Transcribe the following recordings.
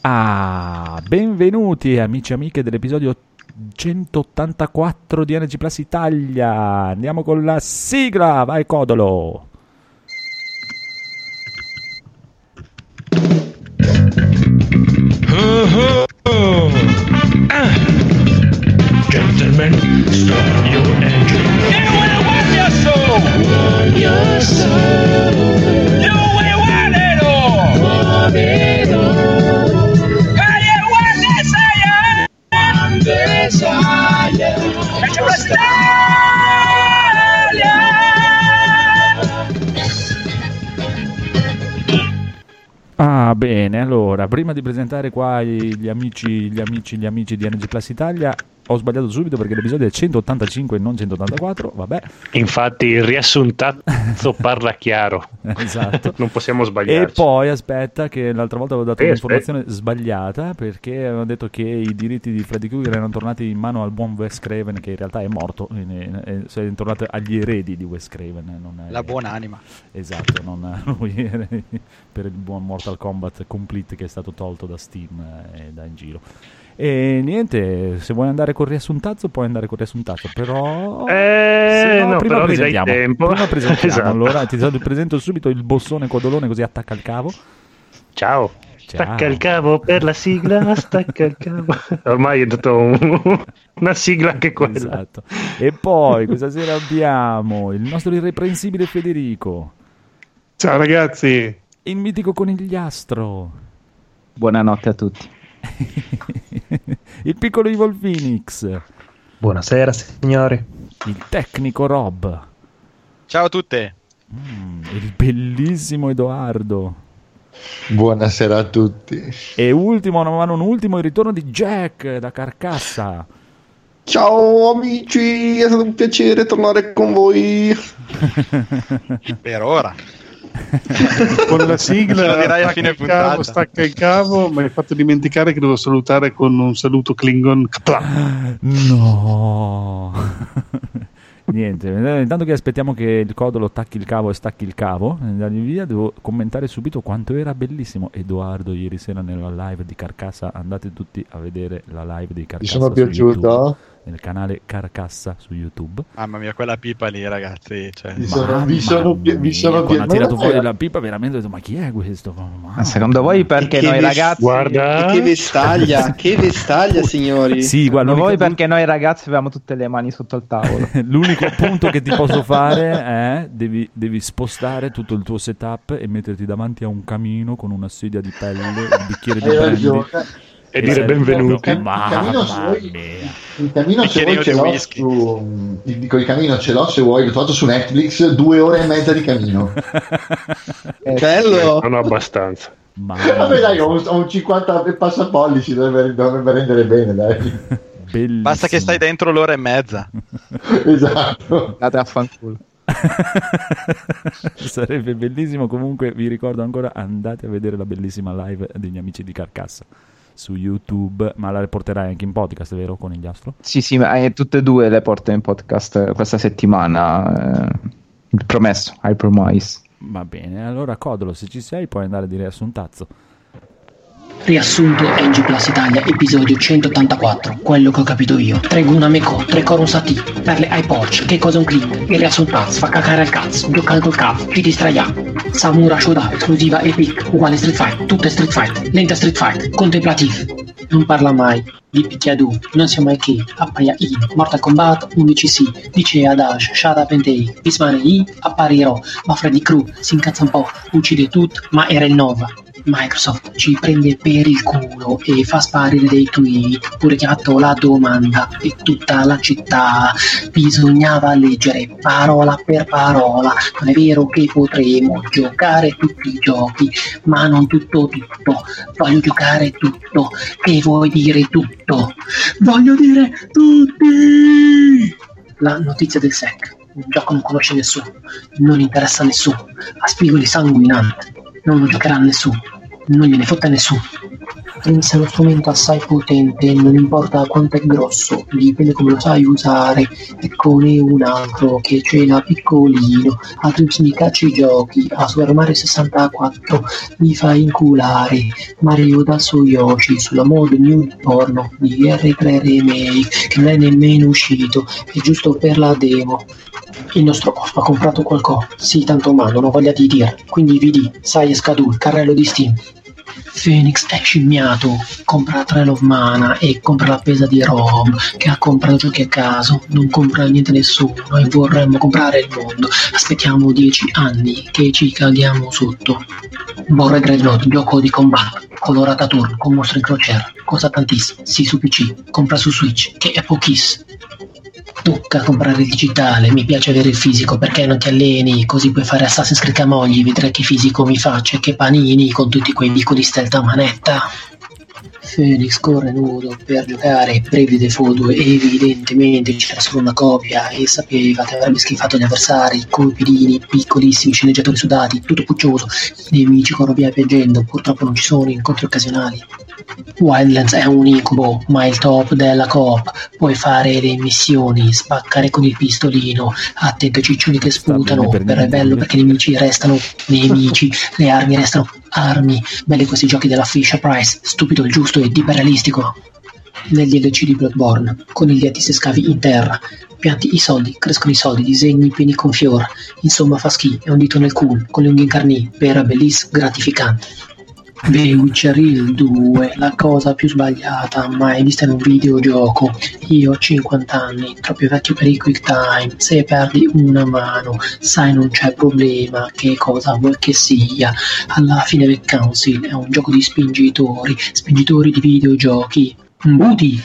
Benvenuti amici e amiche dell'episodio 184 di Energy Plus Italia. Andiamo con la sigla, vai Codolo. Gentlemen, start your engine. You will want your soul. Want your soul. You will want it all. Want it all. How you want desire? Desire. And you must Bene, allora, prima di presentare qua gli amici di Energy Plus Italia, ho sbagliato subito perché l'episodio è 185 e non 184, vabbè. Infatti il riassuntazzo parla chiaro. Esatto. Non possiamo sbagliare. E poi aspetta che l'altra volta avevo dato un'informazione sbagliata, perché avevano detto che i diritti di Freddy Krueger erano tornati in mano al buon Wes Craven, che in realtà è morto, sono tornati agli eredi di Wes Craven. Non è, la buona anima. Esatto, non lui per il buon Mortal Kombat Complete che è stato tolto da Steam e da in giro. E niente, se vuoi andare col riassuntazzo puoi andare col riassuntazzo, però no, prima però presentiamo, mi dai tempo. esatto. Allora ti presento subito il bossone Codolone, così attacca il cavo. Ciao. Stacca il cavo per la sigla, stacca il cavo. Ormai è tutto una sigla anche quella. Esatto. E poi questa sera abbiamo il nostro irreprensibile Federico. Ciao ragazzi. Il mitico Conigliastro. Buonanotte a tutti. Il piccolo Evil Phoenix. Buonasera signori. Il tecnico Rob. Ciao a tutte. Il bellissimo Edoardo. Buonasera a tutti. E ultimo, ma non ultimo, il ritorno di Jack da Carcassa. Ciao amici, è stato un piacere tornare con voi. Per ora. Con la sigla lo dirai a fine puntata. Stacca il cavo, mi hai fatto dimenticare che devo salutare con un saluto Klingon. No. Niente, intanto che aspettiamo che il Codolo tacchi il cavo e stacchi il cavo, via, devo commentare subito quanto era bellissimo Edoardo ieri sera nella live di Carcassa. Andate tutti a vedere la live di Carcassa. Vi sono piaciuto? YouTube, nel canale Carcassa su YouTube. Mamma mia, quella pipa lì, ragazzi. Cioè. Vi sono quando ha tirato fuori la pipa, veramente ho detto: ma chi è questo? Secondo voi perché noi ragazzi? Guarda, che vestaglia, signori. Sì, guarda, Voi perché noi ragazzi avevamo tutte le mani sotto il tavolo. L'unico punto che ti posso fare è devi spostare tutto il tuo setup e metterti davanti a un camino con una sedia di pelle, un bicchiere di brandy e dire benvenuti. Il camino se vuoi ce l'ho su, dico il camino ce l'ho se vuoi, l'ho trovato su Netflix, 2 ore e mezza di camino. Bello. Non abbastanza. Vabbè dai, ho un 50 passapollici, dovrebbe rendere bene, dai. Bellissimo. Basta che stai dentro l'ora e mezza. Esatto. Andate a fanculo. Sarebbe bellissimo. Comunque vi ricordo ancora, andate a vedere la bellissima live degli amici di Carcassa su YouTube, ma la porterai anche in podcast, vero Conigliastro? Sì, ma tutte e due le porto in podcast questa settimana. Promesso, I promise. Va bene, allora Codolo, se ci sei puoi andare a dire riassuntazzo. Riassunto Energy Plus Italia, episodio 184, quello che ho capito io. 3 Guna Meco, 3 Coron Sati, per le iPorch, che cosa un clip, il riassuntazzo, fa cacare al cazzo, giocare col cavo, ci distraiamo. Samura Shoda, esclusiva Epic, uguale Street Fight, tutte Street Fight, lenta Street Fight, contemplativo. Non parla mai di picchiaduro, non sia mai che, appaia I, Mortal Kombat 11 sì, dice Adash, Shada Pentei, Bismane I, apparirò, ma Freddy Crew si incazza un po', uccide tutto, ma era il Nova. Microsoft ci prende per il culo e fa sparire dei tweet, pure chiatto la domanda e tutta la città bisognava leggere parola per parola. Non è vero che potremo giocare tutti i giochi, ma non tutto, voglio giocare tutto, che vuoi dire tutto? Voglio dire tutti! La notizia del SEC, il gioco non conosce nessuno, non interessa a nessuno, ha spigoli sanguinanti, non lo giocherà nessuno, non gliene fotte nessuno. Dreams è uno strumento assai potente, non importa quanto è grosso, dipende come lo sai usare. Eccone un altro che ce l'ha piccolino, a Dreams mi caccia i giochi, a Super Mario 64 mi fa inculare, Mario da Yoshi sulla modo new porno di R3 Remake che non è nemmeno uscito, è giusto per la demo. Il nostro host ha comprato qualcosa, sì tanto ma non ho voglia di dire, quindi vidi, sai è scaduto il carrello di Steam. Phoenix è scimmiato, compra Trail of Mana e compra la pesa di Rob che ha comprato giochi a caso, non compra niente nessuno e vorremmo comprare il mondo, aspettiamo 10 anni che ci caghiamo sotto. Borre Dreadnought, gioco di combatto, colorata turno con mostri in crociera, costa tantissimo, sì su PC, compra su Switch che è pochissimo. Tocca comprare il digitale, mi piace avere il fisico perché non ti alleni, così puoi fare Assassin's Creed Camogli, vedrai che fisico mi faccia e che panini con tutti quei vicoli stealth a manetta. Phoenix corre nudo per giocare, brevi le foto e evidentemente c'era solo una copia e sapeva che avrebbe schifato gli avversari, come pedini, piccolissimi sceneggiatori sudati, tutto puccioso, i nemici corrono via piangendo, purtroppo non ci sono incontri occasionali. Wildlands è un incubo, ma il top della coop, puoi fare le missioni, spaccare con il pistolino, attento ai ciccioni che sputano, però è bello perché i nemici restano nemici, le armi restano armi, belli questi giochi della Fisher Price, stupido il giusto e iperrealistico. Nel DLC di Bloodborne, coniglietti se scavi in terra, pianti i soldi, crescono i soldi, disegni pieni con fior, insomma fa schifo, è un dito nel culo, con le unghie in carni, per bellissimo, gratificante. The Witcher 2, la cosa più sbagliata mai vista in un videogioco. Io ho 50 anni, troppo vecchio per il quick time, se perdi una mano, sai non c'è problema, che cosa vuoi che sia. Alla fine The Council è un gioco di spingitori di videogiochi. Booty,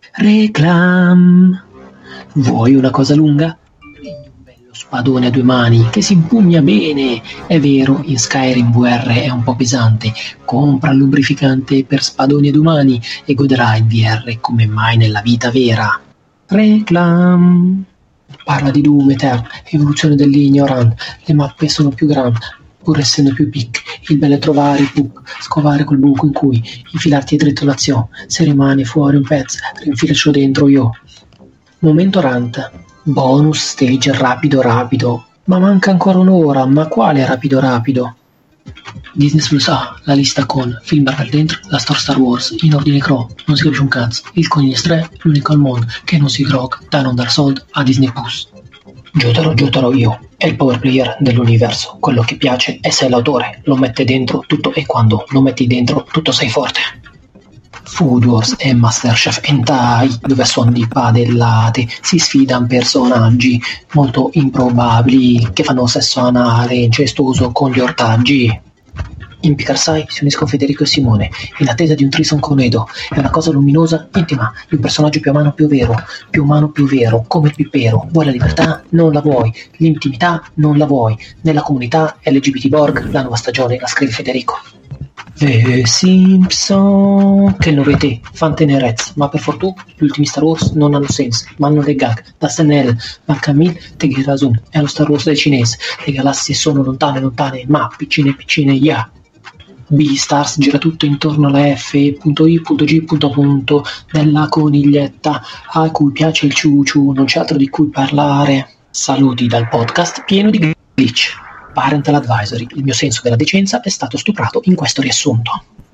reclam. Vuoi una cosa lunga? Spadone a due mani che si impugna bene, è vero, in Skyrim VR è un po' pesante, compra il lubrificante per spadoni a due mani e godrà in VR come mai nella vita vera. Reclam. Parla di Doom Eternal, evoluzione dell'ignorant, le mappe sono più grandi pur essendo più piccole, il bello è trovare il buco, scovare quel buco in cui infilarti dritto l'azione, se rimane fuori un pezzo rinfilarcelo dentro io. Momento rant. Bonus stage rapido, ma manca ancora un'ora, ma quale rapido? Disney Plus ha la lista con film Marvel dentro, la storia Star Wars, in ordine Crow, non si capisce un cazzo, il Coniglio 3, l'unico al mondo che non si grog, da non dar soldi a Disney Plus. Giotaro io, è il power player dell'universo, quello che piace è sei l'autore, lo mette dentro tutto e quando lo metti dentro tutto sei forte. Food Wars e Masterchef Hentai, dove a suon di padellate si sfidano personaggi molto improbabili che fanno sesso anale incestuoso con gli ortaggi. In Picard si uniscono Federico e Simone in attesa di un threesome con Edo. È una cosa luminosa, intima, di un personaggio più umano più vero, come il pippero. Vuoi la libertà? Non la vuoi. L'intimità? Non la vuoi. Nella comunità LGBT Borg, la nuova stagione la scrive Federico. The Simpson, che novità, fan tenerezza, ma per fortuna gli ultimi Star Wars non hanno senso, ma hanno dei gag, da SNL, ma Camille Tegirasun, è lo Star Wars del cinese, le galassie sono lontane, ma piccine, yeah. B-Stars gira tutto intorno alla F.I.G. della coniglietta, a cui piace il ciuciu, non c'è altro di cui parlare. Saluti dal podcast pieno di glitch. Parental Advisory, il mio senso della decenza è stato stuprato in questo riassunto.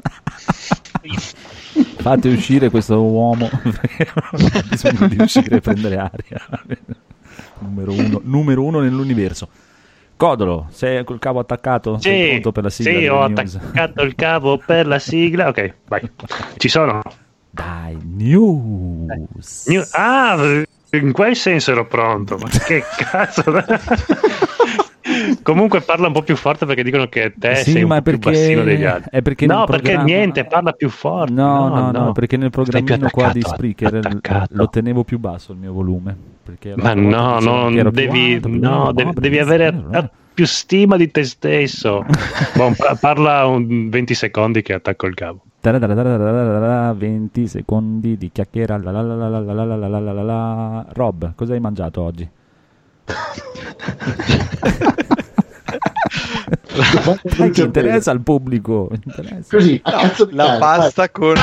Fate uscire questo uomo perché ha bisogno di uscire e prendere aria. numero uno nell'universo. Codolo, sei col cavo attaccato? Sì, sei pronto per la sigla? Sì, ho attaccato il cavo per la sigla. Ok, vai. Ci sono. Dai, news. In quel senso ero pronto. Ma che cazzo? Comunque parla un po' più forte perché dicono che te sei un po' più bassino degli altri. È perché perché niente, parla più forte. No, perché nel programmino qua di Spreaker lo tenevo più basso il mio volume. Ma devi avere più stima di te stesso. Parla 20 secondi che attacco il cavo. 20 secondi di chiacchiera. Rob, cosa hai mangiato oggi? Dai, che interessa al pubblico. Interessa. Così, a cazzo di La cane, pasta con...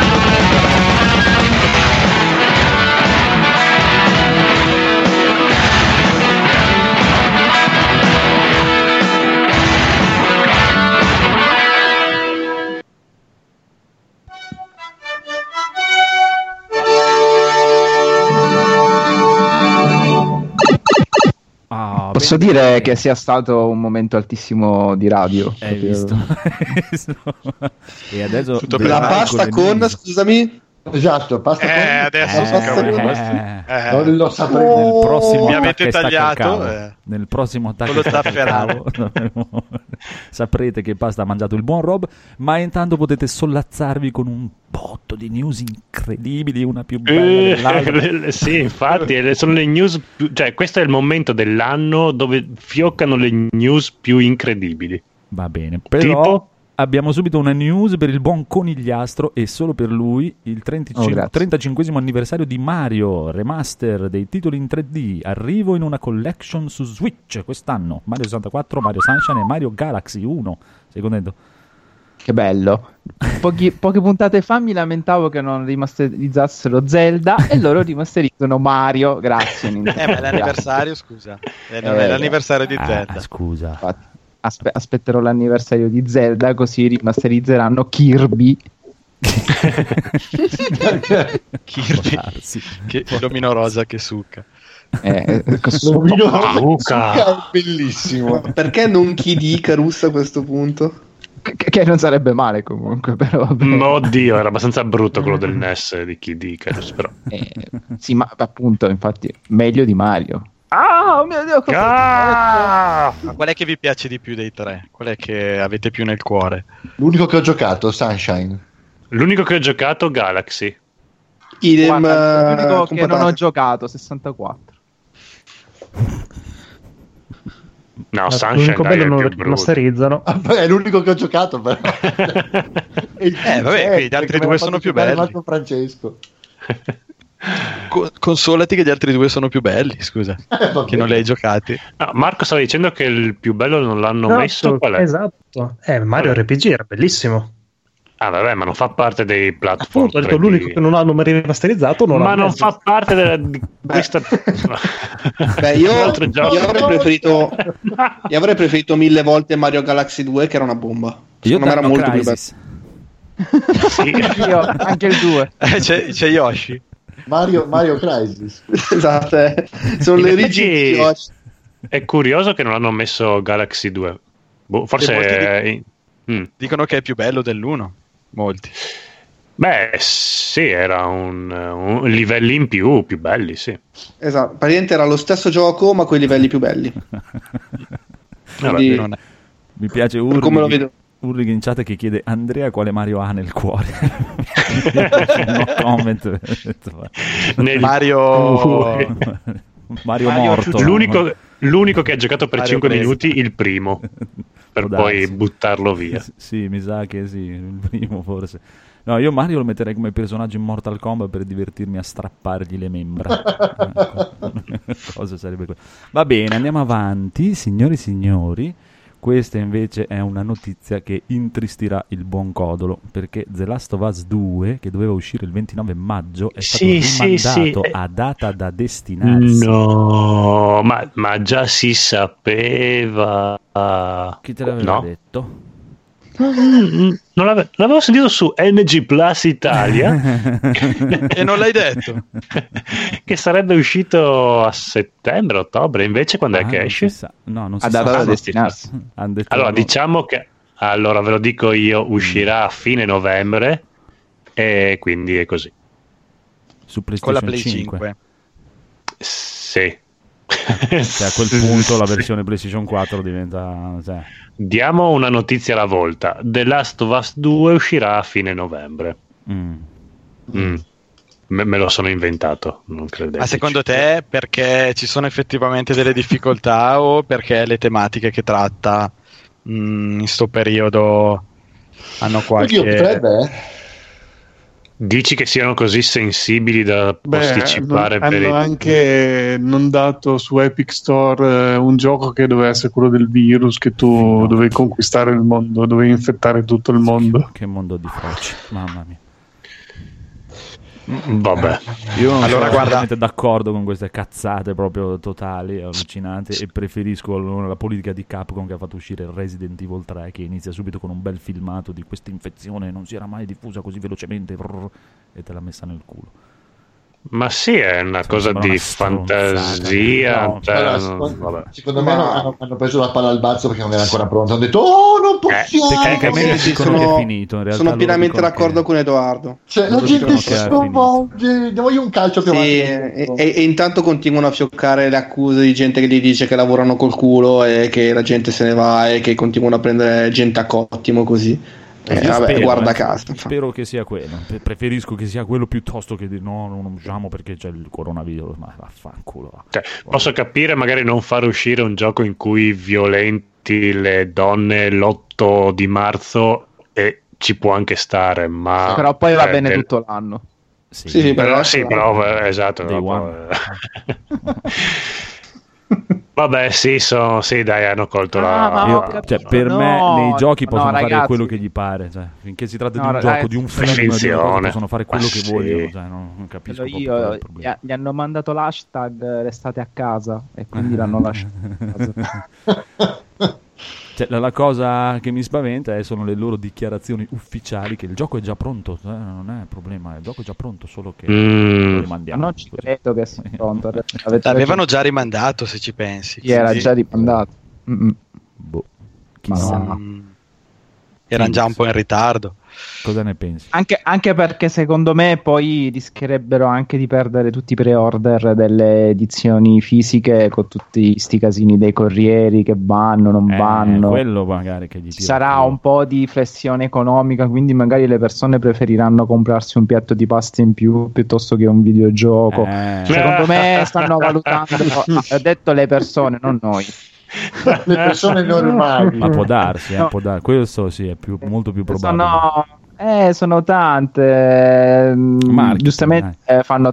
Posso dire che sia stato un momento altissimo di radio. Hai visto? E adesso La pasta con, scusami? Esatto, pasta con... adesso non lo saprei. Nel prossimo mi attacco avete e stacca il tagliato, cavo. Nel prossimo attacco con lo e stacca il zafferano. cavo, saprete che pasta ha mangiato il buon Rob, ma intanto potete sollazzarvi con un botto di news incredibili, una più bella dell'altra. Sì, infatti sono le news cioè questo è il momento dell'anno dove fioccano le news più incredibili. Va bene, però Tipo? abbiamo subito una news per il buon conigliastro e solo per lui, il 35esimo anniversario di Mario, remaster dei titoli in 3D, arrivo in una collection su Switch quest'anno, Mario 64, Mario Sunshine e Mario Galaxy 1, sei contento? Che bello. Poche puntate fa mi lamentavo che non rimasterizzassero Zelda e loro rimasterizzano Mario. Grazie Nintendo. Ma è l'anniversario, scusa. Non è l'anniversario di Zelda. Scusa. Infatti, aspetterò l'anniversario di Zelda così rimasterizzeranno Kirby. Kirby, che l'omino rosa che succa. L'omino rosa è bellissimo. Perché non Kid Icarus a questo punto? Che non sarebbe male comunque, però vabbè. Oddio, era abbastanza brutto quello del NES di Kid Icarus, però. Sì, ma appunto, infatti, meglio di Mario. Ah, oh mio Dio! Ma qual è che vi piace di più dei tre? Qual è che avete più nel cuore? L'unico che ho giocato, Sunshine. L'unico che ho giocato, Galaxy. Idem. L'unico che non ho giocato, 64. No, Sunshine l'unico bello non lo brutto. rimasterizzano. È l'unico che ho giocato, però. Vabbè, gli altri due sono più belli. Marco Francesco. Consolati che gli altri due sono più belli, scusa, che non li hai giocati. No, Marco stava dicendo che il più bello non l'hanno messo. Qual è? Esatto. Mario RPG era bellissimo. Ah, vabbè, ma non fa parte dei platform. Appunto, ho detto, l'unico che non hanno rimasterizzato ma non fa parte di questa. Beh, io avrei preferito 1000 volte Mario Galaxy 2, che era una bomba. Io era molto Crisis. più bello. Sì. Io, anche il 2. C'è Yoshi. Mario Crisis. Esatto, sono le origini di Yoshi. È curioso che non hanno messo Galaxy 2. Forse dicono che è più bello dell'1. Molti. Beh, sì, era un livelli in più belli, sì. Esatto, praticamente era lo stesso gioco, ma con i livelli più belli. Quindi, non è. Mi piace come lo vedo. Urli in chat che chiede Andrea quale Mario ha nel cuore. No comment. Mario morto. L'unico che ha giocato per Mario 5 Presto. minuti, il primo, per poi buttarlo via. Sì, mi sa che sì, il primo forse. No, io Mario lo metterei come personaggio in Mortal Kombat per divertirmi a strappargli le membra. Cosa sarebbe quello? Va bene, andiamo avanti, signori e signori. Questa invece è una notizia che intristirà il buon Codolo, perché The Last of Us 2, che doveva uscire il 29 maggio, è stato rimandato a data da destinarsi. No, ma già si sapeva. Chi te l'aveva detto? Non l'avevo sentito su NG Plus Italia E non l'hai detto che sarebbe uscito a settembre, ottobre, invece quando è che esce? Non si a data da destinarsi. Allora diciamo che, allora ve lo dico io, uscirà a fine novembre e quindi è così. Su PlayStation con la Play 5. Sì. Cioè, a quel punto la versione PlayStation 4 diventa... Cioè. Diamo una notizia alla volta. The Last of Us 2 uscirà a fine novembre. Me lo sono inventato, non credete. Ma secondo te perché ci sono effettivamente delle difficoltà o perché le tematiche che tratta in sto periodo hanno qualche... Oddio, potrebbe, Dici che siano così sensibili da posticipare per hanno anche non dato su Epic Store un gioco che doveva essere quello del virus, che tu dovevi conquistare il mondo, dovevi infettare tutto il mondo. Che mondo di froci, mamma mia. Vabbè, io non sono guarda, assolutamente d'accordo con queste cazzate proprio totali, allucinanti, e preferisco la politica di Capcom che ha fatto uscire Resident Evil 3, che inizia subito con un bel filmato di questa infezione, non si era mai diffusa così velocemente, e te l'ha messa nel culo. ma sì, è una cosa di fantasia. No, secondo me hanno preso la palla al balzo perché non era ancora pronto. Hanno detto non possiamo. Tecnicamente dicono che è finito. In realtà sono pienamente d'accordo con Edoardo. Cioè, la gente si sconvolge. Voglio un calcio più avanti. E intanto continuano a fioccare le accuse di gente che gli dice che lavorano col culo e che la gente se ne va e che continuano a prendere gente a cottimo così. Vabbè, guarda caso. Spero che sia quello. Preferisco che sia quello piuttosto che di no, non usciamo perché c'è il coronavirus. Ma vaffanculo. Cioè, posso capire magari non far uscire un gioco in cui violenti le donne l'8 di marzo e ci può anche stare, ma però poi va bene tutto l'anno. Sì, però esatto. Vabbè, sì, dai, hanno colto per me nei giochi possono fare quello che gli pare, cioè, finché si tratta di un gioco, di un film, possono fare quello che vogliono, cioè, non capisco il problema. Gli hanno mandato l'hashtag restate a casa e quindi l'hanno lasciato a casa. Cioè, la cosa che mi spaventa sono le loro dichiarazioni ufficiali che il gioco è già pronto, non è un problema, il gioco è già pronto, solo che lo rimandiamo. Non ci credo che sia pronto. L'avevano già rimandato, se ci pensi. Sì, era già rimandato. Boh, chissà. Erano già un po' in ritardo. Cosa ne pensi? Anche perché secondo me poi rischierebbero anche di perdere tutti i pre-order delle edizioni fisiche con tutti sti casini dei corrieri che vanno, non vanno. Quello magari che gli ci sarà un po' di flessione economica, quindi magari le persone preferiranno comprarsi un piatto di pasta in più piuttosto che un videogioco. Secondo me stanno valutando, ho detto le persone, non noi. Le persone normali. Ma può darsi, può darsi. Questo sì, è molto più probabile. Sono tante. Marchi, giustamente fanno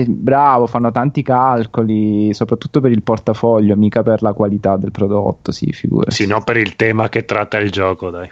tanti calcoli, soprattutto per il portafoglio, mica per la qualità del prodotto, sì, figurati. Sì, no, per il tema che tratta il gioco, dai.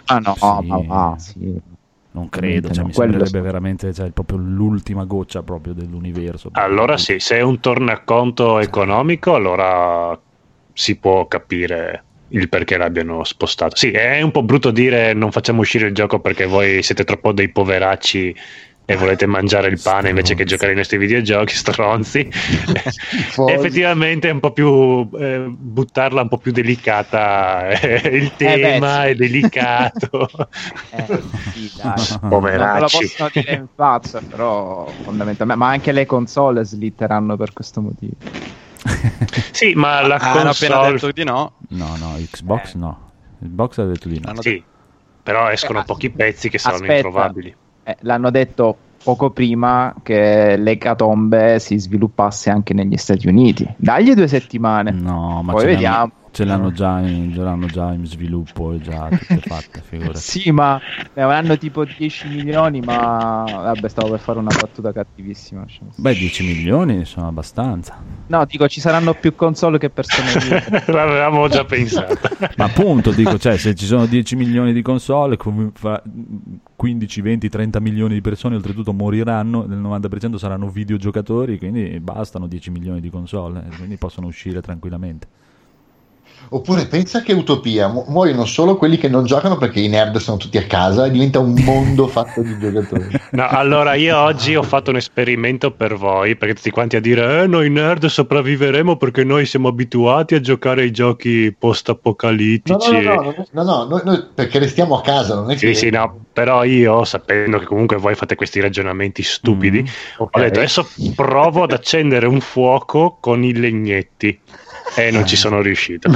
Sì. Non credo, mi sembrerebbe veramente proprio l'ultima goccia proprio dell'universo. Allora sì, se è un tornaconto economico, allora si può capire il perché l'abbiano spostato. Sì, è un po' brutto dire non facciamo uscire il gioco perché voi siete troppo dei poveracci e volete mangiare il pane invece che giocare ai nostri videogiochi, stronzi. Effettivamente è un po' più buttarla un po' più delicata, il tema è delicato. Sì, dai. Poveracci. Non lo possono dire in faccia, però fondamentalmente, ma anche le console slitteranno per questo motivo. Sì, ma la console... hanno appena detto di no. No, Xbox no. Xbox ha detto di no. Sì, però escono pochi pezzi che saranno introvabili. L'hanno detto poco prima che l'ecatombe si sviluppasse anche negli Stati Uniti. Dagli 2 settimane. No, ma poi vediamo. Ce l'hanno già in sviluppo, già tutte fatte, figurati. Sì, ma hanno tipo 10 milioni, ma vabbè, stavo per fare una battuta cattivissima. Beh, 10 milioni sono abbastanza. No, dico, ci saranno più console che persone. L'avevamo già pensato. Ma appunto, dico, cioè, se ci sono 10 milioni di console, 15, 20, 30 milioni di persone oltretutto moriranno, nel 90% saranno videogiocatori, quindi bastano 10 milioni di console, quindi possono uscire tranquillamente. Oppure pensa che utopia, muoiono solo quelli che non giocano perché i nerd sono tutti a casa e diventa un mondo fatto di giocatori. No, allora io oggi ho fatto un esperimento per voi, perché tutti quanti a dire noi nerd sopravviveremo perché noi siamo abituati a giocare ai giochi post-apocalittici. No, noi perché restiamo a casa, non è che... Sì, no, però io, sapendo che comunque voi fate questi ragionamenti stupidi, ho detto adesso provo ad accendere un fuoco con i legnetti. E non ci sono riuscito.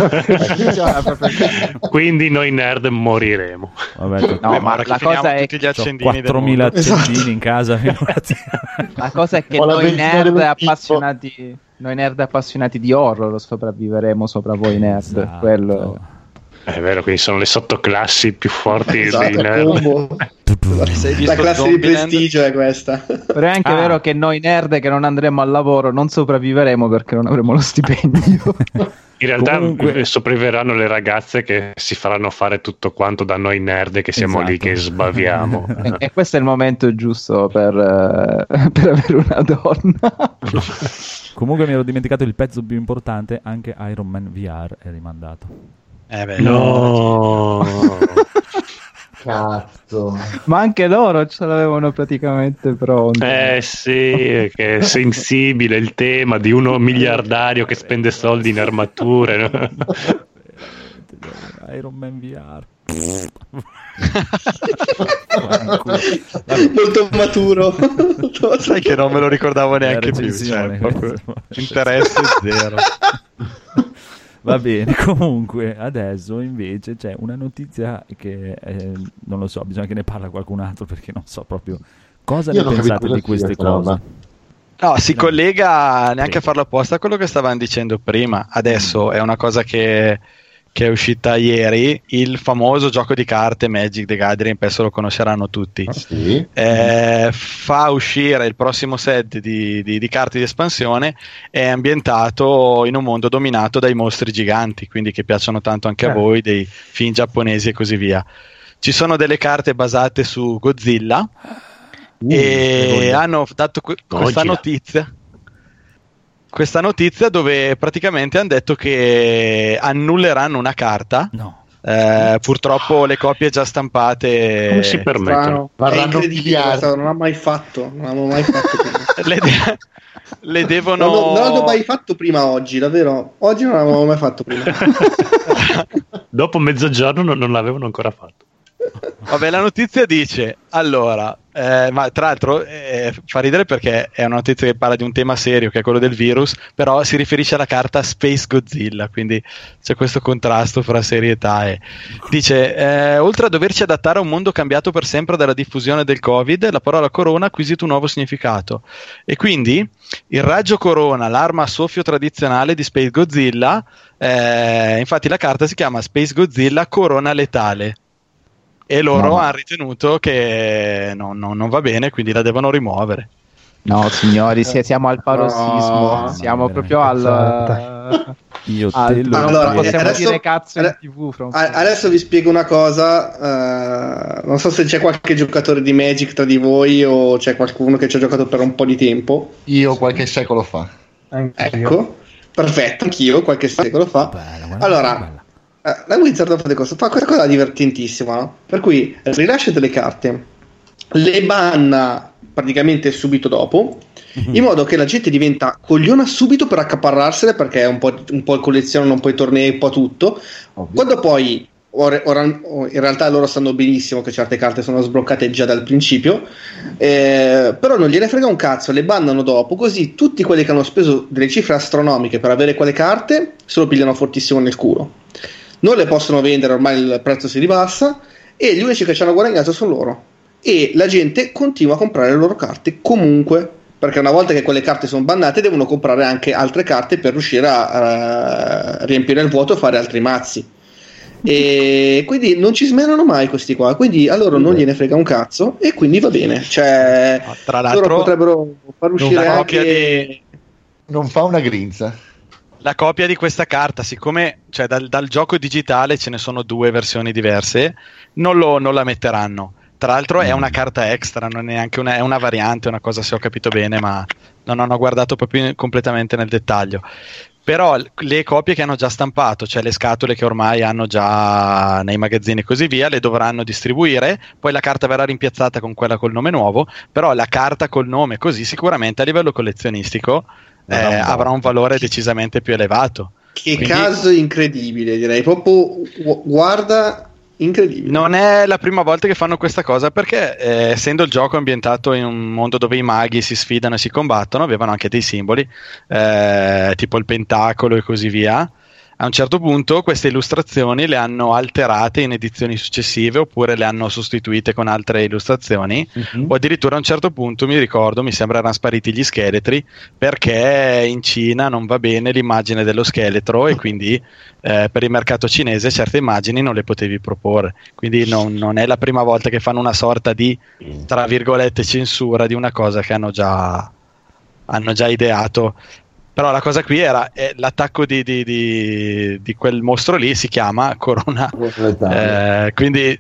Quindi noi nerd moriremo. Vabbè, ma la cosa è tutti gli accendini 4.000 accendini in casa. La cosa è che noi nerd appassionati di horror sopravviveremo sopra voi nerd. Esatto. Quello è vero, quindi sono le sottoclassi più forti dei nerd. La classe di prestigio è questa. Però è anche vero che noi nerd che non andremo al lavoro non sopravviveremo perché non avremo lo stipendio. In realtà sopravviveranno le ragazze che si faranno fare tutto quanto da noi nerd che siamo lì che sbaviamo. E questo è il momento giusto per avere una donna. Comunque mi ero dimenticato il pezzo più importante, anche Iron Man VR è rimandato. No. Cazzo. Ma anche loro ce l'avevano praticamente pronto. Sì, che è sensibile il tema di uno miliardario che spende soldi in armature, no? Iron Man VR. Molto maturo. Sai che non me lo ricordavo neanche più, cioè, interesse zero. Va bene, comunque adesso invece c'è una notizia che non lo so, bisogna che ne parla qualcun altro perché non so proprio cosa ne pensate di queste cose. No, si collega neanche a farlo apposta a quello che stavamo dicendo prima. Adesso è una cosa che è uscita ieri, il famoso gioco di carte Magic the Gathering, penso lo conosceranno tutti. Sì. Fa uscire il prossimo set di carte di espansione, è ambientato in un mondo dominato dai mostri giganti, quindi che piacciono tanto anche a voi, dei film giapponesi e così via. Ci sono delle carte basate su Godzilla e hanno dato questa notizia dove praticamente hanno detto che annulleranno una carta. No. Purtroppo le copie già stampate. Come si permettono? È incredibile, non l'ha mai fatto. Non l'hanno mai fatto prima. le devono. Non l'hanno mai fatto prima oggi, davvero. Oggi non l'avevamo mai fatto prima. Dopo mezzogiorno non l'avevano ancora fatto. Vabbè, la notizia dice allora, ma tra l'altro fa ridere perché è una notizia che parla di un tema serio che è quello del virus, però si riferisce alla carta Space Godzilla, quindi c'è questo contrasto fra serietà e dice oltre a doverci adattare a un mondo cambiato per sempre dalla diffusione del Covid, la parola corona ha acquisito un nuovo significato e quindi il raggio corona, l'arma a soffio tradizionale di Space Godzilla, infatti la carta si chiama Space Godzilla Corona Letale. E loro hanno ritenuto che non va bene, quindi la devono rimuovere. No, signori, siamo al parossismo, siamo proprio al... Io te lo allora, possiamo adesso, dire cazzo in TV. Adesso vi spiego una cosa. Non so se c'è qualche giocatore di Magic tra di voi o c'è qualcuno che ci ha giocato per un po' di tempo. Io qualche secolo fa. Ecco, perfetto, anch'io qualche secolo fa. Allora, la Wizard fa questa cosa divertentissima, no? Per cui rilascia delle carte, le banna praticamente subito dopo, in modo che la gente diventa cogliona subito per accaparrarsele, perché è un po' collezionano un po' i tornei, un po' tutto. Ovvio. Quando poi ora in realtà loro sanno benissimo che certe carte sono sbloccate già dal principio, però non gliene frega un cazzo, le bannano dopo, così tutti quelli che hanno speso delle cifre astronomiche per avere quelle carte se lo pigliano fortissimo nel culo. Non le possono vendere, ormai il prezzo si ribassa e gli unici che ci hanno guadagnato sono loro, e la gente continua a comprare le loro carte comunque, perché una volta che quelle carte sono bannate devono comprare anche altre carte per riuscire a riempire il vuoto e fare altri mazzi, e quindi non ci smenano mai questi qua, quindi a loro non gliene frega un cazzo e quindi va bene, cioè tra l'altro loro potrebbero far uscire anche non fa una grinza. La copia di questa carta, siccome cioè, dal gioco digitale ce ne sono 2 versioni diverse, non la metteranno. Tra l'altro è una carta extra, non è neanche è una variante, una cosa se ho capito bene, ma non ho guardato proprio completamente nel dettaglio. Però le copie che hanno già stampato, cioè le scatole che ormai hanno già nei magazzini e così via, le dovranno distribuire, poi la carta verrà rimpiazzata con quella col nome nuovo, però la carta col nome così sicuramente a livello collezionistico avrà un valore decisamente più elevato. Quindi, caso incredibile, direi proprio, guarda, incredibile. Non è la prima volta che fanno questa cosa, perché essendo il gioco ambientato in un mondo dove i maghi si sfidano e si combattono, avevano anche dei simboli tipo il pentacolo e così via. A un certo punto queste illustrazioni le hanno alterate in edizioni successive, oppure le hanno sostituite con altre illustrazioni, o addirittura a un certo punto mi sembra erano spariti gli scheletri, perché in Cina non va bene l'immagine dello scheletro e quindi per il mercato cinese certe immagini non le potevi proporre. Quindi non è la prima volta che fanno una sorta di, tra virgolette, censura di una cosa che hanno già ideato. Però la cosa qui è l'attacco di quel mostro lì si chiama Corona, quindi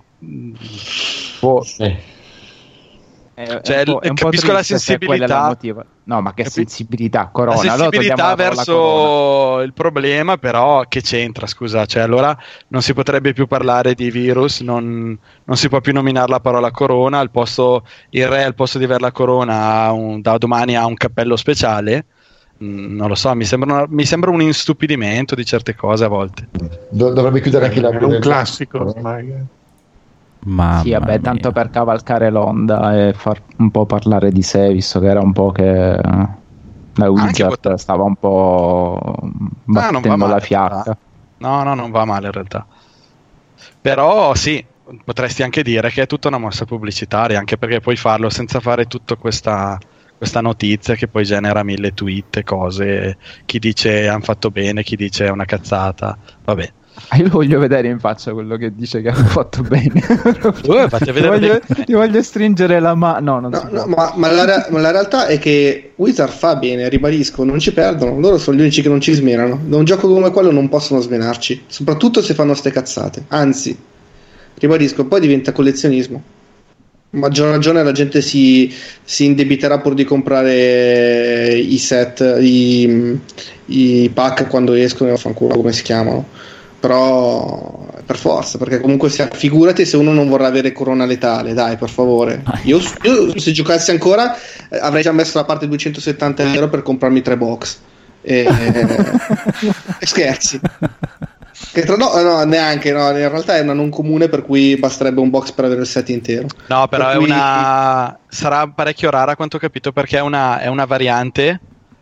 capisco la sensibilità. No, ma che sensibilità, Corona. La sensibilità verso il problema, però che c'entra, scusa, cioè allora non si potrebbe più parlare di virus, non si può più nominare la parola Corona, il re al posto di avere la corona da domani ha un cappello speciale. Non lo so, mi sembra un instupidimento di certe cose a volte. Dovrebbe chiudere anche è un classico ormai. Sì, vabbè, tanto per cavalcare l'onda e far un po' parlare di sé, visto che era un po' che la Wizard stava un po' battendo la fiacca. No, non va male in realtà. Però sì, potresti anche dire che è tutta una mossa pubblicitaria, anche perché puoi farlo senza fare tutta questa notizia che poi genera 1000 tweet e cose, chi dice hanno fatto bene, chi dice è una cazzata, vabbè. Io lo voglio vedere in faccia quello che dice che hanno fatto bene. Ti voglio stringere la mano. Ma la realtà è che Wizard fa bene, ribadisco, non ci perdono, loro sono gli unici che non ci smenano. Da un gioco come quello non possono smenarci, soprattutto se fanno ste cazzate, anzi, ribadisco, poi diventa collezionismo. Maggior ragione la gente si indebiterà pur di comprare i set, i pack quando escono, fanculo come si chiamano, però per forza, perché comunque figurati se uno non vorrà avere Corona letale, dai, per favore. Io se giocassi ancora avrei già messo da parte 270 euro per comprarmi 3 box e scherzi. Neanche, in realtà è una non comune, per cui basterebbe un box per avere il set intero. No, però sarà parecchio rara, a quanto ho capito, perché è una variante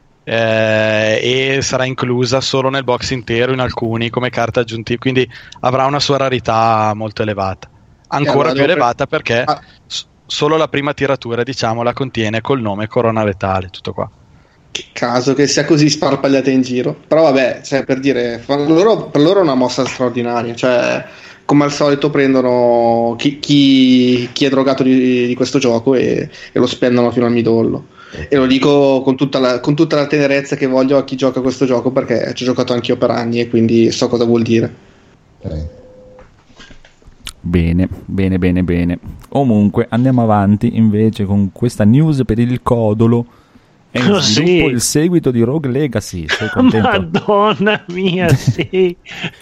e sarà inclusa solo nel box intero in alcuni come carta aggiuntiva, quindi avrà una sua rarità molto elevata, ancora più elevata perché solo la prima tiratura, diciamo, la contiene col nome Corona letale, tutto qua. Caso che sia così sparpagliata in giro, però vabbè, cioè, per dire, per loro è una mossa straordinaria, cioè come al solito prendono chi è drogato di questo gioco e lo spendono fino al midollo, e lo dico con tutta la tenerezza che voglio a chi gioca a questo gioco, perché ci ho giocato anch'io per anni e quindi so cosa vuol dire. Bene. Comunque andiamo avanti invece con questa news per il Codolo. È in sviluppo il seguito di Rogue Legacy. Sei contento? Madonna mia, sì.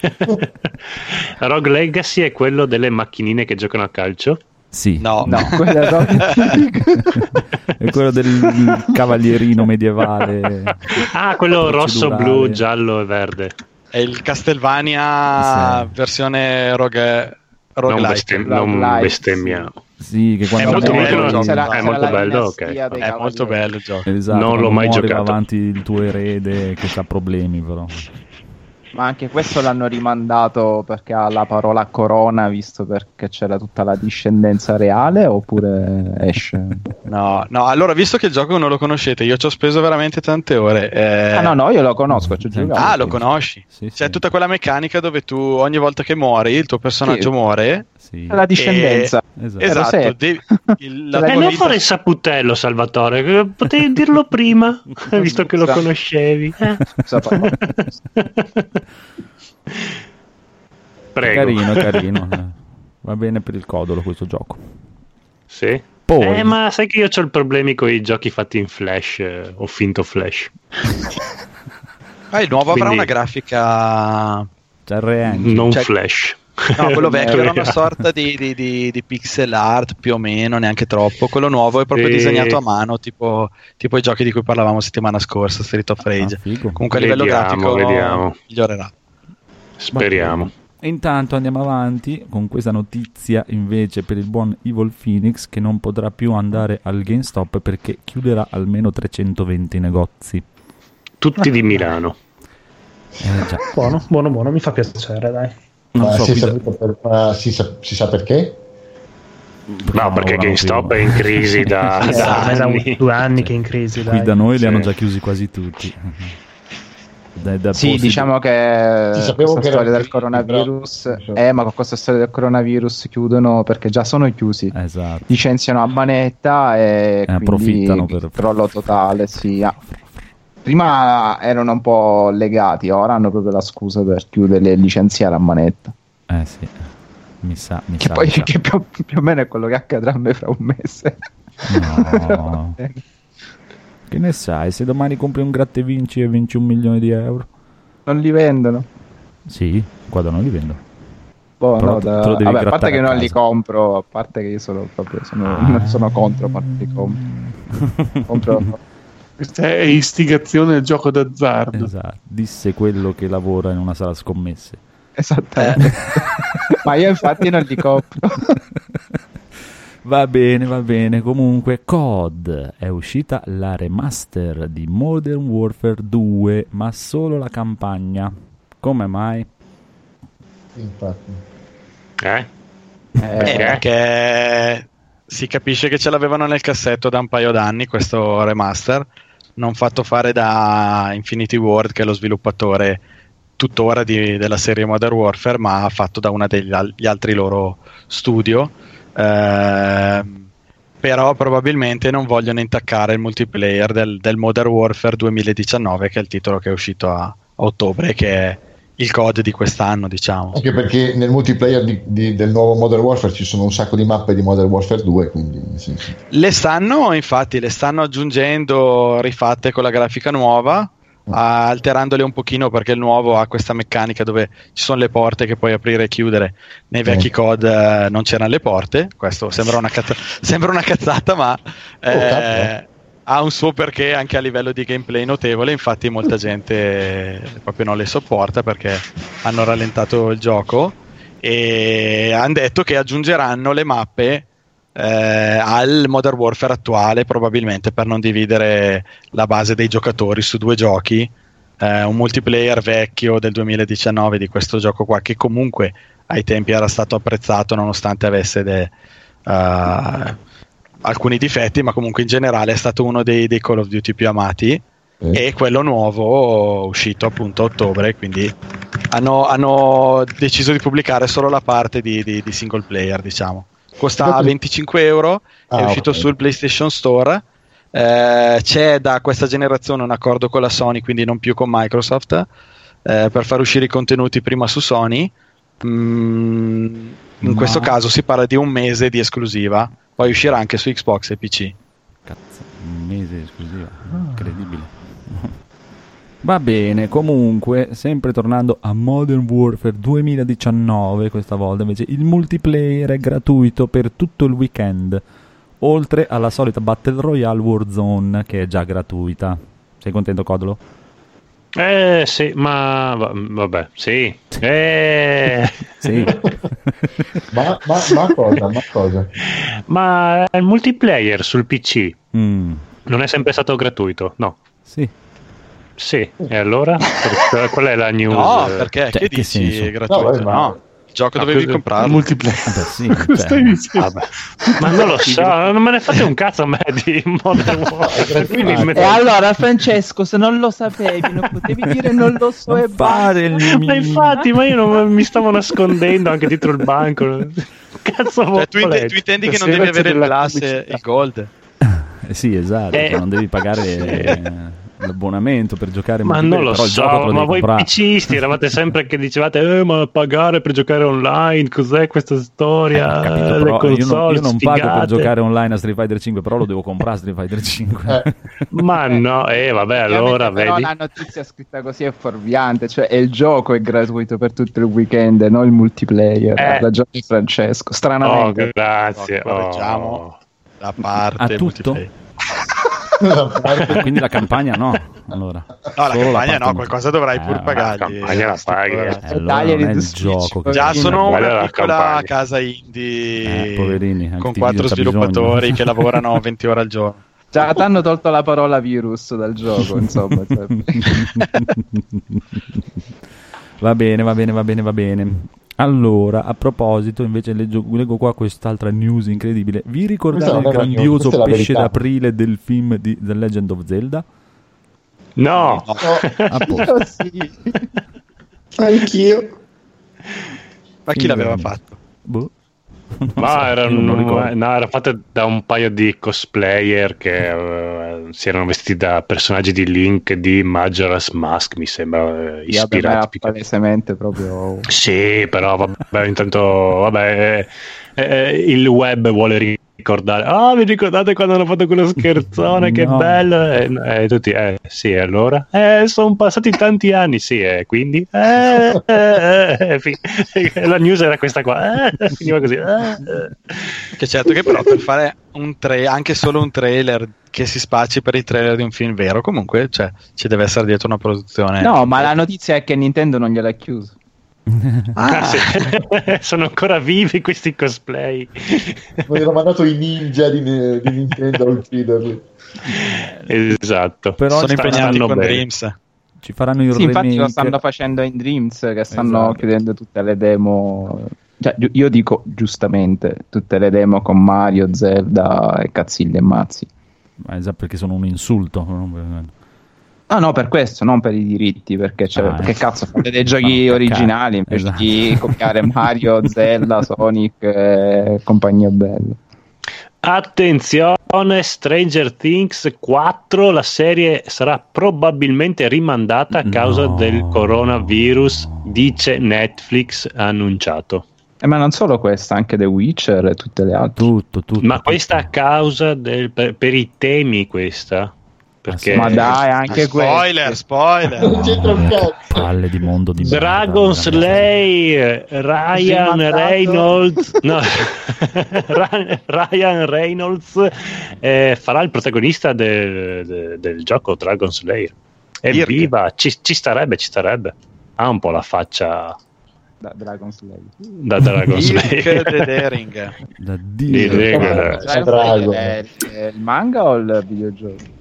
Rogue Legacy è quello delle macchinine che giocano a calcio? Sì. No. Quello è quello del cavalierino medievale. Ah, quello rosso, blu, giallo e verde. È il Castlevania versione Rogue non bestemmiamo. Sì, che quando è molto bello, ok. È molto bello il gioco. Esatto, non l'ho mai giocato. Avanti il tuo erede che ha problemi, però. Ma anche questo l'hanno rimandato perché ha la parola corona, visto perché c'era tutta la discendenza reale, oppure esce? No, allora, visto che il gioco non lo conoscete, io ci ho speso veramente tante ore. No, io lo conosco. Lo conosci? C'è tutta quella meccanica dove tu ogni volta che muori, il tuo personaggio muore. Sì. La discendenza. Esatto. Non fare il saputello, Salvatore, potevi dirlo prima, visto che lo conoscevi. Prego. Carino. Va bene per il Codolo questo gioco. Sì. Poi... ma sai che io ho i problemi con i giochi fatti in flash o finto flash. Il nuovo avrà una grafica non flash. No, quello vecchio era una sorta di pixel art, più o meno, neanche troppo. Quello nuovo è proprio disegnato a mano, tipo i giochi di cui parlavamo settimana scorsa, Street of Rage. Comunque a livello grafico migliorerà. Speriamo. Intanto andiamo avanti con questa notizia invece per il buon Evil Phoenix, che non potrà più andare al GameStop perché chiuderà almeno 320 negozi. Tutti di Milano. Già. Buono, mi fa piacere, dai. Non so, si sa perché? No, perché GameStop è in crisi da anni. 2 anni che è in crisi. Qui da noi li hanno già chiusi quasi tutti. Sì, diciamo che questa storia del coronavirus, ma con questa storia del coronavirus chiudono perché già sono chiusi. Esatto. Licenziano a manetta e approfittano per crollo totale. Sì. Prima erano un po' legati, ora hanno proprio la scusa per chiudere e licenziare a manetta. Sì. Mi sa. Che più o meno è quello che accadrà a me fra un mese. No. Che ne sai, se domani compri un gratta e vinci e vinci 1 milione di euro? Non li vendono? Sì, qua da noi li vendo. A parte che non li compro, a parte che io sono contro, a parte che compro. Questa è istigazione al gioco d'azzardo. Esatto, disse quello che lavora in una sala scommesse. Esattamente. Ma io infatti non li compro. Va bene. Comunque, COD è uscita la remaster di Modern Warfare 2, ma solo la campagna. Come mai? Infatti. Perché si capisce che ce l'avevano nel cassetto da un paio d'anni questo remaster, non fatto fare da Infinity Ward, che è lo sviluppatore tuttora della serie Modern Warfare, ma fatto da una degli altri loro studio. Però probabilmente non vogliono intaccare il multiplayer del Modern Warfare 2019, che è il titolo che è uscito a ottobre, che è il COD di quest'anno, diciamo. Anche perché nel multiplayer del nuovo Modern Warfare ci sono un sacco di mappe di Modern Warfare 2, quindi sì. Le stanno aggiungendo, rifatte con la grafica nuova, alterandole un pochino, perché il nuovo ha questa meccanica dove ci sono le porte che puoi aprire e chiudere. Nei vecchi COD non c'erano le porte. Questo sembra una cazzata, ma ha un suo perché anche a livello di gameplay notevole. Infatti molta gente proprio non le sopporta perché hanno rallentato il gioco, e hanno detto che aggiungeranno le mappe al Modern Warfare attuale, probabilmente per non dividere la base dei giocatori su 2 giochi. Un multiplayer vecchio del 2019 di questo gioco qua, che comunque ai tempi era stato apprezzato nonostante avesse alcuni difetti, ma comunque in generale è stato uno dei Call of Duty più amati. E quello nuovo uscito appunto a ottobre, quindi hanno deciso di pubblicare solo la parte di single player, diciamo. Costa 25 euro, è uscito sul PlayStation Store. C'è da questa generazione un accordo con la Sony, quindi non più con Microsoft, per far uscire i contenuti prima su Sony. In questo caso si parla di 1 mese di esclusiva, poi uscirà anche su Xbox e PC. Cazzo, 1 mese di esclusiva, incredibile. Va bene, comunque, sempre tornando a Modern Warfare 2019, questa volta invece il multiplayer è gratuito per tutto il weekend, oltre alla solita Battle Royale Warzone, che è già gratuita. Sei contento, Codolo? Sì, ma vabbè, sì. Sì. ma cosa? Ma il multiplayer sul PC non è sempre stato gratuito? No. Sì, e allora? Qual è la news? No, perché? Cioè, che dici? È gratuito? No. Il gioco dovevi comprarlo. Il multiplayer. Stai dicendo? Ma non lo so, non me ne fate un cazzo a me di Modern Warfare. E allora, Francesco, se non lo sapevi, non potevi dire non lo so e basta. Ma infatti, ma io non mi stavo nascondendo anche dietro il banco. Cazzo, cioè, tu intendi che non devi avere il Plus e il Gold? Sì, esatto, non devi pagare l'abbonamento per giocare, ma non lo so, ma voi PCisti eravate sempre che dicevate ma pagare per giocare online, cos'è questa storia? Capito, le console, io non pago per giocare online a Street Fighter 5, però lo devo comprare Street Fighter 5. Ma no, vabbè, allora però vedi, la notizia scritta così è fuorviante, cioè il gioco è gratuito per tutto il weekend, non il multiplayer. Ha ragione Francesco, stranamente. Grazie, correggiamo la parte a tutto? Quindi la campagna no, allora. No, la campagna no, qualcosa dovrai pur pagargli. La campagna la paghi. Allora non è il gioco. Già sono una piccola casa indie poverini, con 4 sviluppatori che lavorano 20 ore al giorno. Già t'hanno tolto la parola virus dal gioco, insomma. Cioè. Va bene. Allora, a proposito, invece leggo qua quest'altra news incredibile. Vi ricordate il grandioso pesce d'aprile del film di The Legend of Zelda? No. Sì. Anch'io. Ma chi l'aveva fatto? Boh. Ma era fatto da un paio di cosplayer che si erano vestiti da personaggi di Link di Majora's Mask, mi sembra, ispirati. Palesemente proprio. Sì, però vabbè, intanto il web vuole ricordare. Vi ricordate quando hanno fatto quello scherzone? Che bello! E tutti, sì, allora? Sono passati tanti anni, sì, quindi? La news era questa qua. Finiva così. Che certo che però per fare anche solo un trailer che si spacci per il trailer di un film vero, comunque ci deve essere dietro una produzione. No, ma la notizia è che Nintendo non gliel'ha chiuso. Sì. Sono ancora vivi questi cosplay. Avevano mandato i ninja di Nintendo a ucciderli. Esatto. Però sono impegnati con bene. Dreams. Ci faranno il remake. Infatti lo stanno facendo in Dreams, che stanno chiudendo tutte le demo. Cioè, io dico giustamente tutte le demo con Mario, Zelda e cazzilli e mazzi. Ma esatto, perché sono un insulto. No, per questo, non per i diritti, perché che cazzo, fate dei giochi originali invece di copiare Mario, Zelda, Sonic e compagnia bella. Attenzione, Stranger Things 4, la serie sarà probabilmente rimandata a causa del coronavirus, dice Netflix, ha annunciato. Ma non solo questa, anche The Witcher e tutte le altre. Tutto. Ma questa a causa per i temi, questa? Perché ma dai, anche spoiler. Non c'entra un cazzo. Palle di mondo di Dragon Slayer, Ryan Reynolds farà il protagonista del gioco Dragon Slayer. Evviva, ci starebbe. Ha un po' la faccia da Dragon Slayer. Da Dragon Slayer. Da Dragon. Il manga o il videogioco?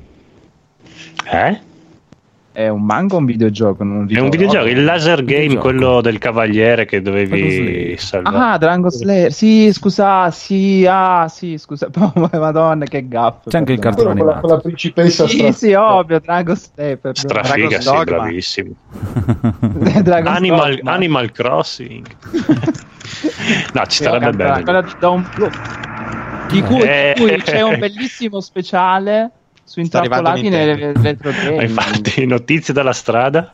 È un manga o un videogioco? Non è un videogioco, il laser game, quello del cavaliere che dovevi salvare. Dragon Slayer. Sì, scusa. Oh, Madonna, che gaff. C'è anche il cartone animato. Con la principessa. Sì, ovvio, Dragon Slayer. Strafiga, sì, bravissimo. Dragon Animal Crossing. No, ci starebbe bene. Quella di Dawn di cui c'è un bellissimo speciale su Intrappolati nel retro game. Infatti, notizie dalla strada.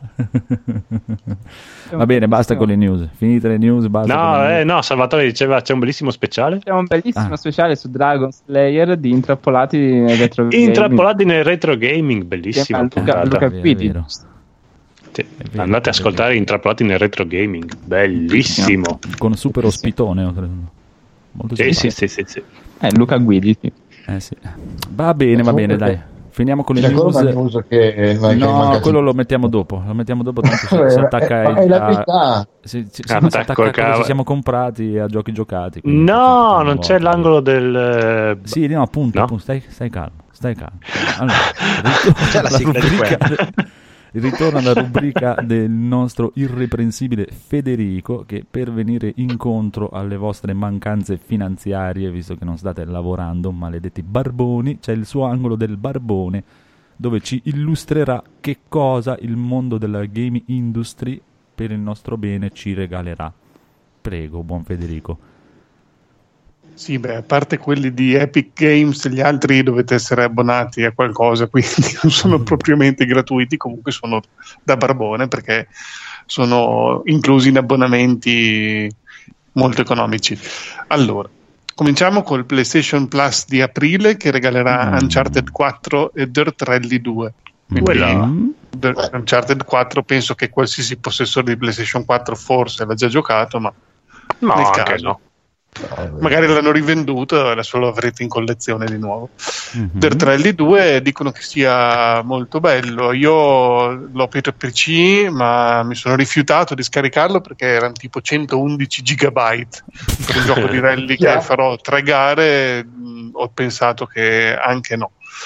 Va bene, basta con le news. Finite le news, basta. No, Salvatore diceva c'è un bellissimo speciale. C'è un bellissimo speciale su Dragon Slayer di Intrappolati nel retro gaming. Intrappolati nel retro gaming, bellissimo. Luca Guidi. Sì. Andate a ascoltare Intrappolati nel retro gaming, bellissimo. Con super ospitone. Molto sì. Luca Guidi, sì. Sì. Va bene, dai. Finiamo con le news. No, quello lo mettiamo dopo. Tanto si attacca è la verità. Si attacca a cosa ci siamo comprati e a giochi giocati. No, non c'è l'angolo del. Sì, no, appunto. Stai calmo. Allora, c'è la sigla di quella. Ritorna la rubrica del nostro irreprensibile Federico, che per venire incontro alle vostre mancanze finanziarie, visto che non state lavorando, maledetti barboni, c'è il suo angolo del barbone, dove ci illustrerà che cosa il mondo della game industry per il nostro bene ci regalerà. Prego, buon Federico. Sì, a parte quelli di Epic Games, gli altri dovete essere abbonati a qualcosa, quindi non sono propriamente gratuiti, comunque sono da barbone perché sono inclusi in abbonamenti molto economici. Allora, cominciamo col PlayStation Plus di aprile che regalerà Uncharted 4 e Dirt Rally 2. Uncharted 4 penso che qualsiasi possessore di PlayStation 4 forse l'ha già giocato, ma nel caso no. Magari l'hanno rivenduto e adesso lo avrete in collezione di nuovo. Dirt Rally 2 dicono che sia molto bello. Io l'ho per PC, ma mi sono rifiutato di scaricarlo perché erano tipo 111 gigabyte per un gioco di rally che farò 3 gare. Ho pensato che anche no.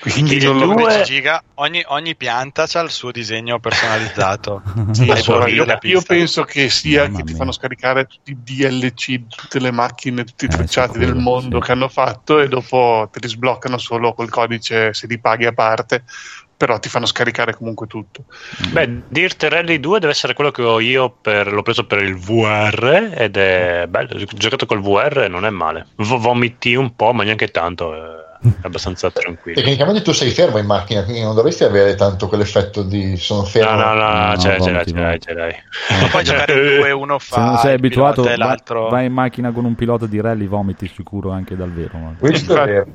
Quindi Il non lo 12 vedo. giga, ogni pianta c'ha il suo disegno personalizzato. Sì, Hai solo capito la io pista. penso che sia Mamma che ti mia. fanno scaricare tutti i DLC, tutte le macchine, tutti i tracciati sicuro, del mondo sì. che hanno fatto, e dopo te li sbloccano solo col codice se li paghi a parte, però ti fanno scaricare comunque tutto. Beh, Dirt Rally 2 deve essere quello che ho io l'ho preso per il VR ed è bello, ho giocato col VR e non è male. Vomiti un po', ma neanche tanto, è abbastanza tranquillo. Tecnicamente tu sei fermo in macchina, quindi non dovresti avere tanto quell'effetto di sono fermo. No, No, ce vomiti, l'hai. Ma poi giocare in due, uno Se non fa sei il abituato, pilota e l'altro. vai in macchina con un pilota di rally, vomiti sicuro anche dal vero. Ma... Questo è vero.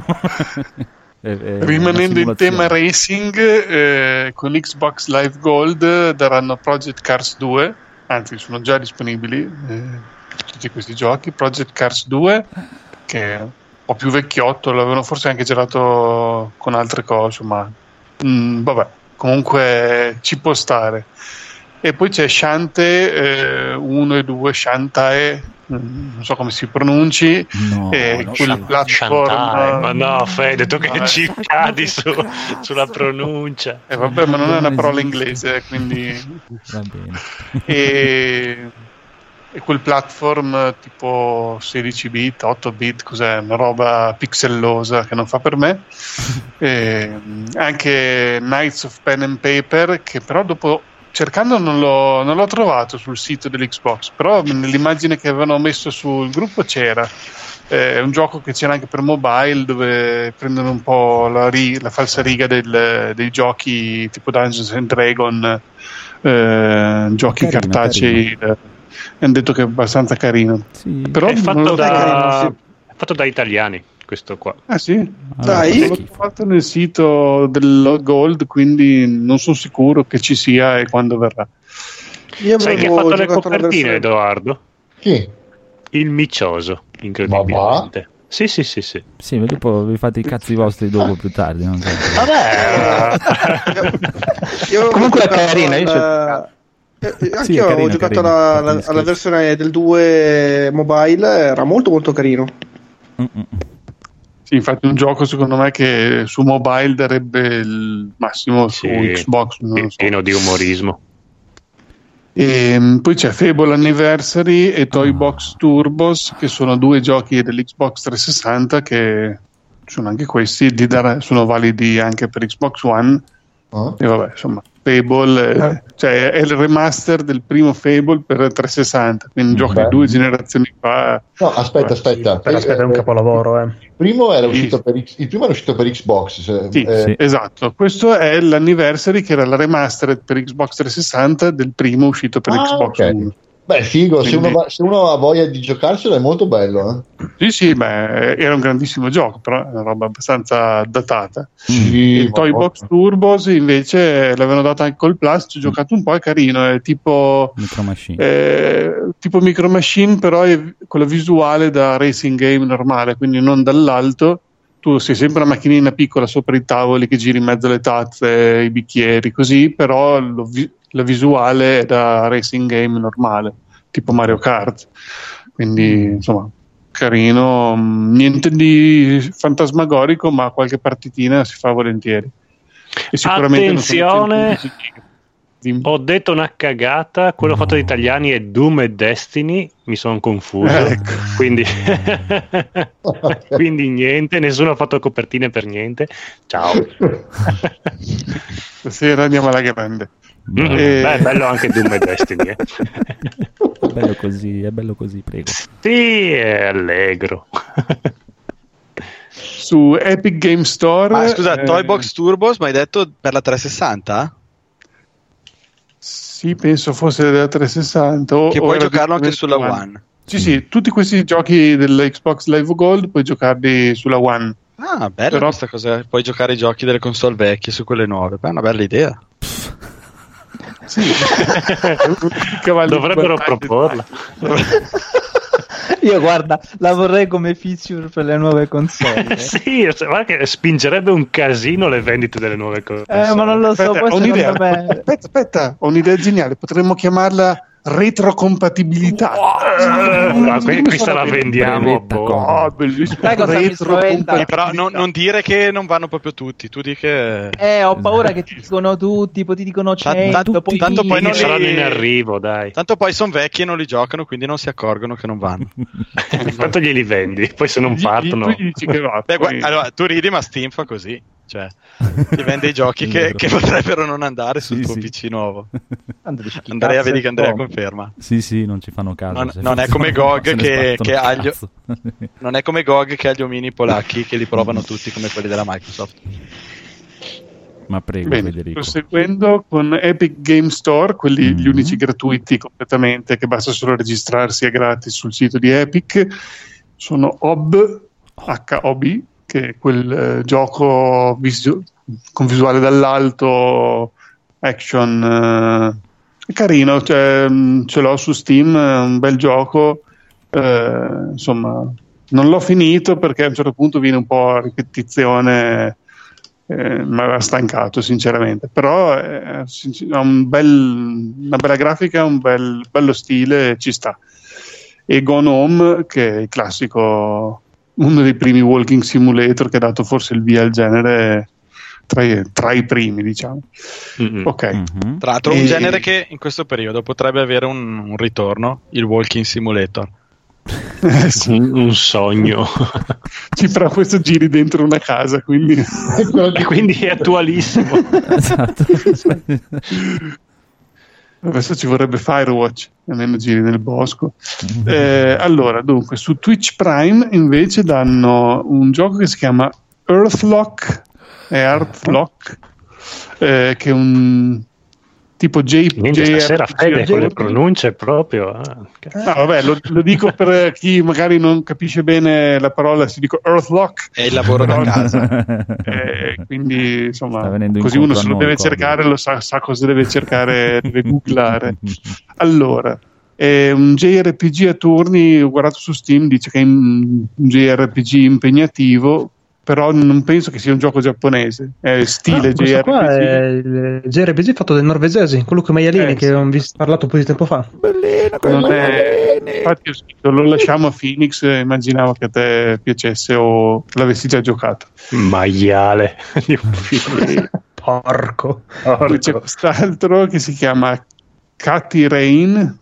Rimanendo in tema racing, con Xbox Live Gold daranno Project Cars 2, anzi sono già disponibili tutti questi giochi. Project Cars 2, che è un po' più vecchiotto, l'avevano forse anche girato con altre cose, ma vabbè, comunque ci può stare. E poi c'è Shantae 1 e 2, Shantae, non so come si pronunci, No, quel platform. Ma no, Fede, tu che ci cadi sulla pronuncia. Vabbè, ma non è una parola inglese, quindi Va bene. e quel platform tipo 16 bit, 8 bit, cos'è? Una roba pixellosa che non fa per me. Anche Knights of Pen and Paper, che però dopo cercando non l'ho trovato sul sito dell'Xbox, però nell'immagine che avevano messo sul gruppo c'era. È un gioco che c'era anche per mobile, dove prendono un po' la falsariga dei giochi tipo Dungeons and Dragon, giochi Carino, cartacei. Hanno detto che è abbastanza carino. Sì. Però È non lo fatto da italiani, questo qua. Ah sì? Dai. L'ho fatto nel sito del Gold, quindi non sono sicuro che ci sia e quando verrà. Io Sai chi ha avevo fatto le giocato la copertine, versione- Edoardo? Chi? Il Miccioso, incredibilmente. Sì. Sì, ma dopo vi fate i cazzi vostri dopo più tardi. Non so. Vabbè. Io avevo Comunque è giocato carina, io anche Sì, io è avevo carina, giocato carina, alla scherzo. versione del 2 mobile, era molto molto carino. Sì, infatti un gioco secondo me che su mobile darebbe il massimo su Sì, Xbox, non lo so. pieno di umorismo. E poi c'è Fable Anniversary e Toy Box Turbos, che sono due giochi dell'Xbox 360 che sono anche questi sono validi anche per Xbox One. E vabbè, insomma, Fable cioè è il remaster del primo Fable per 360, quindi un gioco di 2 generazioni fa. No, aspetta. Però aspetta, è un capolavoro. Il primo era uscito per Xbox. Sì, esatto. Questo è l'anniversary, che era la remastered per Xbox 360 del primo uscito per Xbox ok. One. Beh, figo, Quindi- se uno ha voglia di giocarselo è molto bello. Sì, beh, era un grandissimo gioco, però è una roba abbastanza datata. Sì, Il Toy Box Turbos invece l'avevano dato anche col Plus, ci ho giocato un po', è carino, è tipo Micro Machine. tipo Micro Machine, però è con la visuale da racing game normale, quindi non dall'alto. Tu sei sempre una macchinina piccola sopra i tavoli che giri in mezzo alle tazze, i bicchieri, così, però la visuale è da racing game normale, tipo Mario Kart. Quindi, insomma, carino, niente di fantasmagorico, ma qualche partitina si fa volentieri. E sicuramente non sono Attenzione, 115 giga. ho detto una cagata, quello fatto da italiani è Doom e Destiny, mi sono confuso, Ecco. quindi niente, nessuno ha fatto copertine per niente. Ciao. Stasera andiamo alla grande. Beh, è bello anche Doom e Destiny. È bello così, prego. Sì, è allegro. Su Epic Game Store. Ma scusa, Toy Box Turbos, ma hai detto per la 360? Sì, penso fosse della 360. Che puoi giocarlo anche sulla One. Sì, tutti questi giochi dell'Xbox Live Gold puoi giocarli sulla One. Ah, bella Però- questa cosa. Puoi giocare i giochi delle console vecchie su quelle nuove. Beh, è una bella idea. Sì. Cavalli Dovrebbero guardati. proporla. Io guarda, la vorrei come feature per le nuove console. Sì, guarda che spingerebbe un casino le vendite delle nuove cose. Ma non lo so, Aspetta, poi ho un'idea. secondo me... Aspetta, ho un'idea geniale. Potremmo chiamarla retrocompatibilità. Questa la vendiamo. Bellissimo. Sai cosa mi spaventa? Però non dire che non vanno proprio tutti. Tu di che Ho paura che ti dicono tutti, poi ti dicono 100, tanto poi non saranno in arrivo, dai. Tanto poi sono vecchi e non li giocano, quindi non si accorgono che non vanno. Quanto glieli vendi? Poi se non partono. Gli dici che va, poi... Allora, tu ridi, ma Steam fa così. Cioè, ti vende i giochi che potrebbero non andare sul tuo PC nuovo. Andrea, vedi che Andrea conferma. Sì, non ci fanno caso. Non è come GOG che ha non è come GOG che ha gli omini polacchi che li provano tutti come quelli della Microsoft. Ma prego, Bene, Federico. proseguendo con Epic Game Store, quelli gli unici gratuiti completamente, che basta solo registrarsi, è gratis sul sito di Epic, sono HOB, H-O-B, che è quel gioco con visuale dall'alto, action, è carino, cioè, ce l'ho su Steam, è un bel gioco, insomma, non l'ho finito perché a un certo punto viene un po' a ripetizione. Mi aveva stancato sinceramente, però ha una bella grafica, un bello stile, ci sta. E Gone Home, che è il classico, uno dei primi walking simulator che ha dato forse il via al genere, tra i primi, diciamo. Ok. Tra l'altro un genere che in questo periodo potrebbe avere un ritorno, il walking simulator. Sì. Un sogno. Ci farà questo giri dentro una casa, quindi quindi è attualissimo. Esatto. Adesso ci vorrebbe Firewatch, almeno giri nel bosco. Allora, dunque, su Twitch Prime invece danno un gioco che si chiama Earthlock, che è un tipo stasera Fede con le pronunce proprio. Vabbè, lo dico per chi magari non capisce bene la parola, si dico Earthlock. È il lavoro da casa. Quindi insomma, così uno se lo deve cercare, lo sa cosa deve cercare, deve googlare. Allora, è un JRPG a turni, ho guardato su Steam, dice che è un JRPG impegnativo, però non penso che sia un gioco giapponese, è stile JRPG. Qua è il JRPG fatto dai norvegesi, quello con maialine che ho parlato un po' di tempo fa. Infatti lo lasciamo a Phoenix, immaginavo che a te piacesse o l'avessi già giocato. Maiale. Porco. Poi c'è quest'altro che si chiama Katie Rain,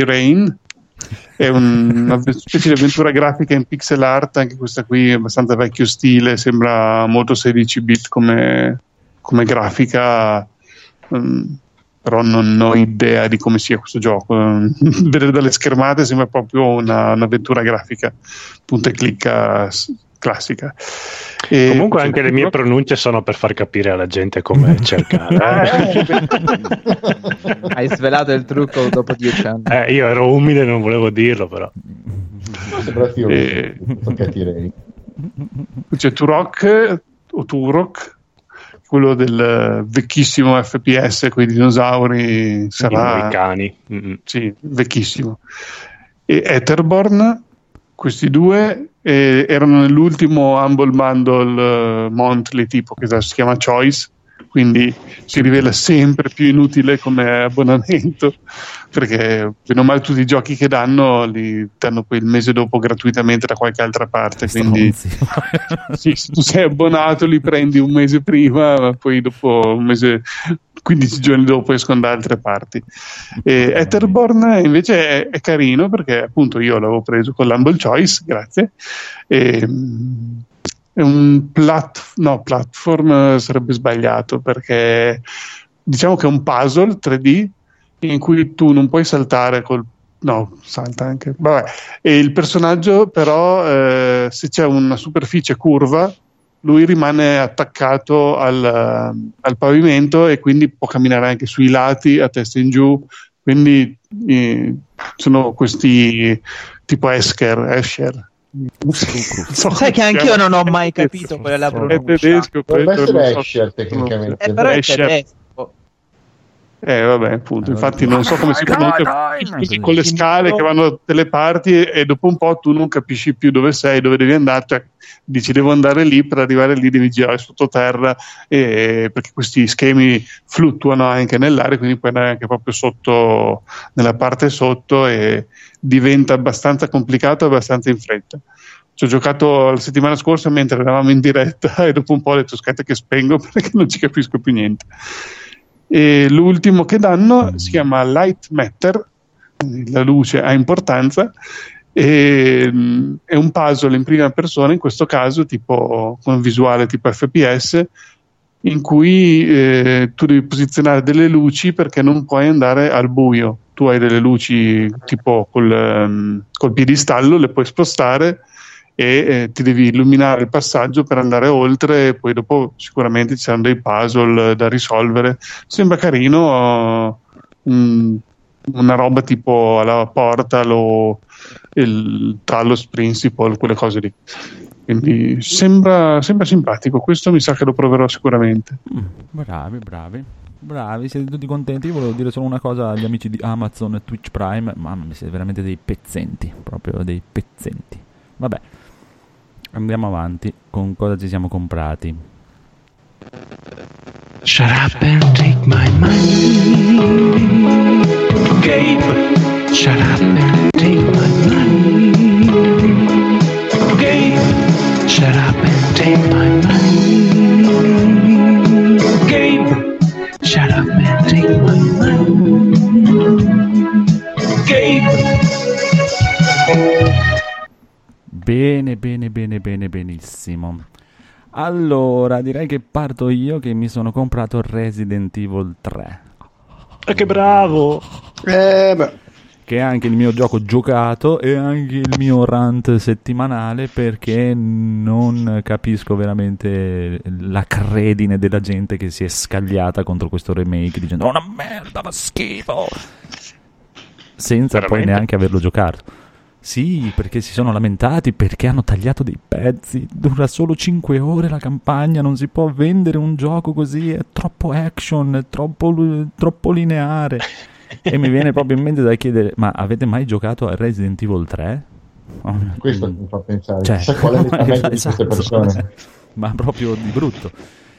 è una specie di avventura grafica in pixel art, anche questa qui è abbastanza vecchio stile, sembra molto 16 bit come grafica, però non ho idea di come sia questo gioco. Vedere dalle schermate sembra proprio un'avventura grafica punta e clicca classica. Comunque anche le mie pronunce sono per far capire alla gente come cercare. Hai svelato il trucco dopo 10 anni. Io ero umile e non volevo dirlo, però. C'è Turok o Turok, quello del vecchissimo FPS con i dinosauri, sarà i cani. Sì, vecchissimo. E Etherborn, questi due erano nell'ultimo Humble Bundle monthly, tipo, che si chiama Choice, quindi si rivela sempre più inutile come abbonamento, perché bene o male tutti i giochi che danno li danno poi il mese dopo gratuitamente da qualche altra parte, quindi sì, se tu sei abbonato li prendi un mese prima, ma poi dopo un mese, 15 giorni dopo escono da altre parti. Etherborn invece è carino, perché appunto io l'avevo preso con l'Humble Choice, grazie. È un platform sarebbe sbagliato, perché diciamo che è un puzzle 3D in cui tu non puoi saltare salta anche, vabbè. E il personaggio però se c'è una superficie curva lui rimane attaccato al pavimento e quindi può camminare anche sui lati a testa in giù, quindi sono questi tipo Escher. Sai che anch'io non ho mai capito qual è la pronuncia. È tedesco, potrebbe essere Escher tecnicamente. Però è tedesco. Vabbè, appunto, infatti non so come si chiama, con le scale che vanno da tutte le parti e dopo un po' tu non capisci più dove sei, dove devi andare, cioè dici devo andare lì, per arrivare lì devi girare sottoterra, perché questi schemi fluttuano anche nell'aria, quindi puoi andare anche proprio sotto, nella parte sotto, e diventa abbastanza complicato e abbastanza in fretta. Ci ho giocato la settimana scorsa mentre eravamo in diretta e dopo un po' ho detto aspetta che spengo perché non ci capisco più niente. E l'ultimo che danno si chiama Light Matter, la luce ha importanza, e è un puzzle in prima persona, in questo caso tipo con visuale tipo FPS, in cui tu devi posizionare delle luci perché non puoi andare al buio. Tu hai delle luci tipo col piedistallo, le puoi spostare e ti devi illuminare il passaggio per andare oltre, e poi dopo sicuramente ci saranno dei puzzle da risolvere. Sembra carino, una roba tipo alla Portal o il Talos Principle, quelle cose lì. Quindi sembra simpatico, questo mi sa che lo proverò sicuramente. Bravi, siete tutti contenti. Io volevo dire solo una cosa agli amici di Amazon e Twitch Prime: mamma mia, siete veramente dei pezzenti, proprio dei pezzenti. Vabbè, andiamo avanti. Con cosa ci siamo comprati? Shut up and take my money. Gabe, shut up and take my money. Gabe, shut up and take my money. Gabe, shut up and take my money. Gabe. Benissimo. Allora, direi che parto io, che mi sono comprato Resident Evil 3. Che bravo! Che è anche il mio gioco giocato e anche il mio rant settimanale, perché non capisco veramente la credine della gente che si è scagliata contro questo remake dicendo "Oh, una merda, fa schifo", senza poi neanche averlo giocato. Sì, perché si sono lamentati perché hanno tagliato dei pezzi, dura solo 5 ore la campagna, non si può vendere un gioco così, è troppo action, è troppo lineare. E mi viene proprio in mente da chiedere: ma avete mai giocato a Resident Evil 3? Questo mi fa pensare, cioè, qual è la mente di queste persone? Ma proprio di brutto.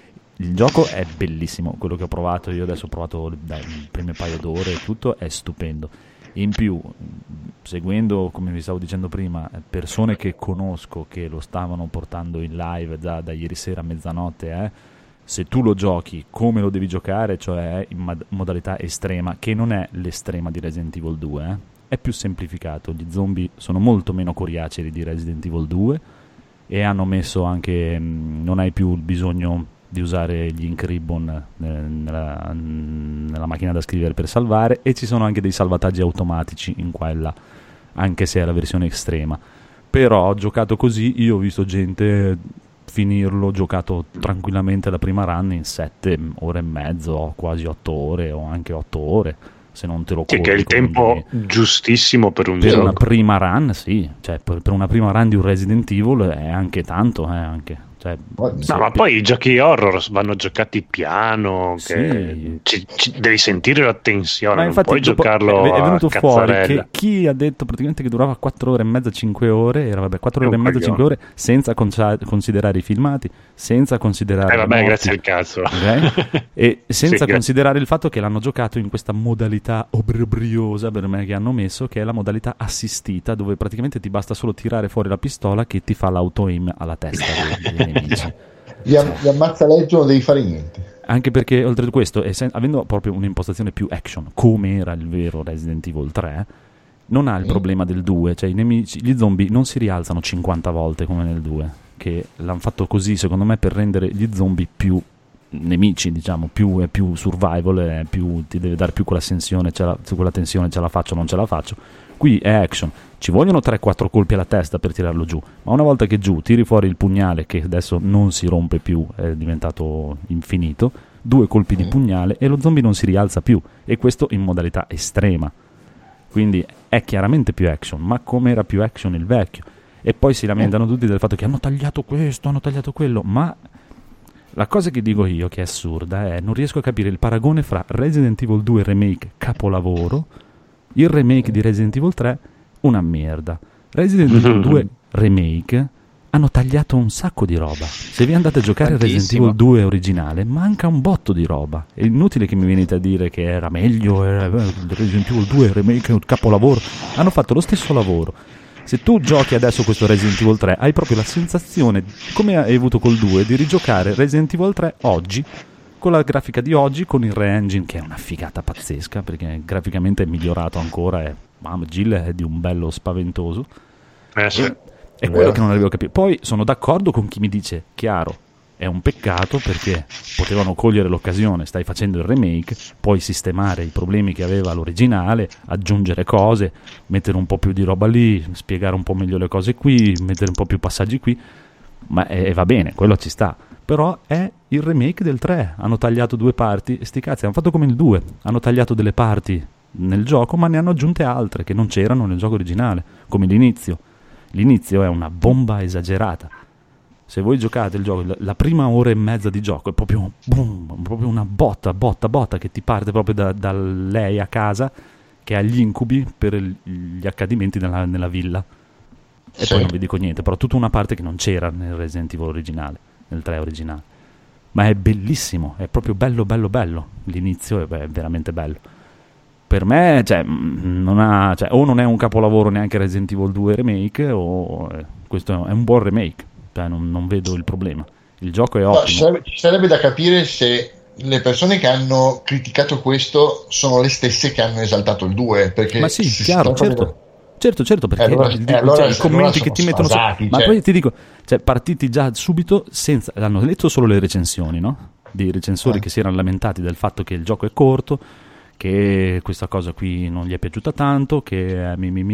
Il gioco è bellissimo, quello che ho provato io adesso, ho provato il primo paio d'ore e tutto, è stupendo. In più, seguendo, come vi stavo dicendo prima, persone che conosco che lo stavano portando in live da ieri sera a mezzanotte, se tu lo giochi come lo devi giocare, cioè in modalità estrema, che non è l'estrema di Resident Evil 2, è più semplificato. Gli zombie sono molto meno coriacei di Resident Evil 2 e hanno messo anche, non hai più il bisogno di usare gli ink ribbon nella macchina da scrivere per salvare, e ci sono anche dei salvataggi automatici in qua e là, anche se è la versione estrema. Però ho giocato così, io ho visto gente finirlo giocato tranquillamente la prima run in 7 ore e mezzo, quasi 8 ore o anche 8 ore, se non te lo corri. Che è il tempo giustissimo per un per gioco. una prima run, sì, cioè per una prima run di un Resident Evil è anche tanto, anche. Cioè, ma poi i giochi horror vanno giocati piano, sì. Devi sentire la tensione, ma non infatti puoi giocarlo è venuto a fuori cazzarella. che chi ha detto praticamente che durava 4 ore e mezza, 5 ore, era 4 ore e mezza, 5 ore, senza considerare i filmati, senza considerare grazie al cazzo, okay? E senza considerare il fatto che l'hanno giocato in questa modalità obbrobriosa per me che hanno messo, che è la modalità assistita, dove praticamente ti basta solo tirare fuori la pistola che ti fa l'auto-aim alla testa dei nemici. Gli ammazza leggio, non devi fare niente. Anche perché oltre a questo, avendo proprio un'impostazione più action, come era il vero Resident Evil 3, non ha il problema del 2, cioè i nemici, gli zombie non si rialzano 50 volte come nel 2, che l'hanno fatto così secondo me per rendere gli zombie più nemici, diciamo, più survival, ti deve dare più quella tensione, quella tensione, ce la faccio, non ce la faccio. Qui è action, ci vogliono 3-4 colpi alla testa per tirarlo giù, ma una volta che giù tiri fuori il pugnale, che adesso non si rompe più, è diventato infinito, 2 colpi di pugnale e lo zombie non si rialza più, e questo in modalità estrema. Quindi è chiaramente più action, ma come era più action il vecchio. E poi si lamentano tutti del fatto che hanno tagliato questo, hanno tagliato quello, ma La cosa che dico io, che è assurda, è non riesco a capire il paragone fra Resident Evil 2 Remake capolavoro, il remake di Resident Evil 3 una merda. Resident Evil 2 Remake hanno tagliato un sacco di roba. Se vi andate a giocare Resident Evil 2 originale, manca un botto di roba. È inutile che mi venite a dire che era meglio, Resident Evil 2 Remake è un capolavoro. Hanno fatto lo stesso lavoro. Se tu giochi adesso questo Resident Evil 3, hai proprio la sensazione, come hai avuto col 2, di rigiocare Resident Evil 3 oggi, con la grafica di oggi, con il re-engine, che è una figata pazzesca, perché graficamente è migliorato ancora, Jill è di un bello spaventoso. Sì. È quello che non avevo capito. Poi sono d'accordo con chi mi dice, chiaro, è un peccato perché potevano cogliere l'occasione, stai facendo il remake, puoi sistemare i problemi che aveva l'originale, aggiungere cose, mettere un po' più di roba lì, spiegare un po' meglio le cose qui, mettere un po' più passaggi qui, ma va bene, quello ci sta. Però è il remake del 3, hanno tagliato 2 parti, e sti cazzi, hanno fatto come il 2, hanno tagliato delle parti nel gioco, ma ne hanno aggiunte altre che non c'erano nel gioco originale, come l'inizio. L'inizio è una bomba esagerata. Se voi giocate il gioco, la prima ora e mezza di gioco è proprio boom, proprio una botta che ti parte proprio da lei a casa, che ha gli incubi per gli accadimenti nella villa. E poi non vi dico niente, però tutta una parte che non c'era nel Resident Evil originale, nel 3 originale. Ma è bellissimo, è proprio bello. L'inizio è veramente bello. Per me, o non è un capolavoro neanche Resident Evil 2 Remake, o questo è un buon remake. Non vedo il problema. Il gioco è ottimo. Ci sarebbe da capire se le persone che hanno criticato questo sono le stesse che hanno esaltato il 2. Perché ma sì, chiaro, certo, perché i commenti che ti mettono ma poi ti dico, partiti già subito senza, hanno letto solo le recensioni, no? Dei recensori che si erano lamentati del fatto che il gioco è corto, che questa cosa qui non gli è piaciuta tanto, che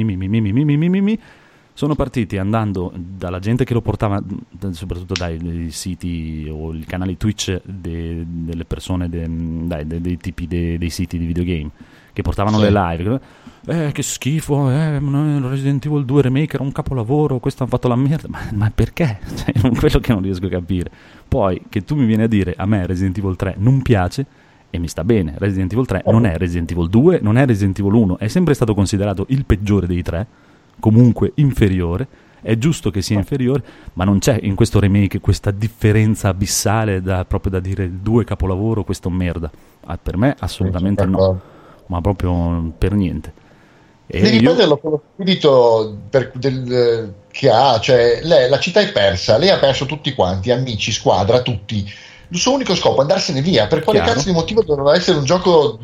sono partiti andando dalla gente che lo portava, soprattutto dai siti o i canali Twitch delle persone, dei tipi dei siti di videogame che portavano le live. Che schifo, Resident Evil 2 Remake era un capolavoro, questo hanno fatto la merda. Ma perché? Quello che non riesco a capire. Poi che tu mi vieni a dire a me Resident Evil 3 non piace, e mi sta bene. Resident Evil 3 non è Resident Evil 2, non è Resident Evil 1, è sempre stato considerato il peggiore dei 3, comunque inferiore, è giusto che sia inferiore, ma non c'è in questo remake questa differenza abissale proprio da dire il 2 capolavoro, questo merda. Per me assolutamente no, ma proprio per niente. Devi prenderlo con lo spirito che ha, cioè la città è persa, lei ha perso tutti quanti, amici, squadra, tutti. Il suo unico scopo è andarsene via. Per quale cazzo di motivo doveva essere un gioco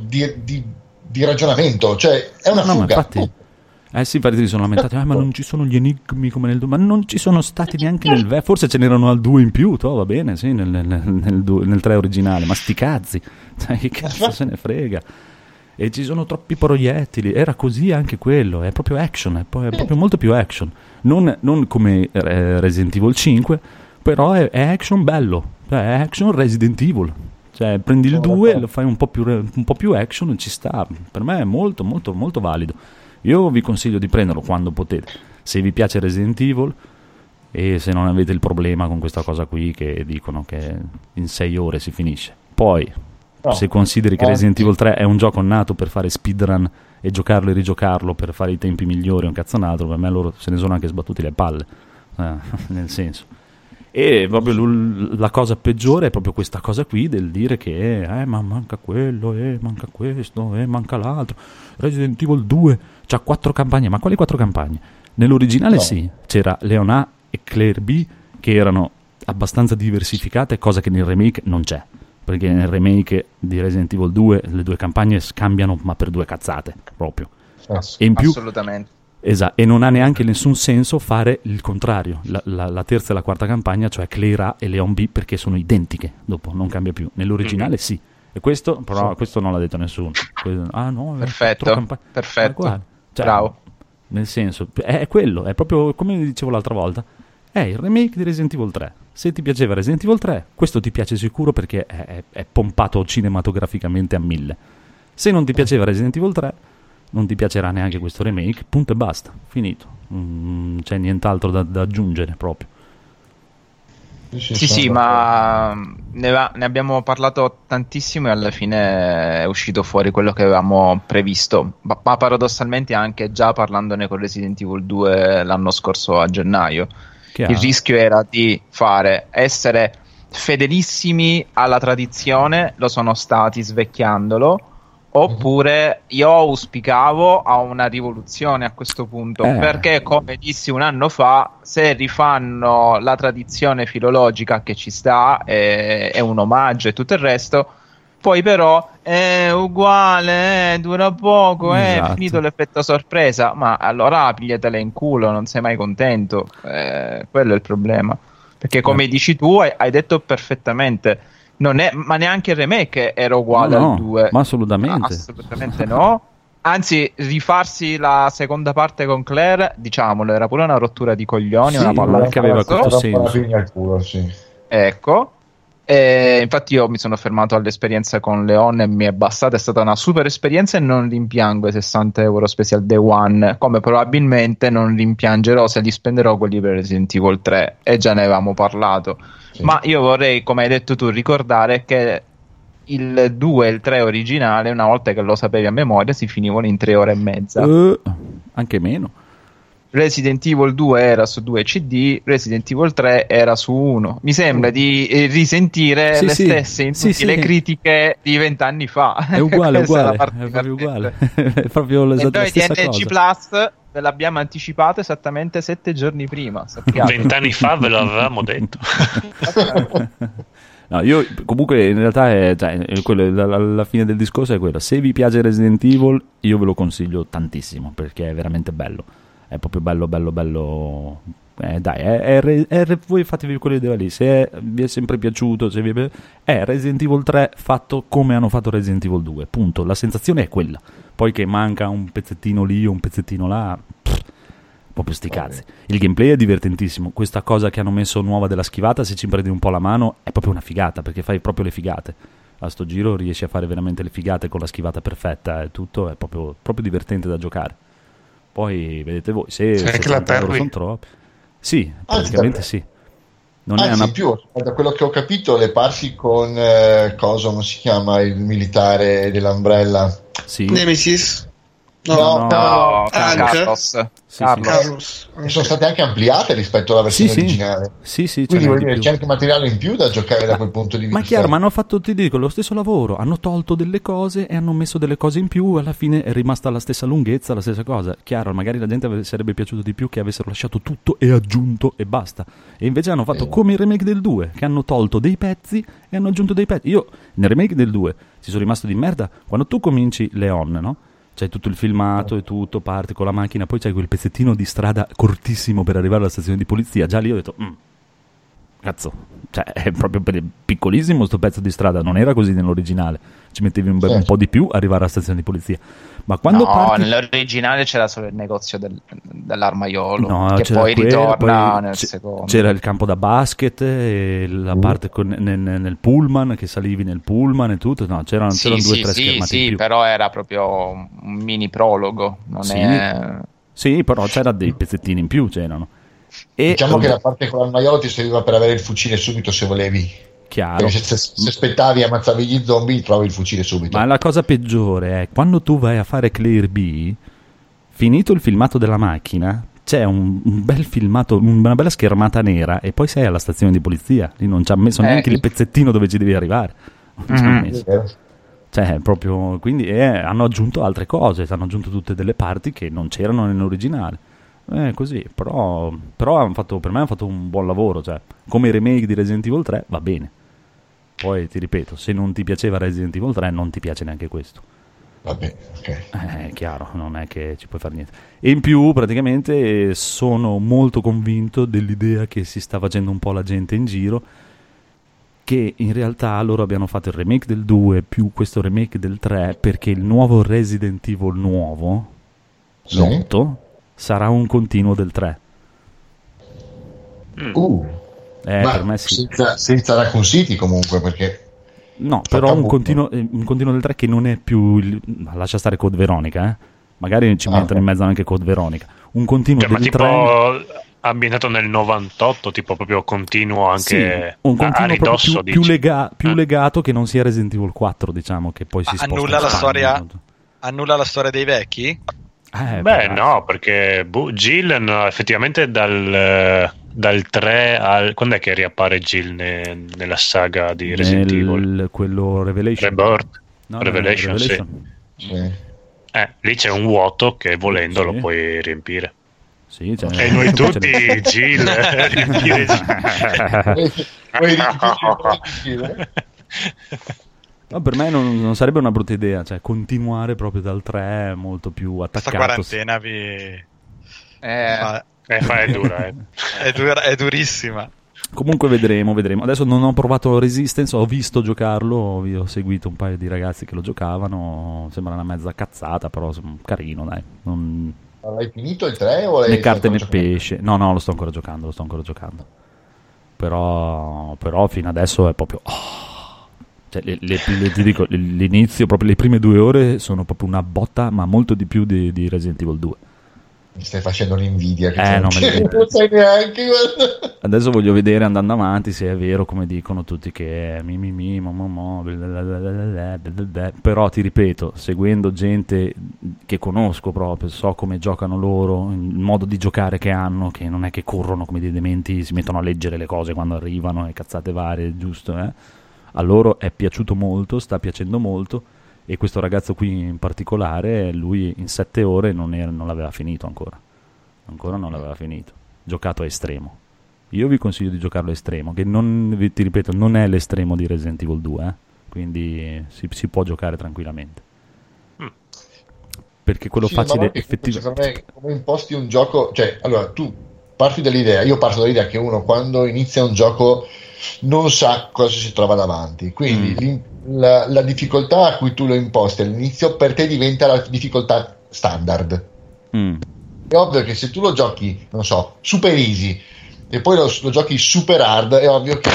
di ragionamento? Cioè è una fuga. Infatti, infatti si sono lamentati, ma non ci sono gli enigmi come nel 2, ma non ci sono stati neanche nel forse ce n'erano al 2 in più, va bene, sì, nel 3 originale, ma sti cazzi, che cazzo se ne frega. E ci sono troppi proiettili, era così anche quello, è proprio action, è proprio molto più action, non come Resident Evil 5, però è action bello, è action Resident Evil, cioè prendi il 2, lo fai un po' più action, ci sta, per me è molto molto molto valido. Io vi consiglio di prenderlo quando potete, se vi piace Resident Evil e se non avete il problema con questa cosa qui che dicono che in 6 ore si finisce. Poi se consideri che Resident Evil 3 è un gioco nato per fare speedrun e giocarlo e rigiocarlo per fare i tempi migliori, un cazzo un altro, per me loro se ne sono anche sbattuti le palle, nel senso. E proprio la cosa peggiore è proprio questa cosa qui del dire che ma manca quello, manca questo, manca l'altro. Resident Evil 2 c'ha 4 campagne, ma quali 4 campagne? Nell'originale sì, c'era Leona e Claire B che erano abbastanza diversificate, cosa che nel remake non c'è, perché nel remake di Resident Evil 2 le 2 campagne scambiano ma per 2 cazzate proprio. E in più, assolutamente. Esatto, e non ha neanche nessun senso fare il contrario, la terza e la quarta campagna, cioè Claire A e Leon B, perché sono identiche, dopo non cambia più. Nell'originale sì, e questo però questo non l'ha detto nessuno. No, perfetto, cioè, bravo. Nel senso, è quello, è proprio come dicevo l'altra volta, è il remake di Resident Evil 3. Se ti piaceva Resident Evil 3, questo ti piace sicuro perché è pompato cinematograficamente a 1000. Se non ti piaceva Resident Evil 3, non ti piacerà neanche questo remake, punto e basta, finito, c'è nient'altro da aggiungere proprio. Sì, ma ne abbiamo parlato tantissimo e alla fine è uscito fuori quello che avevamo previsto, ma paradossalmente anche già parlandone con Resident Evil 2 l'anno scorso a gennaio. Il rischio era di essere fedelissimi alla tradizione, lo sono stati svecchiandolo, oppure io auspicavo a una rivoluzione a questo punto, perché come dissi un anno fa, se rifanno la tradizione filologica che ci sta, è un omaggio e tutto il resto, poi però è uguale, dura poco, è finito l'effetto sorpresa, ma allora pigliatela in culo, non sei mai contento, quello è il problema, perché come dici tu, hai detto perfettamente, non è, ma neanche il remake era uguale al 2. Ma assolutamente. Assolutamente no. Anzi, rifarsi la seconda parte con Claire, diciamolo, era pure una rottura di coglioni, una palla che aveva questo senso. Ecco. Infatti io mi sono fermato all'esperienza con Leon e mi è bastata, è stata una super esperienza e non rimpiango i 60 euro special day one, come probabilmente non rimpiangerò se li spenderò quelli per Resident Evil 3, e già ne avevamo parlato. Ma io vorrei, come hai detto tu, ricordare che il 2 e il 3 originale, una volta che lo sapevi a memoria, si finivano in 3 ore e mezza. Anche meno. Resident Evil 2 era su 2 CD, Resident Evil 3 era su 1. Mi sembra di risentire le stesse inutili critiche di 20 anni fa. È uguale, è proprio uguale. È proprio la stessa cosa. DNG Plus ve l'abbiamo anticipato esattamente 7 giorni prima. 20 anni fa ve l'avevamo detto. No, io comunque in realtà alla fine del discorso è quello: se vi piace Resident Evil io ve lo consiglio tantissimo, perché è veramente bello, è proprio bello. Voi fatevi quell'idea lì, se vi è sempre piaciuto, se è Resident Evil 3 fatto come hanno fatto Resident Evil 2, punto. La sensazione è quella, poi che manca un pezzettino lì o un pezzettino là, proprio sti cazzi. Il gameplay è divertentissimo, questa cosa che hanno messo nuova della schivata, se ci prendi un po' la mano è proprio una figata, perché fai proprio le figate. A sto giro riesci a fare veramente le figate con la schivata perfetta e tutto, è proprio divertente da giocare. Poi vedete voi, se 60 euro sono troppi. Sì, praticamente sì. Non è una più, da quello che ho capito, le parsi con cosa non si chiama il militare dell'Umbrella? Sì. Nemesis? No, Carlos. Carlos. E sono state anche ampliate rispetto alla versione originale. Sì, quindi vuol dire c'è anche materiale in più da giocare da quel punto di vista. Ma chiaro, ma hanno fatto, ti dico, lo stesso lavoro, hanno tolto delle cose e hanno messo delle cose in più, alla fine è rimasta la stessa lunghezza, la stessa cosa. Chiaro, magari la gente sarebbe piaciuto di più che avessero lasciato tutto e aggiunto e basta. E invece hanno fatto come il remake del 2, che hanno tolto dei pezzi e hanno aggiunto dei pezzi. Io nel remake del 2 ci sono rimasto di merda quando tu cominci Leon, no? C'hai tutto il filmato e tutto, parti con la macchina, poi c'hai quel pezzettino di strada cortissimo per arrivare alla stazione di polizia. Già lì ho detto, cazzo, cioè è proprio piccolissimo sto pezzo di strada, non era così nell'originale. Ci mettevi un po' di più a arrivare alla stazione di polizia. Ma quando nell'originale c'era solo il negozio dell'armaiolo, che poi ritorna nel secondo. C'era il campo da basket e la parte nel pullman, che salivi nel pullman e tutto. No, c'erano 2 o 3 schermate in più. Però era proprio un mini prologo. Sì, però c'era dei pezzettini in più, c'erano. E diciamo che la parte con l'armaiolo ti serviva per avere il fucile subito se volevi. Chiaro. Se aspettavi e ammazzavi gli zombie, trovi il fucile subito. Ma la cosa peggiore è quando tu vai a fare Clear B, finito il filmato della macchina, c'è un bel filmato, una bella schermata nera, e poi sei alla stazione di polizia. Lì non ci ha messo neanche il pezzettino dove ci devi arrivare. Non ci ha messo. Cioè, proprio, quindi hanno aggiunto altre cose, hanno aggiunto tutte delle parti che non c'erano nell'originale. Così, però per me hanno fatto un buon lavoro, cioè, come i remake di Resident Evil 3 va bene. Poi ti ripeto, se non ti piaceva Resident Evil 3 non ti piace neanche questo. Vabbè, ok. È chiaro, non è che ci puoi fare niente. E in più, praticamente, sono molto convinto dell'idea che si sta facendo un po' la gente in giro, che in realtà loro abbiano fatto il remake del 2 più questo remake del 3 perché il nuovo Resident Evil nuovo, l'8, sarà un continuo del 3. Per me sì. Senza Raccoon City comunque, perché no, però un continuo del 3 che non è più lascia stare Code Veronica, magari ci mettono in mezzo anche Code Veronica, un continuo del tipo 3 ambientato nel 98, tipo proprio continuo anche un continuo a ridosso più legato che non sia Resident Evil 4, diciamo, che poi si sposta annulla la storia dei vecchi? No, perché Jill effettivamente dal 3 al... Quando è che riappare Jill nella saga di Resident Evil? Quello Revelation. Rebirth? No, Revelation. Sì. Lì c'è un vuoto che volendo lo puoi riempire. Sì, e noi tutti Jill riempire Jill. No, per me non sarebbe una brutta idea, cioè continuare proprio dal 3 molto più attaccato. Questa quarantena è dura, è durissima. Comunque vedremo. Adesso non ho provato Resistance, ho visto giocarlo, ho seguito un paio di ragazzi che lo giocavano, sembra una mezza cazzata, però carino, dai. Hai finito il 3 o né carte né pesce? No, lo sto ancora giocando. Però fino adesso è proprio... Cioè, ti dico, l'inizio, proprio le prime 2 ore sono proprio una botta, ma molto di più di Resident Evil 2. Mi stai facendo un'invidia che non sai neanche. Adesso voglio vedere, andando avanti, se è vero come dicono tutti che però ti ripeto, seguendo gente che conosco proprio, so come giocano loro, il modo di giocare che hanno, che non è che corrono come dei dementi, si mettono a leggere le cose quando arrivano e cazzate varie, giusto, a loro è piaciuto molto, sta piacendo molto, e questo ragazzo qui in particolare, lui in 7 ore non l'aveva finito ancora non l'aveva finito, giocato a estremo. Io vi consiglio di giocarlo a estremo, che ti ripeto, non è l'estremo di Resident Evil 2, quindi si può giocare tranquillamente, perché quello facile effettivamente, come imposti un gioco, cioè, allora tu parti dall'idea, io parto dall'idea che uno quando inizia un gioco non sa cosa si trova davanti, quindi la difficoltà a cui tu lo imposti all'inizio per te diventa la difficoltà standard. È ovvio che se tu lo giochi, non so, super easy e poi lo giochi super hard, è ovvio che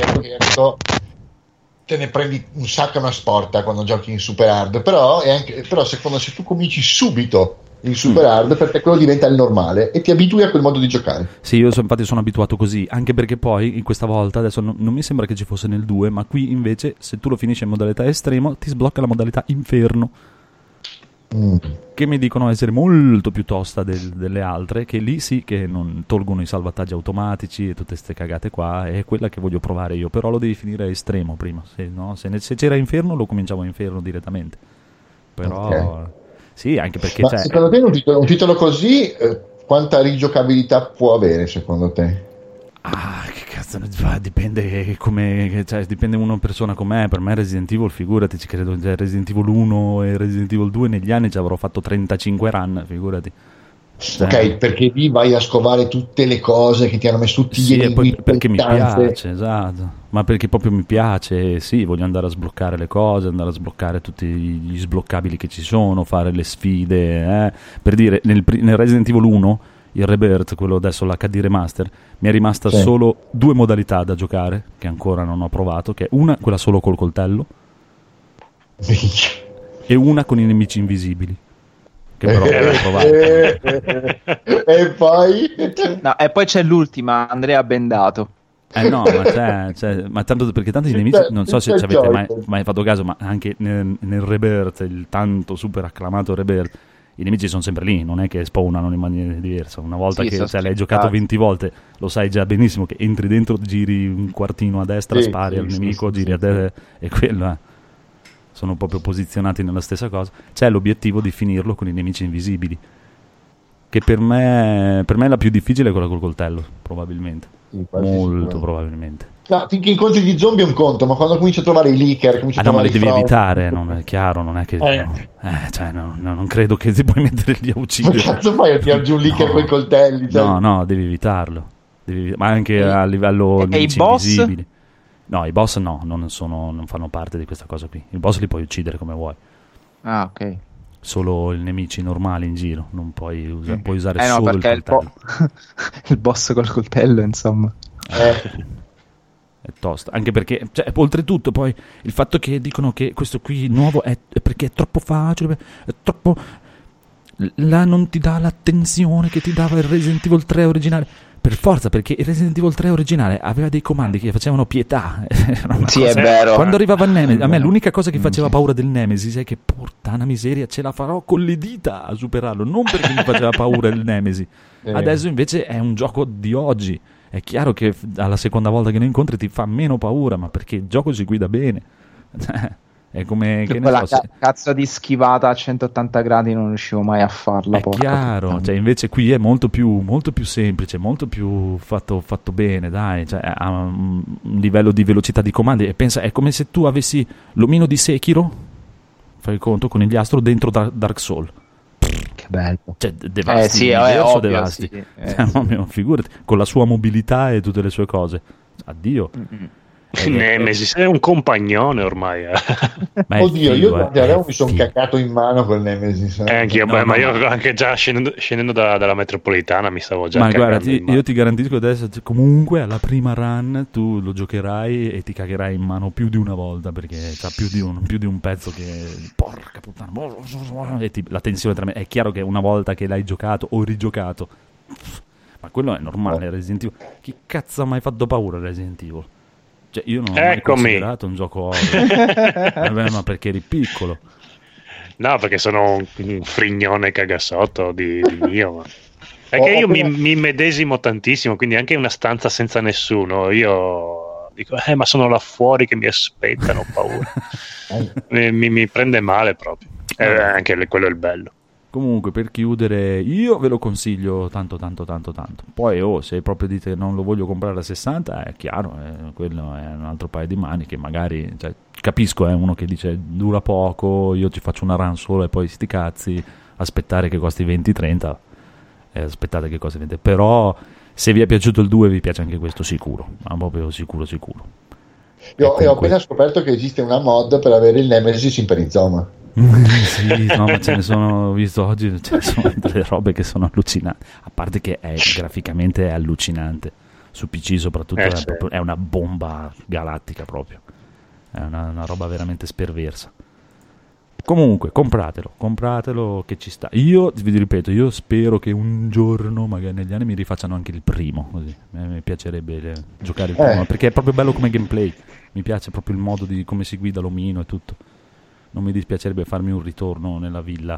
te ne prendi un sacco una sporta quando giochi in super hard, però secondo me se tu cominci subito il super hard, per te quello diventa il normale e ti abitui a quel modo di giocare. Sì, io infatti sono abituato così, anche perché poi in questa volta, adesso non mi sembra che ci fosse nel 2, ma qui invece se tu lo finisci in modalità estremo ti sblocca la modalità inferno, che mi dicono essere molto più tosta delle altre, che lì sì che non tolgono i salvataggi automatici e tutte ste cagate qua, è quella che voglio provare io, però lo devi finire a estremo prima, se c'era inferno lo cominciavo a inferno direttamente, però... Okay. Sì, anche perché ma secondo te un titolo così quanta rigiocabilità può avere secondo te? Che cazzo, dipende dipende una persona com'è. Per me Resident Evil, figurati, ci credo, Resident Evil 1 e Resident Evil 2 negli anni ci avrò fatto 35 run, figurati. Ok, perché lì vai a scovare tutte le cose che ti hanno messo tutti gli enigmi, perché mi piace, esatto, ma perché proprio mi piace, sì, voglio andare a sbloccare le cose, andare a sbloccare tutti gli sbloccabili che ci sono, fare le sfide, per dire, nel Resident Evil 1, il Rebirth, quello adesso l'HD Remaster, mi è rimasta solo 2 modalità da giocare, che ancora non ho provato, che è una, quella solo col coltello, e una con i nemici invisibili. Che però e poi e poi c'è l'ultima, Andrea Bendato. No, ma tanto perché tanti nemici, non so se ci avete mai fatto caso, ma anche nel Rebirth, il tanto super acclamato Rebirth, i nemici sono sempre lì, non è che spawnano in maniera diversa. Una volta che l'hai giocato 20 volte, lo sai già benissimo che entri dentro, giri un quartino a destra, spari al nemico, giri a destra, e quello è. Sono proprio posizionati nella stessa cosa. C'è l'obiettivo di finirlo con i nemici invisibili, che per me è la più difficile, quella col coltello, probabilmente. Molto probabilmente. No, finché incontri gli zombie è un conto, ma quando cominci a trovare i leaker, ma li devi evitare, non è chiaro, non è che non credo che ti puoi mettere lì a uccidere. Ma cazzo fai a tirare giù un leaker con i coltelli? No, devi evitarlo. Ma anche a livello nemici invisibili. No, i boss non fanno parte di questa cosa qui. I boss li puoi uccidere come vuoi. Ah, ok. Solo i nemici normali in giro, non puoi usare solo il coltello. Il boss col coltello, insomma. È tosta, anche perché, oltretutto poi il fatto che dicono che questo qui nuovo è perché è troppo facile, è troppo... Là non ti dà l'attenzione che ti dava il Resident Evil 3 originale. per forza, perché il Resident Evil 3 originale aveva dei comandi che facevano pietà. Sì, è vero. Quando arrivava il Nemesis, a me l'unica cosa che faceva paura del Nemesis è che, portana miseria, ce la farò con le dita a superarlo, non perché mi faceva paura il Nemesis. Adesso invece è un gioco di oggi. È chiaro che alla seconda volta che lo incontri ti fa meno paura, ma perché il gioco si guida bene. È come che ne so, cazzo di schivata a 180 gradi non riuscivo mai a farla. È chiaro, cioè, invece qui è molto più semplice, molto più fatto bene, dai, cioè, ha un livello di velocità di comandi. E pensa, è come se tu avessi l'omino di Sekiro, fai conto, con il astro dentro Dark Souls. Che bello. Cioè, devasti l'universo, devasti. Figurati, con la sua mobilità e tutte le sue cose. Addio. Nemesis è un compagnone ormai. Oddio, io mi sono caccato in mano col Nemesis. Anch'io, ma io anche già scendendo dalla metropolitana mi stavo già. Ma guarda, io ti garantisco adesso, comunque alla prima run tu lo giocherai e ti cagherai in mano più di una volta, perché c'ha più di un pezzo che porca puttana, e la tensione tra me. È chiaro che una volta che l'hai giocato o rigiocato, ma quello è normale. Resident Evil, chi cazzo ha mai fatto paura Resident Evil? Cioè, io non ho mai considerato un gioco horror. Vabbè, ma perché eri piccolo? No, perché sono un frignone cagasotto di mio. Perché io mi medesimo tantissimo, quindi anche in una stanza senza nessuno, io dico, ma sono là fuori che mi aspettano, ho paura. mi prende male proprio. Anche quello è il bello. Comunque, per chiudere, io ve lo consiglio tanto. Poi se proprio dite non lo voglio comprare a 60, è chiaro, quello è un altro paio di maniche. Magari, cioè, capisco, uno che dice dura poco, io ci faccio una run solo e poi sti cazzi, aspettare che costi 20-30, aspettate che costi 20. Però se vi è piaciuto il 2 vi piace anche questo sicuro, ma proprio sicuro. Io ho appena scoperto che esiste una mod per avere il Nemesis in perizoma. Sì, no, ma ce ne sono, visto oggi, ce ne sono delle robe che sono allucinanti, a parte che graficamente è allucinante, su PC soprattutto è una bomba galattica proprio, è una roba veramente sperversa. Comunque compratelo che ci sta. Io vi ripeto, io spero che un giorno magari negli anni mi rifacciano anche il primo, così mi piacerebbe giocare il primo, perché è proprio bello come gameplay, mi piace proprio il modo di come si guida l'omino e tutto. Non mi dispiacerebbe farmi un ritorno nella villa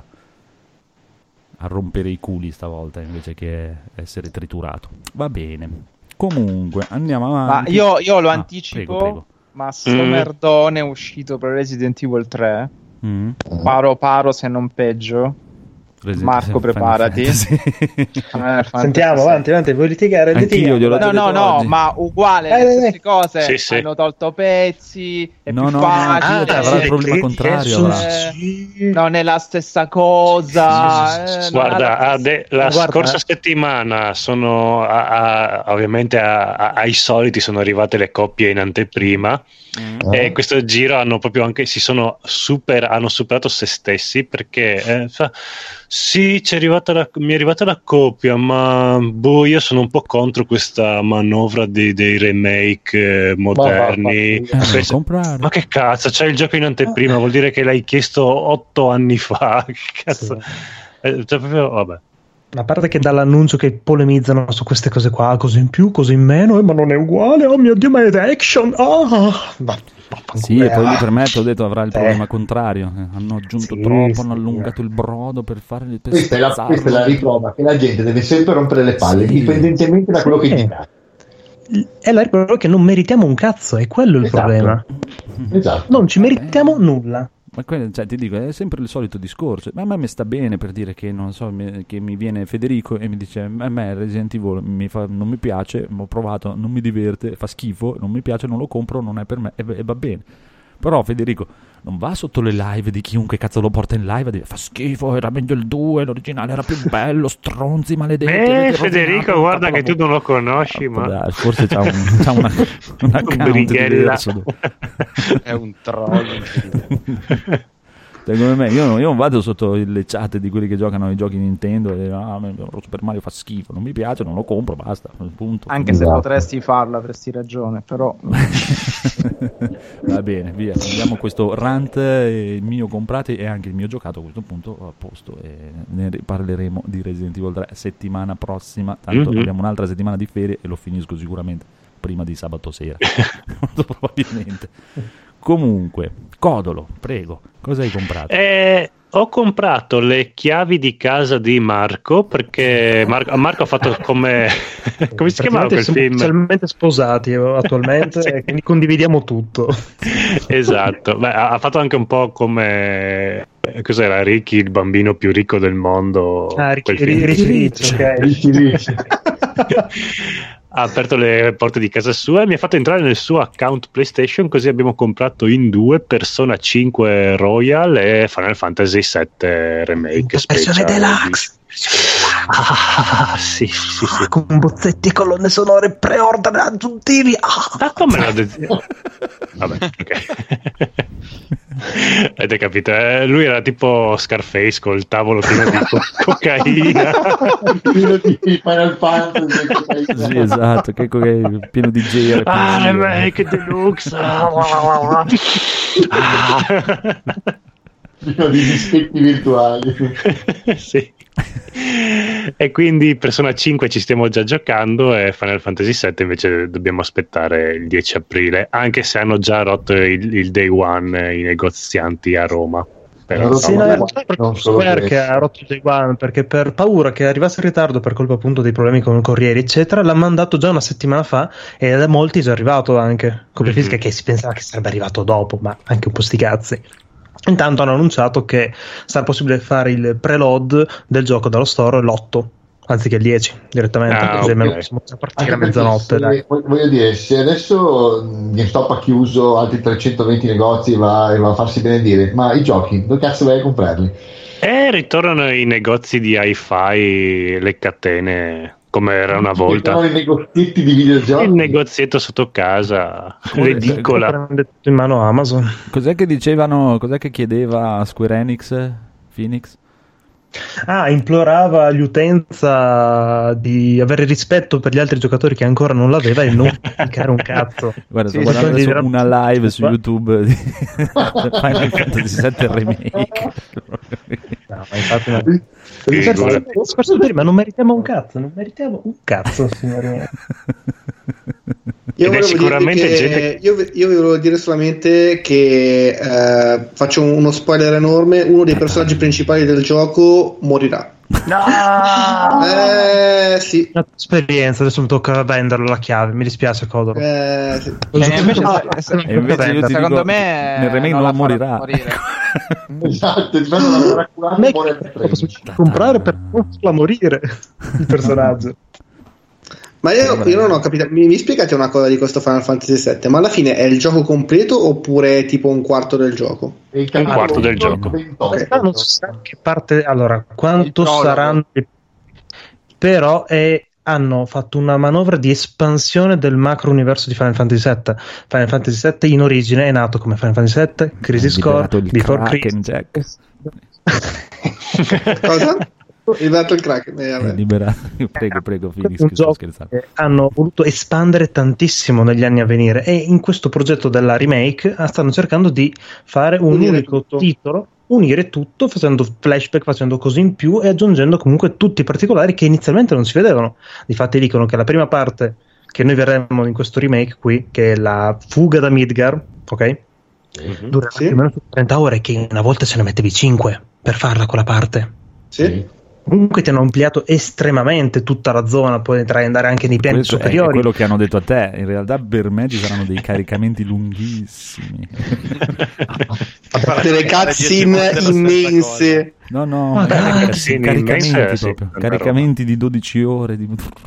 a rompere i culi stavolta invece che essere triturato. Va bene. Comunque andiamo avanti. Ma io lo anticipo. Prego. Ma Somerdone è uscito per Resident Evil 3. Paro se non peggio. Marco, preparati. Sentiamo, avanti, vuoi litigare? No, ma uguale, le stesse cose. Sì. Hanno tolto pezzi, è più facile. Avrà il problema contrario. Non è la stessa cosa. Guarda, la scorsa settimana sono ovviamente ai soliti sono arrivate le coppie in anteprima. E questo giro hanno proprio anche hanno superato se stessi, perché sì, mi è arrivata la coppia, ma io sono un po' contro questa manovra dei remake moderni. Ma che cazzo, c'è il gioco in anteprima, vuol dire che l'hai chiesto 8 anni fa. Che cazzo? Cioè, proprio, vabbè. A parte che dall'annuncio che polemizzano su queste cose qua, cose in più, cose in meno, ma non è uguale, oh mio Dio, ma è action, sì, e poi per me ho detto avrà il problema contrario, hanno aggiunto troppo, hanno allungato il brodo per fare le questa è la riprova che la gente deve sempre rompere le palle, indipendentemente da quello che dica. È la riprova che non meritiamo un cazzo, è quello il problema. Esatto. Non ci meritiamo nulla. Ma cioè, ti dico, è sempre il solito discorso. Ma a me mi sta bene, per dire che non so, che mi viene Federico e mi dice: a me Resident Evil non mi piace, ho provato, non mi diverte, fa schifo, non mi piace, non lo compro, non è per me, e va bene. Però Federico non va sotto le live di chiunque cazzo lo porta in live a dire: fa schifo, era meglio il 2, l'originale era più bello, stronzi maledetti. Federico, guarda che tu non lo conosci, ma dai, forse c'ha un account diverso. È un troll. Come me, io non vado sotto le chat di quelli che giocano ai giochi Nintendo e Super Mario fa schifo, non mi piace, non lo compro, basta, punto. Anche se potresti farlo, avresti ragione, però va bene, via, andiamo questo rant, il mio comprate e anche il mio giocato a questo punto a posto, e ne parleremo di Resident Evil 3 settimana prossima, tanto abbiamo un'altra settimana di ferie e lo finisco sicuramente prima di sabato sera probabilmente. Comunque, Codolo, prego, cosa hai comprato? Ho comprato le chiavi di casa di Marco, perché Marco ha fatto come si chiamava quel film? Siamo ufficialmente sposati attualmente e quindi condividiamo tutto. Esatto. Beh, ha fatto anche un po' come cos'era Ricky, il bambino più ricco del mondo. Ricky Rich. Ha aperto le porte di casa sua e mi ha fatto entrare nel suo account PlayStation, così abbiamo comprato in due Persona 5 Royal e Final Fantasy 7 Remake versione deluxe. Sì. Con bozzetti e colonne sonore, pre-order aggiuntivi. Come l'ha detto? Vabbè, ok. Avete capito? Lui era tipo Scarface col tavolo pieno di cocaina, pieno di Final Fantasy. Sì, esatto, che pieno di JRPG. Remake deluxe. Pieno di dischetti virtuali. Sì. E quindi Persona 5 ci stiamo già giocando e Final Fantasy 7 invece dobbiamo aspettare il 10 aprile, anche se hanno già rotto il day one i negozianti a Roma. Però sì, no, è Square che ha rotto il day one, perché per paura che arrivasse in ritardo per colpa appunto dei problemi con i corrieri eccetera, l'ha mandato già una settimana fa e da molti è già arrivato anche copia fisica, che si pensava che sarebbe arrivato dopo, ma anche un po' sti cazzi. Intanto hanno annunciato che sarà possibile fare il preload del gioco dallo store l'8 anziché il 10 direttamente, così okay. Possiamo partire a mezzanotte. Voglio dire, se adesso GameStop ha chiuso altri 320 negozi e va a farsi benedire, ma i giochi dove cazzo vai a comprarli? Ritornano i negozi di hi-fi, le catene come era una volta, i negozietti di videogiochi, il negozietto sotto casa, l'edicola. Prende tutto in mano Amazon. Cos'è che chiedeva Square Enix? Phoenix? Implorava l'utenza di avere rispetto per gli altri giocatori che ancora non l'aveva e non pubblicare un cazzo. Guarda, sto guardando adesso una live su YouTube di Final Fantasy VII Remake. No, ma infatti ma non meritiamo un cazzo, signori. Io volevo dire solamente che faccio uno spoiler enorme: uno dei personaggi principali del gioco morirà. No! Sì. Esperienza, adesso mi tocca venderla la chiave, mi dispiace Codolo. Sì. Secondo me nel remake non morirà. Esatto, comprare per farla morire il personaggio. Ma io non ho capito, mi spiegate una cosa di questo Final Fantasy VII, ma alla fine è il gioco completo oppure tipo un quarto del gioco? Un quarto del gioco. Okay. Non si sa che parte, allora, quanto saranno, però hanno fatto una manovra di espansione del macro universo di Final Fantasy VII. Final Fantasy VII in origine è nato come Final Fantasy VII, Crisis Core, Before Crisis. Cosa? Liberato il crack. Prego, sto scherzando. Hanno voluto espandere tantissimo negli anni a venire e in questo progetto della remake stanno cercando di fare un unico titolo, unire tutto, facendo flashback, facendo cose in più e aggiungendo comunque tutti i particolari che inizialmente non si vedevano. Difatti dicono che la prima parte che noi vedremo in questo remake qui, che è la fuga da Midgar, ok? Durerà più o meno 30 ore, che una volta se ne mettevi 5 per farla quella parte. Sì. Comunque ti hanno ampliato estremamente tutta la zona, puoi andare anche nei piani superiori. È quello che hanno detto a te. In realtà per me ci saranno dei caricamenti lunghissimi. Delle cutscene immense. No, caricamenti proprio. Caricamenti di 12 ore.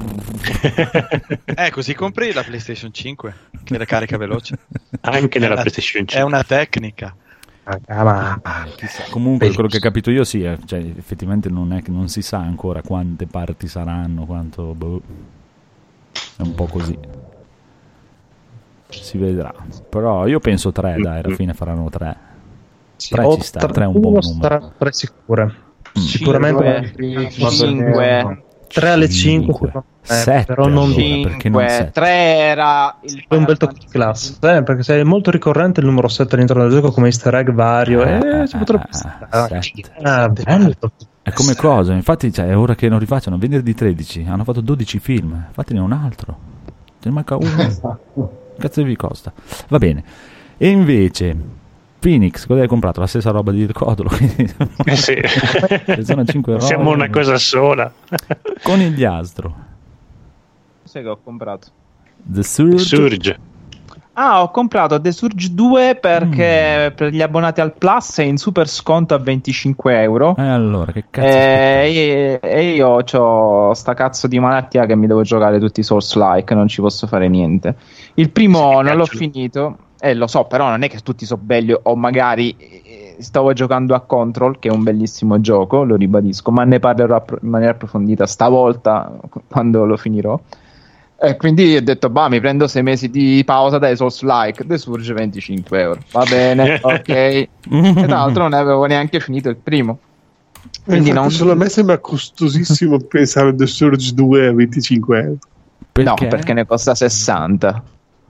Così compri la PlayStation 5 che la carica veloce. Anche nella PlayStation 5. È una tecnica. Comunque quello che ho capito io cioè, effettivamente non si sa ancora quante parti saranno, quanto è un po' così, si vedrà, però io penso 3, dai, alla fine faranno 3. 3 ci sta, 3 è un buon numero. 3 sicure. Sicuramente 5. 3 alle 5 7, però non 5, perché non 7? 3 era il è un bel tocco di classe, perché se è molto ricorrente il numero 7 all'interno del gioco come easter egg vario, ci potrebbe stare. Bello. È come cosa, infatti è ora che non rifacciano venerdì 13, hanno fatto 12 film, fatene un altro, ce ne manca uno. Cazzo vi costa? Va bene. E invece Phoenix, cosa hai comprato? La stessa roba di Codolo? Sì. Sono 5 robe. Siamo una cosa sola. Conigliastro. Sai che ho comprato? The Surge. Ho comprato The Surge 2 perché per gli abbonati al Plus è in super sconto a 25 euro. Allora, che cazzo e io ho sta cazzo di malattia che mi devo giocare tutti i Souls-like, non ci posso fare niente. Il primo non l'ho finito. Lo so, però non è che tutti sono belli, o magari stavo giocando a Control, che è un bellissimo gioco, lo ribadisco, ma ne parlerò in maniera approfondita stavolta quando lo finirò. E quindi ho detto, mi prendo 6 mesi di pausa dai Souls-like, The Surge 25 euro, va bene, ok. E tra l'altro non avevo neanche finito il primo. Quindi solo a me sembra costosissimo pensare The Surge 2 a 25 euro. No, perché ne costa 60.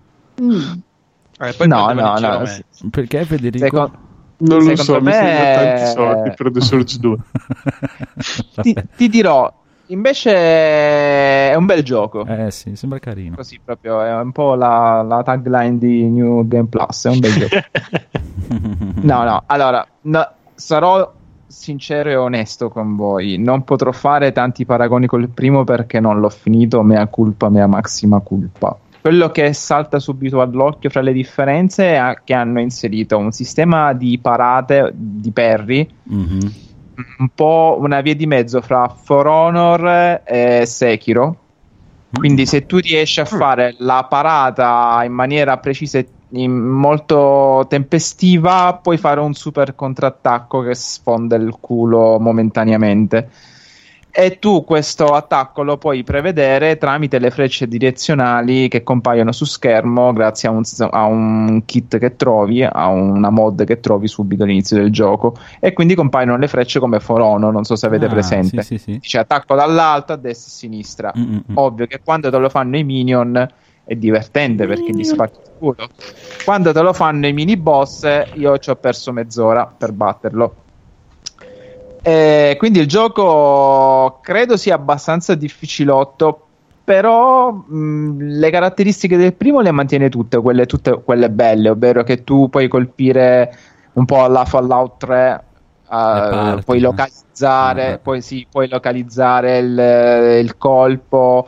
Poi no. Perché Federico? Non lo so, me... mi sembra tanti soldi per The Surge 2. ti dirò, invece è un bel gioco. Sì, sembra carino. Così proprio, è un po' la tagline di New Game Plus, è un bel gioco. No, allora, sarò sincero e onesto con voi, non potrò fare tanti paragoni col primo perché non l'ho finito, mea culpa, mea maxima culpa. Quello che salta subito all'occhio fra le differenze è che hanno inserito un sistema di parate, di parry, un po' una via di mezzo fra For Honor e Sekiro. Quindi se tu riesci a fare la parata in maniera precisa e molto tempestiva, puoi fare un super contrattacco che sfonda il culo momentaneamente. E tu questo attacco lo puoi prevedere tramite le frecce direzionali che compaiono su schermo grazie a un kit che trovi, a una mod che trovi subito all'inizio del gioco, e quindi compaiono le frecce come For Honor, non so se avete presente. Sì. Dice attacco dall'alto, a destra e a sinistra. Ovvio che quando te lo fanno i minion è divertente perché gli spacchi il culo. Quando te lo fanno i mini boss, io ci ho perso mezz'ora per batterlo. Quindi il gioco credo sia abbastanza difficilotto, però le caratteristiche del primo le mantiene tutte quelle belle, ovvero che tu puoi colpire un po' alla Fallout 3, puoi localizzare, puoi localizzare il colpo,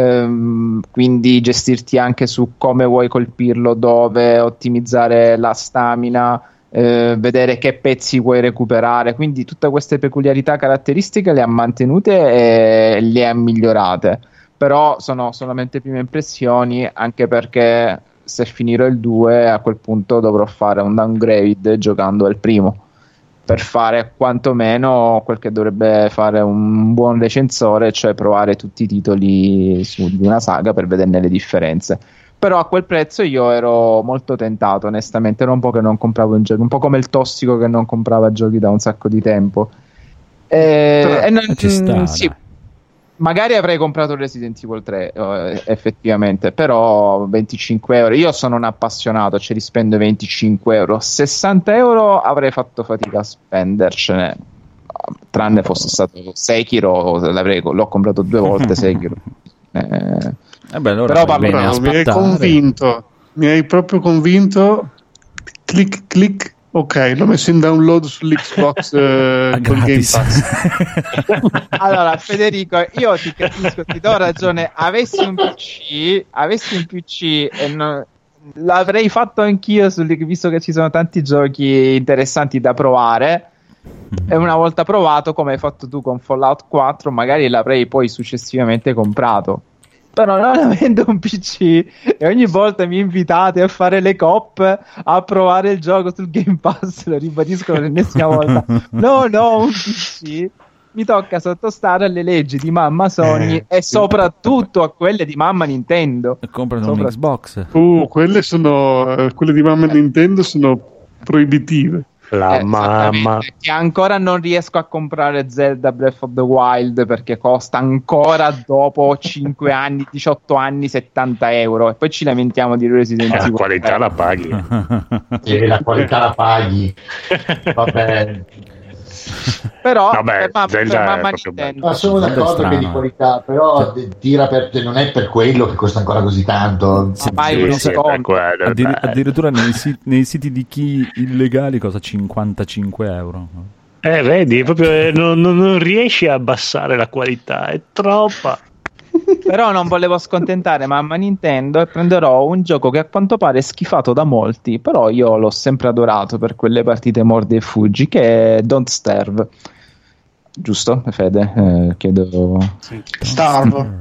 quindi gestirti anche su come vuoi colpirlo, dove, ottimizzare la stamina, vedere che pezzi vuoi recuperare, quindi tutte queste peculiarità caratteristiche le ha mantenute e le ha migliorate, però sono solamente prime impressioni, anche perché se finirò il 2 a quel punto dovrò fare un downgrade giocando al primo per fare quantomeno quel che dovrebbe fare un buon recensore, cioè provare tutti i titoli di una saga per vederne le differenze. Però a quel prezzo io ero molto tentato, onestamente. Era un po' che non compravo un gioco, un po' come il tossico che non comprava giochi da un sacco di tempo. Ci sta, sì, magari avrei comprato Resident Evil 3 effettivamente, però 25 euro, io sono un appassionato, ce li spendo 25 euro, 60 euro avrei fatto fatica a spendercene, tranne fosse stato Sekiro, l'ho comprato 2 volte Sekiro. Allora però mi hai proprio convinto. Click, ok, l'ho messo in download sull'Xbox con Game Pass. Allora Federico, io ti capisco, ti do ragione, avessi un PC e l'avrei fatto anch'io, visto che ci sono tanti giochi interessanti da provare, e una volta provato, come hai fatto tu con Fallout 4, magari l'avrei poi successivamente comprato. Però non avendo un PC e ogni volta mi invitate a fare le coop, a provare il gioco sul Game Pass, lo ribadisco l'ennesima volta, no, un PC, mi tocca sottostare alle leggi di mamma Sony e soprattutto a quelle di mamma Nintendo. Comprano un Xbox. Quelle di mamma Nintendo sono proibitive. La mamma. Che ancora non riesco a comprare Zelda Breath of the Wild perché costa ancora dopo 5 anni, 18 anni, 70 euro. E poi ci lamentiamo di Resident Evil. La qualità la paghi. E la qualità la paghi. Vabbè. Però Vabbè, per Zelda mamma è proprio Nintendo. Ma sono d'accordo che di qualità, però non è per quello che costa ancora così tanto. Sì, Sì, per quello, addirittura nei siti di chi illegali costa 55 euro. Vedi, proprio non riesci a abbassare la qualità, è troppa. Però non volevo scontentare mamma Nintendo e prenderò un gioco che a quanto pare è schifato da molti, però io l'ho sempre adorato per quelle partite mordi e fuggi, che è Don't Starve. Giusto, Fede? Chiedo. Sì. Starve.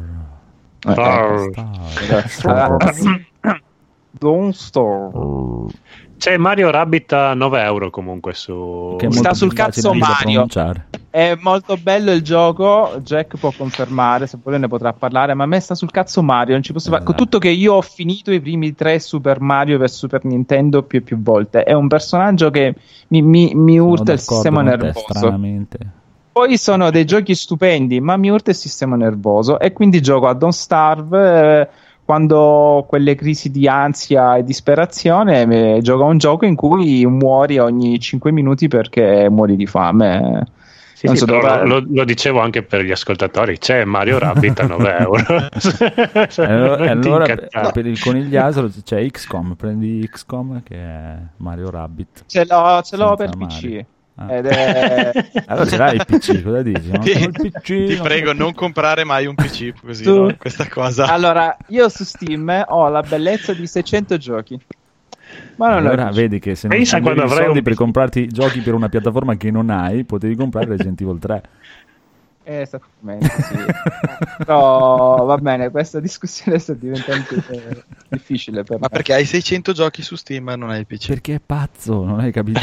Don't Starve. C'è Mario Rabbit a 9 euro comunque su... Che è Sta molto sul più cazzo facile da Mario. pronunciare. È molto bello il gioco, Jack può confermare, se vuole ne potrà parlare, ma a me sta sul cazzo Mario, non ci posso fare. Con tutto che io ho finito i primi 3 Super Mario per Super Nintendo più e più volte. È un personaggio che mi urta il sistema nervoso. Stranamente. Poi sono dei giochi stupendi, ma mi urta il sistema nervoso e quindi gioco a Don't Starve quando ho quelle crisi di ansia e disperazione, gioco a un gioco in cui muori ogni 5 minuti perché muori di fame. Sì, sì, però lo dicevo anche per gli ascoltatori, c'è Mario Rabbit a 9 euro. allora per il conigliastro c'è XCOM, prendi XCOM che è Mario Rabbit. Ce l'ho per Mario. PC. Ed è... Allora ce l'hai il PC, cosa dici? No? Ti PC, prego, non comprare mai un PC così, Tu... no? Questa cosa. Allora, io su Steam ho la bellezza di 600 giochi. Ma non allora vedi che se non hai soldi per comprarti giochi per una piattaforma che non hai, potevi comprare Resident Evil 3. Esattamente, sì. Però va bene, questa discussione sta diventando difficile per me. Ma perché hai 600 giochi su Steam e non hai il PC? Perché è pazzo, non hai capito?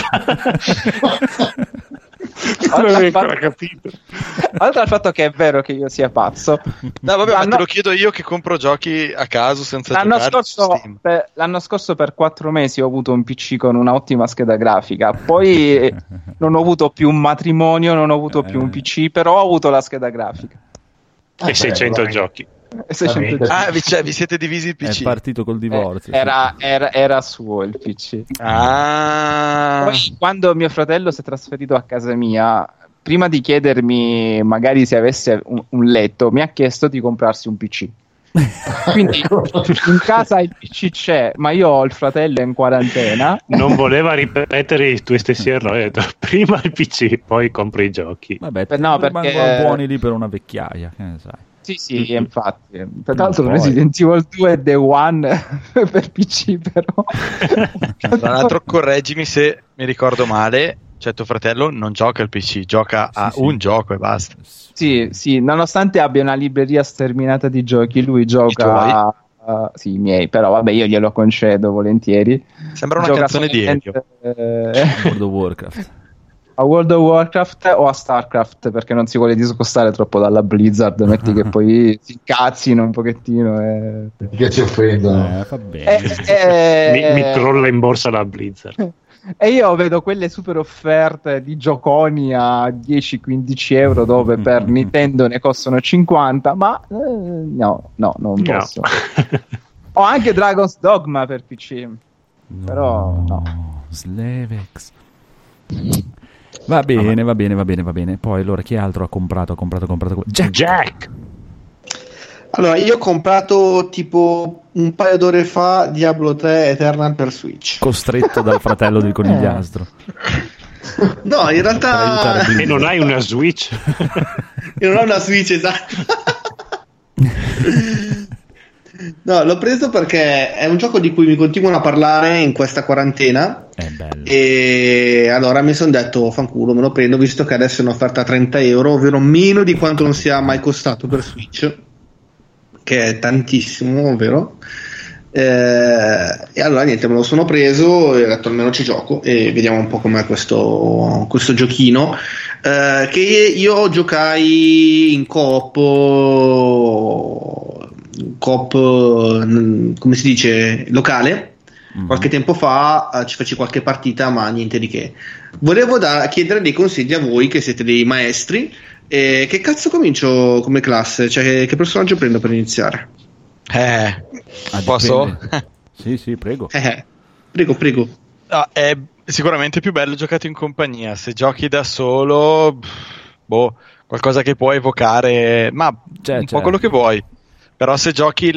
Non avevi ancora capito. Oltre al fatto che è vero che io sia pazzo, no, vabbè, ma te lo chiedo io che compro giochi a caso senza l'anno giocare scorso, su Steam. l'anno scorso per 4 mesi ho avuto un PC con un'ottima scheda grafica, poi non ho avuto più un matrimonio, non ho avuto più un PC, però ho avuto la scheda grafica e 600 giochi. Vi siete divisi il PC? È partito col divorzio. Era suo il PC. Poi quando mio fratello si è trasferito a casa mia, prima di chiedermi magari se avesse un letto, mi ha chiesto di comprarsi un PC. Quindi in casa il PC c'è, ma io ho il fratello in quarantena. Non voleva ripetere i tuoi stessi errori, ha detto, prima il PC, poi compri i giochi. Vabbè, perché buoni lì per una vecchiaia, che ne sai. Sì, infatti. Tra l'altro Resident Evil 2 è Day One per PC, però. Tra l'altro, correggimi se mi ricordo male, cioè tuo fratello non gioca al PC, gioca a un gioco e basta. Sì, nonostante abbia una libreria sterminata di giochi, lui gioca sì, i miei, però vabbè, io glielo concedo volentieri. Sembra una canzone di Elio. World of Warcraft. A World of Warcraft o a Starcraft, perché non si vuole discostare troppo dalla Blizzard, metti che poi si incazzino un pochettino che ci offendono. Va bene. Mi crolla in borsa la Blizzard. E io vedo quelle super offerte di gioconi a 10-15 euro dove per Nintendo ne costano 50, ma no, non posso. Ho anche Dragon's Dogma per PC, però no. Slevex. Va bene. Poi allora chi altro ha comprato? Jack. Allora, io ho comprato tipo un paio d'ore fa Diablo 3 Eternal per Switch. Costretto dal fratello del conigliastro. No, in realtà... E non hai una Switch? Io non ho una Switch, esatto. No, l'ho preso perché è un gioco di cui mi continuano a parlare in questa quarantena. È bello. E allora mi sono detto, fanculo, me lo prendo, visto che adesso è un'offerta a 30 euro, ovvero meno di quanto non sia mai costato per Switch, che è tantissimo, ovvero. E allora niente, me lo sono preso e ho detto almeno ci gioco e vediamo un po' com'è questo giochino, che io giocai in coop, come si dice, locale, qualche tempo fa, ci feci qualche partita, ma niente di che. Volevo chiedere dei consigli a voi che siete dei maestri. Che cazzo comincio come classe? Cioè, che personaggio prendo per iniziare? Posso? Sì, prego. Prego. È sicuramente più bello giocato in compagnia. Se giochi da solo, qualcosa che puoi evocare, ma un po' quello che vuoi. Però se giochi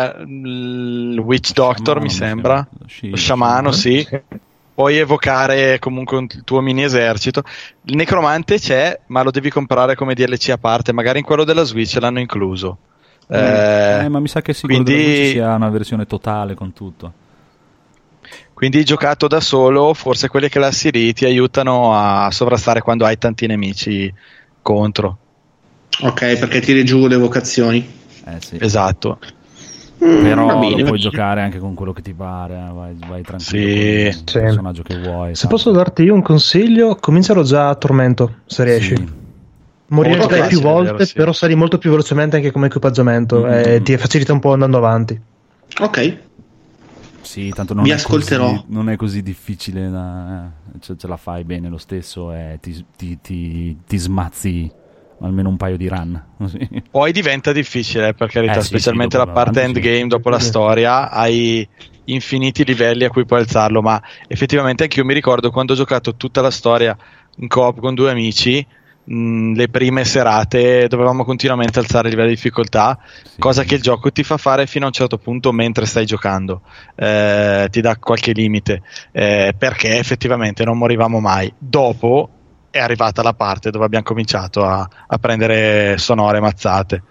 il Witch Doctor, mi sembra, lo sciamano, sì, puoi evocare comunque il tuo mini esercito. Il necromante c'è, ma lo devi comprare come DLC a parte. Magari in quello della Switch l'hanno incluso. Ma mi sa che sì, quindi ci sia una versione totale con tutto. Quindi giocato da solo, forse quelle classi lì ti aiutano a sovrastare quando hai tanti nemici contro. Ok, perché tiri giù le vocazioni. Sì. Esatto. Però lo puoi giocare anche con quello che ti pare, vai tranquillo con il personaggio che vuoi. Se posso darti io un consiglio, comincialo già a Tormento, se riesci. Morirai più volte, però sali molto più velocemente anche come equipaggiamento e ti facilita un po' andando avanti. Ok. Sì, tanto non è così difficile, ce la fai bene lo stesso e ti smazzi almeno un paio di run. Poi diventa difficile, per carità, specialmente la parte endgame, dopo la storia, hai infiniti livelli a cui puoi alzarlo, ma effettivamente anche io mi ricordo quando ho giocato tutta la storia in coop con 2 amici, le prime serate dovevamo continuamente alzare il livello di difficoltà, cosa che il gioco ti fa fare fino a un certo punto mentre stai giocando, ti dà qualche limite, perché effettivamente non morivamo mai. Dopo è arrivata la parte dove abbiamo cominciato a prendere sonore mazzate.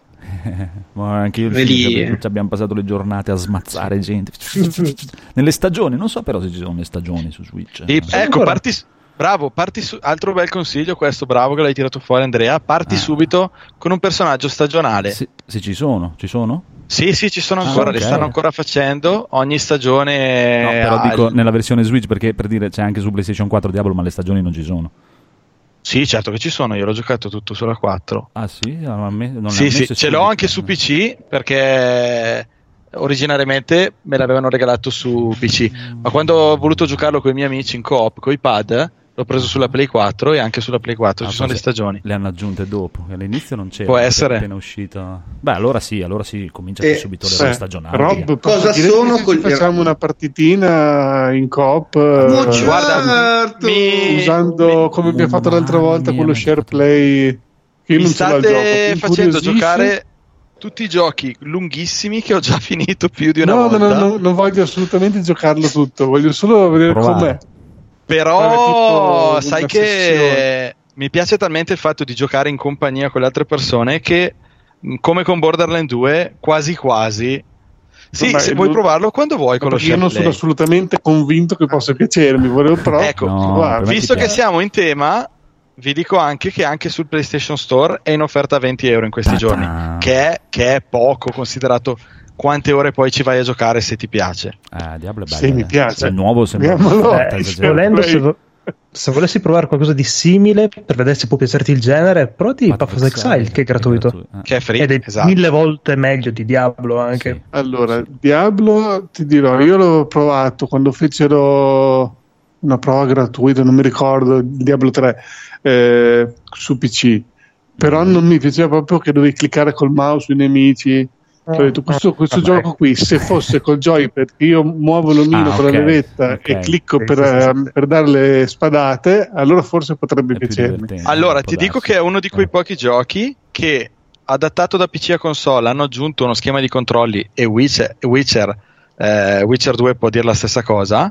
Ma anche io ci abbiamo passato le giornate a smazzare gente nelle stagioni. Non so però se ci sono le stagioni su Switch. Ecco, parti altro bel consiglio questo, bravo che l'hai tirato fuori Andrea, parti subito con un personaggio stagionale. Se ci sono? Sì, ci sono ancora, okay. Li stanno ancora facendo ogni stagione. No, però dico nella versione Switch, perché per dire c'è anche su PlayStation 4 Diablo, ma le stagioni non ci sono. Sì, certo che ci sono, io l'ho giocato tutto sulla 4. Ah sì? Sì, ce l'ho anche su PC, perché originariamente me l'avevano regalato su PC, ma quando ho voluto giocarlo con i miei amici in coop, con i pad, l'ho preso sulla Play 4 e anche sulla Play 4 ci sono le stagioni. Le hanno aggiunte dopo, che all'inizio non c'era. Può essere. Appena uscito. Beh, allora sì, comincia subito le stagionali. Rob, cosa sono facciamo una partitina in coop? Guarda, usando come abbiamo fatto l'altra volta con lo share play. Io mi non state facendo giocare tutti i giochi lunghissimi che ho già finito più di una volta. No, non voglio assolutamente giocarlo tutto, voglio solo vedere com'è. Però sai che mi piace talmente il fatto di giocare in compagnia con le altre persone che, come con Borderlands 2, quasi sì, se vuoi provarlo quando vuoi con lo share play. Io non sono assolutamente convinto che possa piacermi, volevo però visto che siamo in tema, vi dico anche che anche sul PlayStation Store è in offerta a €20 in questi giorni, che è poco considerato quante ore poi ci vai a giocare se ti piace. Diablo è bello. Sì, mi piace. Il nuovo sembra volendo, se volessi provare qualcosa di simile per vedere se può piacerti il genere, prova Path of Exile, che è gratuito, che è free, ed è esatto. 1000 volte meglio di Diablo anche. Sì. Allora, Diablo ti dirò, io l'ho provato quando fecero una prova gratuita, non mi ricordo, Diablo 3 su PC, però non mi piaceva proprio che dovevi cliccare col mouse sui nemici. Ho detto, questo gioco qui, se fosse col joypad, che io muovo l'omino con la levetta e clicco per dare le spadate, allora forse potrebbe piacermi. Allora ti dico che è uno di quei pochi giochi che, adattato da PC a console, hanno aggiunto uno schema di controlli, e Witcher 2 può dire la stessa cosa.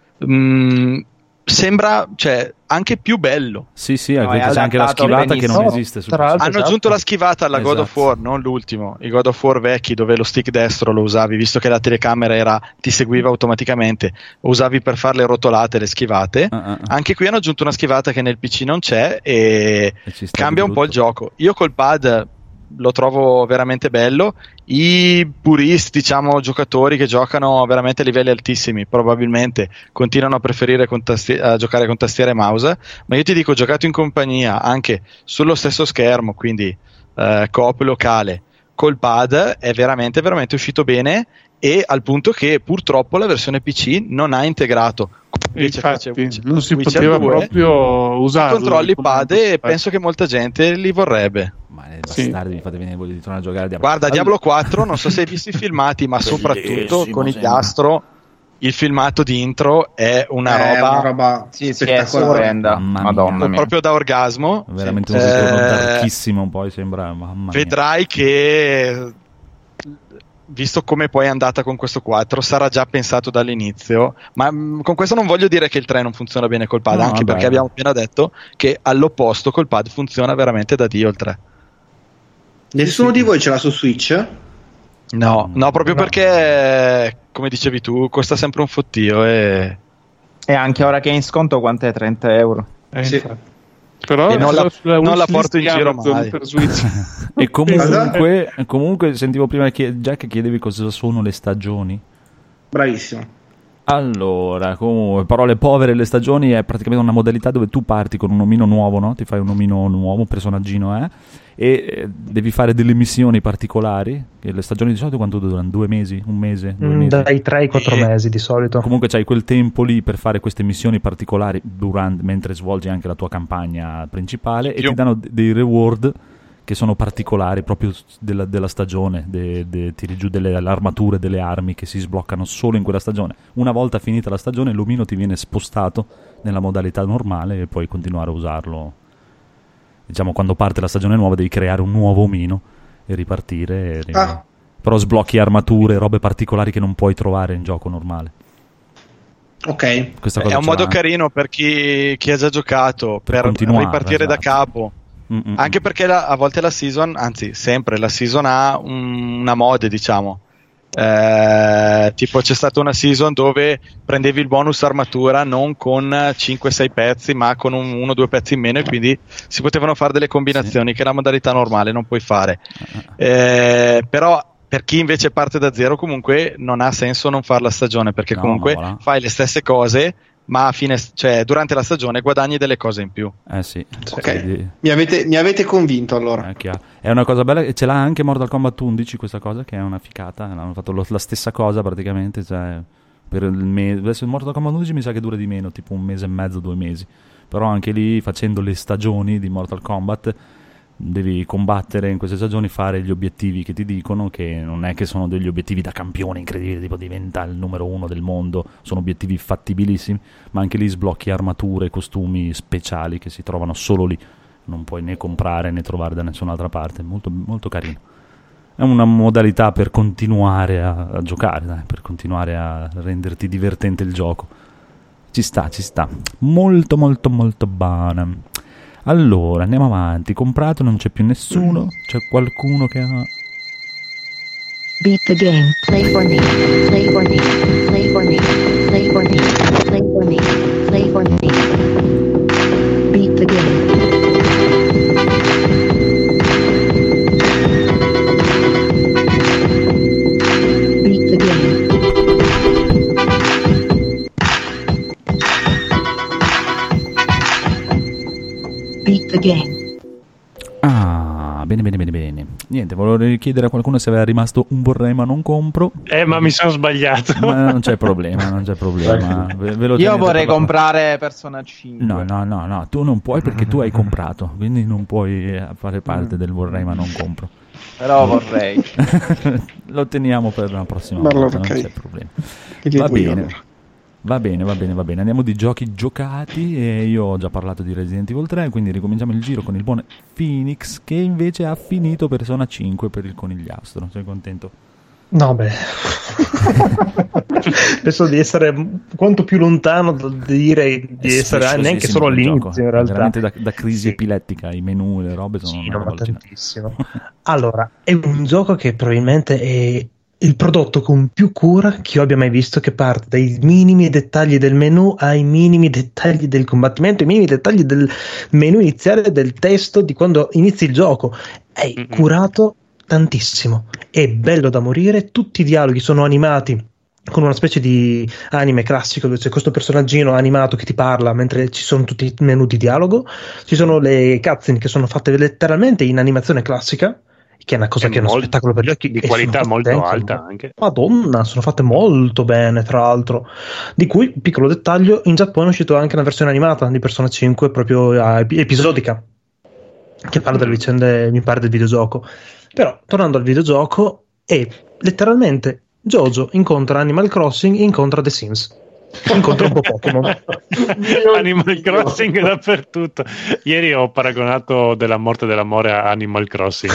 Sembra, cioè, anche più bello. Sì, c'è anche la schivata che non esiste su hanno aggiunto la schivata alla God of War, non l'ultimo, i God of War vecchi dove lo stick destro lo usavi, visto che la telecamera ti seguiva automaticamente, usavi per fare le rotolate, le schivate. Anche qui hanno aggiunto una schivata che nel PC non c'è e cambia un po' il gioco. Io col pad lo trovo veramente bello. I puristi, diciamo, giocatori che giocano veramente a livelli altissimi probabilmente continuano a preferire a giocare con tastiera e mouse, ma io ti dico, giocato in compagnia anche sullo stesso schermo, quindi coop locale, col pad è veramente veramente uscito bene, e al punto che purtroppo la versione PC non ha integrato. Infatti, non si poteva proprio usarlo. Controlli pad e penso che molta gente li vorrebbe. Ma bastardi, mi fate venire voglia di tornare a giocare a Diablo. Guarda, Diablo 4, non so se hai visto i filmati, ma soprattutto con il Conigliastro, il filmato di intro è una roba spettacolare. Madonna mia. Proprio da orgasmo. Veramente un ritorno darkissimo, poi sembra, mamma mia. Vedrai che, visto come poi è andata con questo 4, sarà già pensato dall'inizio. Ma con questo non voglio dire che il 3 non funziona bene col pad, anche perché abbiamo appena detto che all'opposto col pad funziona veramente da Dio il 3. Nessuno di voi ce l'ha su Switch? No, proprio perché, come dicevi tu, costa sempre un fottio e anche ora che è in sconto quanto è? 30 euro? Sì. Però non la porto in giro mai. Per Switch. E comunque sentivo prima che Jack chiedevi cosa sono le stagioni. Bravissimo. Allora, comunque, parole povere, le stagioni è praticamente una modalità dove tu parti con un omino nuovo, no? Ti fai un omino nuovo, un personaggino, e devi fare delle missioni particolari. E le stagioni di solito quanto durano? 2 mesi? Un mese? 2 mesi? Dai 3 ai 4 mesi di solito. Comunque c'hai quel tempo lì per fare queste missioni particolari mentre svolgi anche la tua campagna principale, e ti danno dei reward che sono particolari proprio della stagione, tiri giù delle armature, delle armi che si sbloccano solo in quella stagione. Una volta finita la stagione l'omino ti viene spostato nella modalità normale e puoi continuare a usarlo. Diciamo, quando parte la stagione nuova devi creare un nuovo omino e ripartire, però sblocchi armature, robe particolari che non puoi trovare in gioco normale. Ok, questa cosa è un modo carino per chi ha già giocato per ripartire da capo. Anche perché a volte la season, anzi sempre la season ha una mode, diciamo. Tipo c'è stata una season dove prendevi il bonus armatura non con 5-6 pezzi ma con 1-2 pezzi in meno, e quindi si potevano fare delle combinazioni che la modalità normale non puoi fare. Però per chi invece parte da zero comunque non ha senso non fare la stagione, perché comunque fai le stesse cose, ma a fine, cioè durante la stagione guadagni delle cose in più. Sì. Ok. Mi avete convinto, allora. È una cosa bella, e ce l'ha anche Mortal Kombat 11 questa cosa, che è una ficata. Hanno fatto la stessa cosa praticamente, cioè per il mese. Adesso il Mortal Kombat 11 mi sa che dura di meno, tipo 1 mese e mezzo, 2 mesi. Però anche lì, facendo le stagioni di Mortal Kombat, devi combattere in queste stagioni, fare gli obiettivi che ti dicono, che non è che sono degli obiettivi da campione incredibile, tipo diventa il numero 1 del mondo, sono obiettivi fattibilissimi, ma anche lì sblocchi armature, costumi speciali che si trovano solo lì, non puoi né comprare né trovare da nessun'altra parte. Molto, molto carino. È una modalità per continuare a giocare, per continuare a renderti divertente il gioco. Ci sta, molto molto molto bene. Allora, andiamo avanti. Comprato, non c'è più nessuno. C'è qualcuno che ha... Beat the game. Play for me. Play for me. Play for me. Play for me. Play for me. Play for me. Beat the game. Beat the game. Beat the game. Bene. Niente, volevo chiedere a qualcuno se aveva rimasto un vorrei ma non compro. Ma mi sono sbagliato. Ma non c'è problema. Io vorrei comprare Persona 5. No, tu non puoi, perché tu hai comprato, quindi non puoi fare parte del vorrei ma non compro. Però vorrei. Lo teniamo per la prossima volta, non c'è problema. Va bene. Andiamo di giochi giocati, e io ho già parlato di Resident Evil 3, quindi ricominciamo il giro con il buon Phoenix, che invece ha finito Persona 5 per il conigliastro. Sei contento? No, penso di essere quanto più lontano da dire di essere neanche solo all'inizio, in realtà. Veramente da crisi epilettica, i menu, le robe sono tantissimo. Allora, è un gioco che probabilmente è il prodotto con più cura che io abbia mai visto, che parte dai minimi dettagli del menu ai minimi dettagli del combattimento, ai minimi dettagli del menu iniziale, del testo di quando inizi il gioco. È curato tantissimo, è bello da morire, tutti i dialoghi sono animati con una specie di anime classico, dove c'è questo personaggino animato che ti parla mentre ci sono tutti i menu di dialogo, ci sono le cutscene che sono fatte letteralmente in animazione classica, che è una cosa che è uno spettacolo per gli occhi. Di qualità molto alta anche. Madonna, sono fatte molto bene, tra l'altro. Di cui, piccolo dettaglio, in Giappone è uscita anche una versione animata di Persona 5 proprio episodica, che parla delle vicende, mi pare, del videogioco. Però, tornando al videogioco, è letteralmente Jojo incontra Animal Crossing, incontra The Sims, incontra un po' Pokémon. Animal Crossing dappertutto. Ieri ho paragonato della morte dell'amore a Animal Crossing.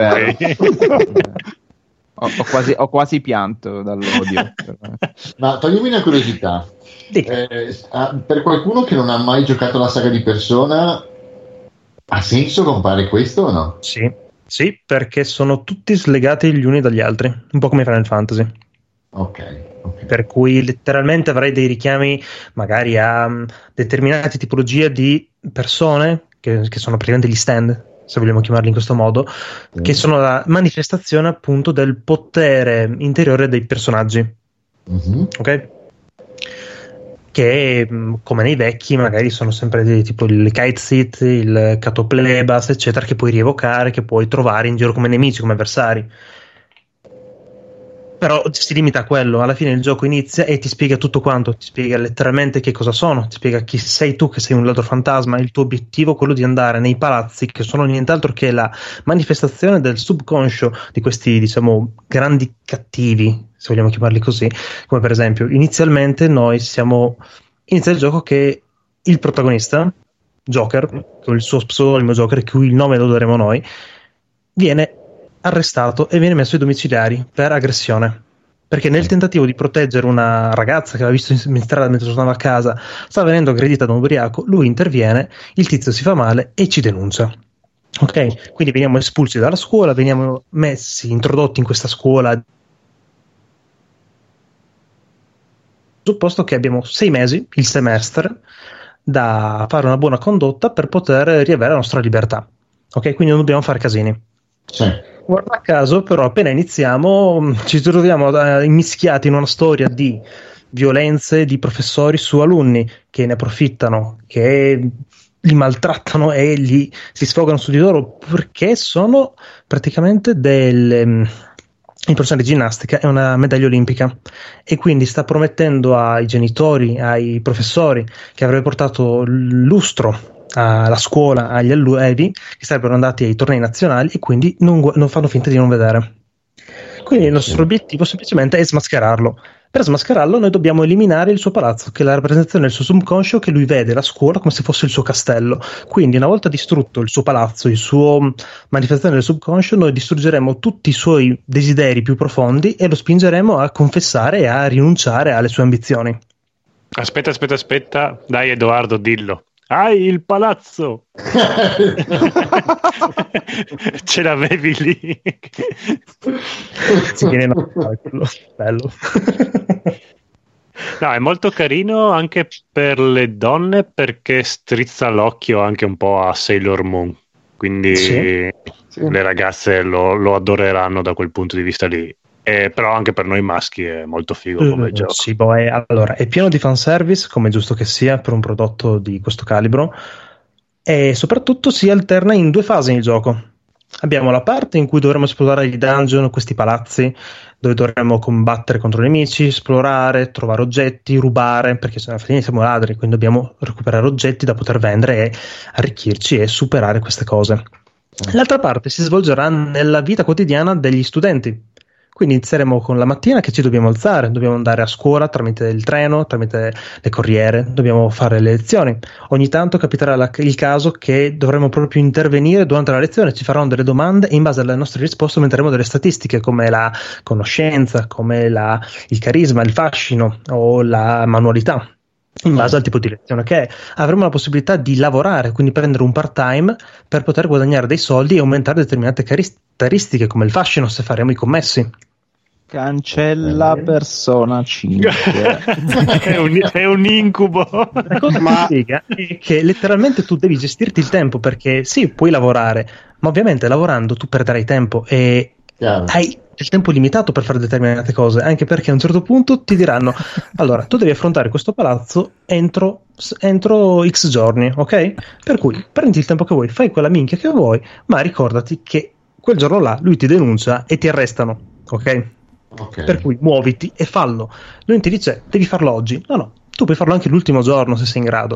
Ho quasi pianto dall'odio. Ma toglimi una curiosità. Per qualcuno che non ha mai giocato la saga di Persona, ha senso comprare questo o no? Sì, perché sono tutti slegati gli uni dagli altri, un po' come Final Fantasy. Ok. Per cui letteralmente avrai dei richiami magari a determinate tipologie di persone che sono praticamente gli stand, se vogliamo chiamarli in questo modo, che sono la manifestazione appunto del potere interiore dei personaggi. Ok? Che come nei vecchi magari sono sempre tipo il Kite Seat, il Catoplebas, eccetera, che puoi rievocare, che puoi trovare in giro come nemici, come avversari. Però si limita a quello. Alla fine il gioco inizia e ti spiega tutto quanto, ti spiega letteralmente che cosa sono, ti spiega chi sei tu, che sei un ladro fantasma. Il tuo obiettivo è quello di andare nei palazzi, che sono nient'altro che la manifestazione del subconscio di questi, diciamo, grandi cattivi, se vogliamo chiamarli così. Come per esempio, inizialmente inizia il gioco che il protagonista, Joker, con il suo pseudonimo Joker, cui il nome lo daremo noi, viene arrestato e viene messo ai domiciliari per aggressione, perché nel tentativo di proteggere una ragazza che aveva visto in strada mentre tornava a casa, stava venendo aggredita da un ubriaco, lui interviene, il tizio si fa male e ci denuncia. Ok, quindi veniamo espulsi dalla scuola, veniamo introdotti in questa scuola, supposto che abbiamo 6 mesi, il semestre, da fare una buona condotta per poter riavere la nostra libertà. Ok, quindi non dobbiamo fare casini. Sì. Guarda caso, però, appena iniziamo ci troviamo immischiati in una storia di violenze di professori su alunni che ne approfittano, che li maltrattano e si sfogano su di loro, perché sono praticamente il professore di ginnastica è una medaglia olimpica e quindi sta promettendo ai genitori, ai professori che avrebbe portato lustro alla scuola, agli allievi che sarebbero andati ai tornei nazionali e quindi non fanno finta di non vedere. Quindi il nostro obiettivo semplicemente è smascherarlo. Per smascherarlo noi dobbiamo eliminare il suo palazzo, che è la rappresentazione del suo subconscio, che lui vede la scuola come se fosse il suo castello. Quindi una volta distrutto il suo palazzo, il suo manifestazione del subconscio, noi distruggeremo tutti i suoi desideri più profondi e lo spingeremo a confessare e a rinunciare alle sue ambizioni. Aspetta, dai Edoardo, dillo. Hai il palazzo! Ce l'avevi lì. Si viene bello. No, è molto carino anche per le donne perché strizza l'occhio anche un po' a Sailor Moon. Quindi Sì. le ragazze lo adoreranno da quel punto di vista lì. Però anche per noi maschi è molto figo come gioco. Sì, allora, è pieno di fanservice, come è giusto che sia per un prodotto di questo calibro, e soprattutto si alterna in 2 fasi il gioco. Abbiamo la parte in cui dovremo esplorare i dungeon, questi palazzi, dove dovremo combattere contro nemici, esplorare, trovare oggetti, rubare, perché alla fine siamo ladri, quindi dobbiamo recuperare oggetti da poter vendere e arricchirci e superare queste cose. L'altra parte si svolgerà nella vita quotidiana degli studenti. Quindi inizieremo con la mattina che ci dobbiamo alzare, dobbiamo andare a scuola tramite il treno, tramite le corriere, dobbiamo fare le lezioni. Ogni tanto capiterà il caso che dovremo proprio intervenire durante la lezione, ci faranno delle domande e in base alle nostre risposte aumenteremo delle statistiche come la conoscenza, come il carisma, il fascino o la manualità. In base al tipo di lezione che è, avremo la possibilità di lavorare, quindi prendere un part-time per poter guadagnare dei soldi e aumentare determinate caratteristiche come il fascino se faremo i commessi. Cancella Persona 5. È un incubo. La cosa figa è che letteralmente tu devi gestirti il tempo, perché sì, puoi lavorare, ma ovviamente lavorando tu perderai tempo e hai il tempo limitato per fare determinate cose, anche perché a un certo punto ti diranno allora, tu devi affrontare questo palazzo entro X giorni, ok? Per cui prendi il tempo che vuoi, fai quella minchia che vuoi, ma ricordati che quel giorno là lui ti denuncia e ti arrestano, ok? Per cui muoviti e fallo. Lui ti dice devi farlo oggi, no, tu puoi farlo anche l'ultimo giorno se sei in grado.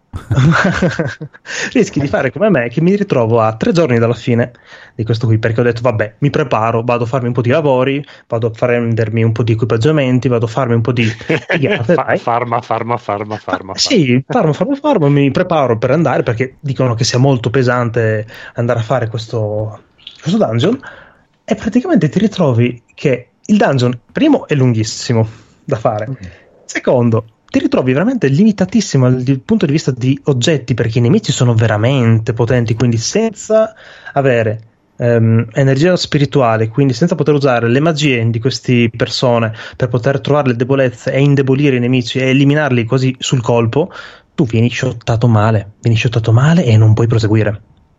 Rischi di fare come me, che mi ritrovo a 3 giorni dalla fine di questo qui, perché ho detto vabbè, mi preparo, vado a farmi un po' di lavori, vado a prendermi un po' di equipaggiamenti, vado a farmi un po' di farma. Sì, farma, mi preparo per andare, perché dicono che sia molto pesante andare a fare questo dungeon, e praticamente ti ritrovi che il dungeon, primo, è lunghissimo da fare, secondo, ti ritrovi veramente limitatissimo dal punto di vista di oggetti, perché i nemici sono veramente potenti, quindi senza avere energia spirituale, quindi senza poter usare le magie di queste persone per poter trovare le debolezze e indebolire i nemici e eliminarli così sul colpo, tu vieni shottato male e non puoi proseguire.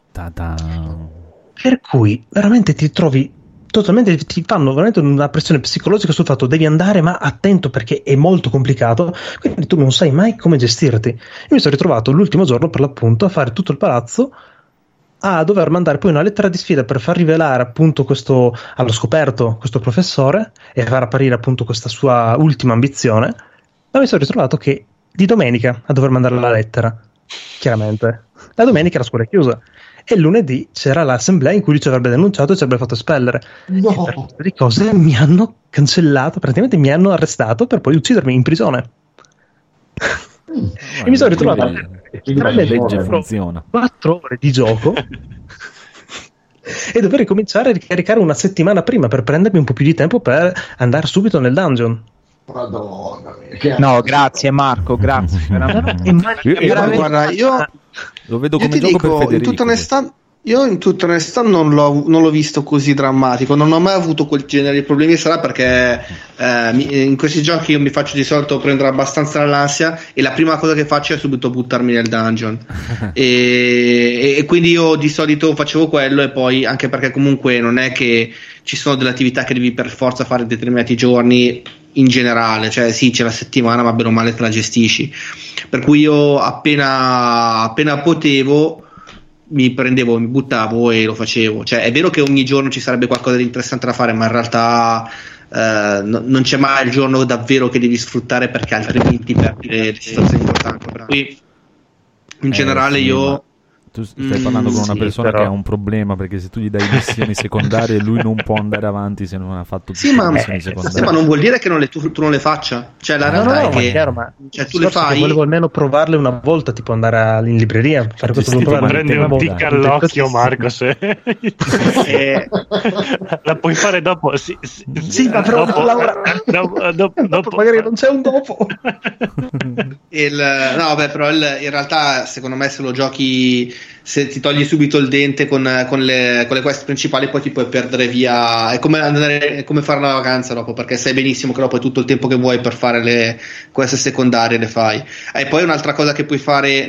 Per cui veramente ti trovi totalmente, ti fanno veramente una pressione psicologica sul fatto devi andare, ma attento perché è molto complicato, quindi tu non sai mai come gestirti. Io mi sono ritrovato l'ultimo giorno per l'appunto a fare tutto il palazzo, a dover mandare poi una lettera di sfida per far rivelare appunto questo allo scoperto questo professore e far apparire appunto questa sua ultima ambizione, ma mi sono ritrovato che di domenica a dover mandare la lettera, chiaramente la domenica la scuola è chiusa e lunedì c'era l'assemblea in cui lui ci avrebbe denunciato e ci avrebbe fatto espellere. No. E per tutte le cose mi hanno cancellato, praticamente mi hanno arrestato per poi uccidermi in prigione. E mi sono ritrovato a legge funziona 4 ore di gioco e dover ricominciare a ricaricare una settimana prima per prendermi un po' più di tempo per andare subito nel dungeon. Madonna mia, no, grazie Marco, grazie. Guarda, io lo vedo come gioco dico, per Federico. In tutta onestà non l'ho visto così drammatico, non ho mai avuto quel genere di problemi, sarà perché in questi giochi io mi faccio di solito prendere abbastanza l'ansia e la prima cosa che faccio è subito buttarmi nel dungeon e quindi io di solito facevo quello, e poi anche perché comunque non è che ci sono delle attività che devi per forza fare determinati giorni in generale, cioè sì, c'è la settimana ma bene o male te la gestisci, per cui io appena potevo mi prendevo, mi buttavo e lo facevo. Cioè è vero che ogni giorno ci sarebbe qualcosa di interessante da fare, ma in realtà non c'è mai il giorno davvero che devi sfruttare, perché altrimenti perdi le situazioni importanti. Per cui in generale io tu stai parlando con una persona che ha un problema, perché se tu gli dai missioni secondarie lui non può andare avanti se non ha fatto tutte le missioni secondarie. Sì, ma non vuol dire che tu non le faccia, cioè la realtà è che chiaro, ma cioè, tu le fai. Volevo almeno provarle una volta, tipo andare in libreria, fare questo, prendere un tic all'occhio, Marco, se la puoi fare dopo. Sì, ma però dopo magari non c'è un dopo. Però in realtà secondo me se lo giochi, se ti togli subito il dente con le quest principali, poi ti puoi perdere via. È come fare una vacanza dopo, perché sai benissimo che dopo è tutto il tempo che vuoi per fare le quest secondarie le fai. E poi un'altra cosa che puoi fare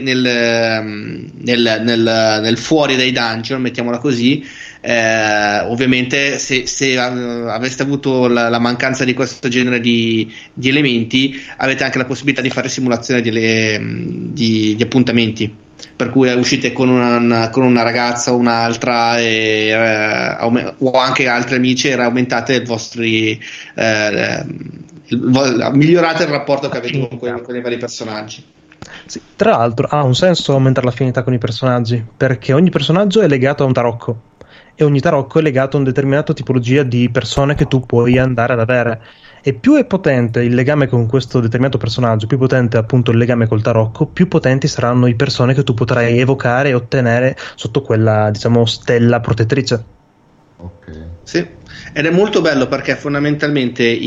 nel fuori dai dungeon, mettiamola così, ovviamente se aveste avuto la mancanza di questo genere di elementi, avete anche la possibilità di fare simulazione di appuntamenti, per cui uscite con una ragazza o un'altra o anche altri amici, e aumentate i vostri migliorate il rapporto che avete con i vari personaggi. Sì, tra l'altro ha un senso aumentare l'affinità con i personaggi, perché ogni personaggio è legato a un tarocco e ogni tarocco è legato a una determinata tipologia di persone che tu puoi andare ad avere, e più è potente il legame con questo determinato personaggio, più potente appunto il legame col tarocco, più potenti saranno le persone che tu potrai evocare e ottenere sotto quella, diciamo, stella protettrice. Ok. Sì, ed è molto bello perché fondamentalmente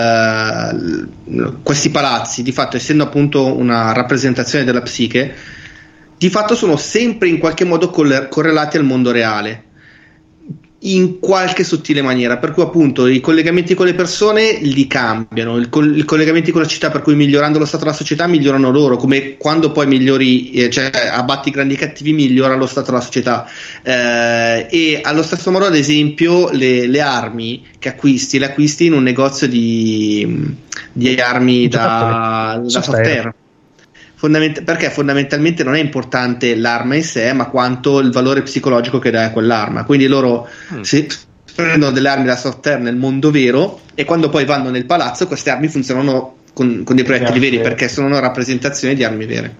questi palazzi, di fatto, essendo appunto una rappresentazione della psiche, di fatto sono sempre in qualche modo correlati al mondo reale, in qualche sottile maniera, per cui appunto i collegamenti con le persone li cambiano, i collegamenti con la città, per cui migliorando lo stato della società migliorano loro, come quando poi migliori, cioè abbatti i grandi cattivi, migliora lo stato della società, e allo stesso modo, ad esempio, le armi che le acquisti in un negozio di armi da software. perché fondamentalmente non è importante l'arma in sé, ma quanto il valore psicologico che dà a quell'arma. Quindi loro si prendono delle armi da software nel mondo vero, e quando poi vanno nel palazzo queste armi funzionano con dei proiettili veri, perché sono rappresentazioni di armi vere.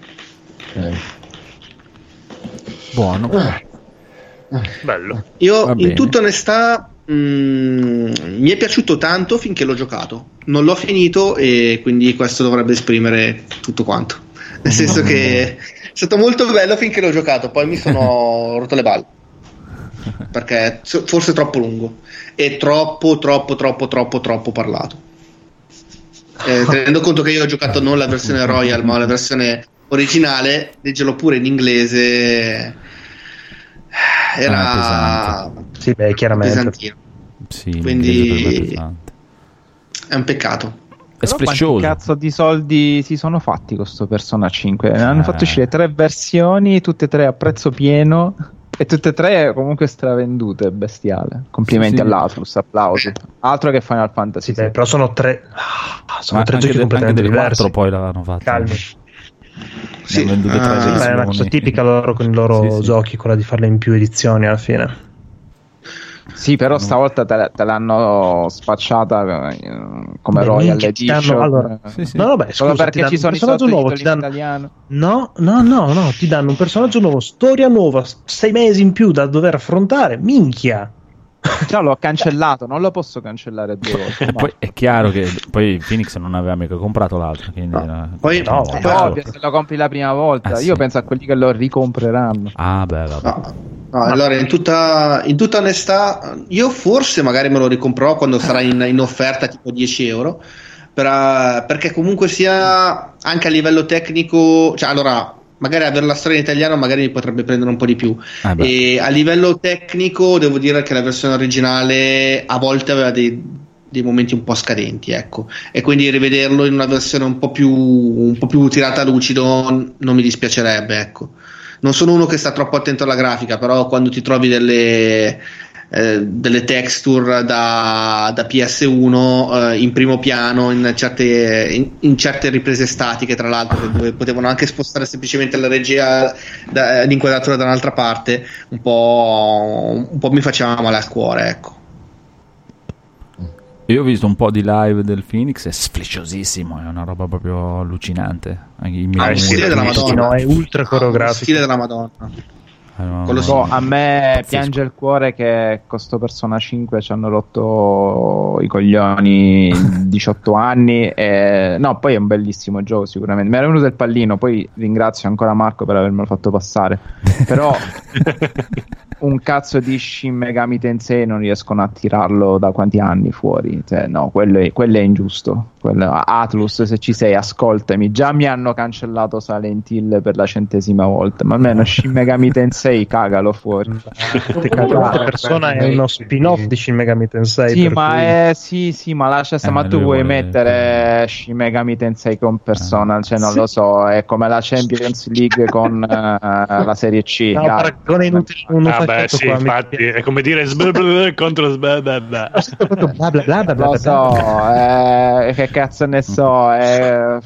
Buono. Bello. Io in tutta onestà mi è piaciuto tanto finché l'ho giocato, non l'ho finito, e quindi questo dovrebbe esprimere tutto quanto, nel senso che è stato molto bello finché l'ho giocato, poi mi sono rotto le balle perché forse è troppo lungo e troppo parlato, tenendo conto che io ho giocato non la versione Royal ma la versione originale. Leggerlo pure in inglese era sì, beh, chiaramente pesantino. Sì, quindi è un peccato. È sfrecioso. Quanti cazzo di soldi si sono fatti con sto Persona 5? Hanno fatto uscire 3 versioni, tutte e 3 a prezzo pieno, e tutte e 3 comunque stravendute. Bestiale. Complimenti all'Atlus, applausi. Altro che Final Fantasy. Sì, beh, però sono 3 giochi completamente diversi. 4 poi l'hanno fatto. Calmi. Sì, Beh, è una cosa tipica loro con i loro giochi, quella di farle in più edizioni alla fine. Sì, però stavolta te l'hanno spacciata come Royal Edition. Allora, no, vabbè, solo scusa, perché ci sono i sottotitoli in italiano. No, ti danno un personaggio nuovo, storia nuova, 6 mesi in più da dover affrontare. Minchia. Già l'ho cancellato, non lo posso cancellare 2 volte. Poi è chiaro che poi Phoenix non aveva mica comprato l'altro, quindi poi ovvio, se lo compri la prima volta. Io penso a quelli che lo ricompreranno. Vabbè. No, allora in tutta onestà io forse magari me lo ricomprerò quando sarà in offerta tipo 10 euro, perché comunque sia anche a livello tecnico, cioè allora magari avere la storia in italiano magari mi potrebbe prendere un po' di più, e a livello tecnico devo dire che la versione originale a volte aveva dei momenti un po' scadenti, ecco, e quindi rivederlo in una versione un po' più tirata a lucido non mi dispiacerebbe, ecco. Non sono uno che sta troppo attento alla grafica, però quando ti trovi delle texture da PS1 in primo piano in certe riprese statiche, tra l'altro, dove potevano anche spostare semplicemente la regia l'inquadratura da un'altra parte, un po' mi faceva male al cuore, ecco. Io ho visto un po' di live del Phoenix, è sfliciosissimo, è una roba proprio allucinante. Il stile della Madonna, è ultra coreografico. Il stile della Madonna. A me piange il cuore che con sto Persona 5 ci hanno rotto i coglioni 18 anni. No, poi è un bellissimo gioco sicuramente. Mi era venuto il pallino, poi ringrazio ancora Marco per avermelo fatto passare. Però un cazzo di Shin Megami Tensei non riescono a tirarlo da quanti anni fuori, cioè, no, quello è ingiusto. Atlus, se ci sei, ascoltami. Già mi hanno cancellato Silent Hill per la 100ª volta, ma almeno Shin Megami Tensei cagalo fuori. La persona è uno spin-off di Shin Megami Tensei. Sì, ma ma lascia ma tu vuoi mettere Shin Megami Tensei con Persona, cioè non lo so, è come la Champions League con la Serie C. No, paragone inutile, non sì, infatti è come dire contro lo so, che cazzo ne so, è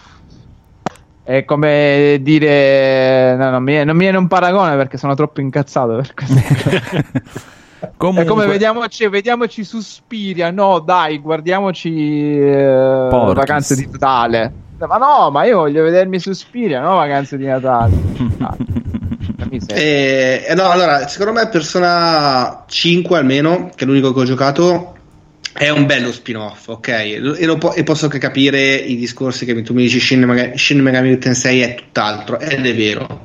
come dire non mi viene un paragone perché sono troppo incazzato per questo. Comunque, è come vediamoci Suspiria, no dai, guardiamoci Vacanze di Natale. Ma no, ma io voglio vedermi Suspiria, no Vacanze di Natale. No, allora, secondo me Persona 5 almeno, che è l'unico che ho giocato, è un bello spin-off, ok? E posso anche capire i discorsi che tu mi dici Shin Megami Tensei è tutt'altro, ed è vero,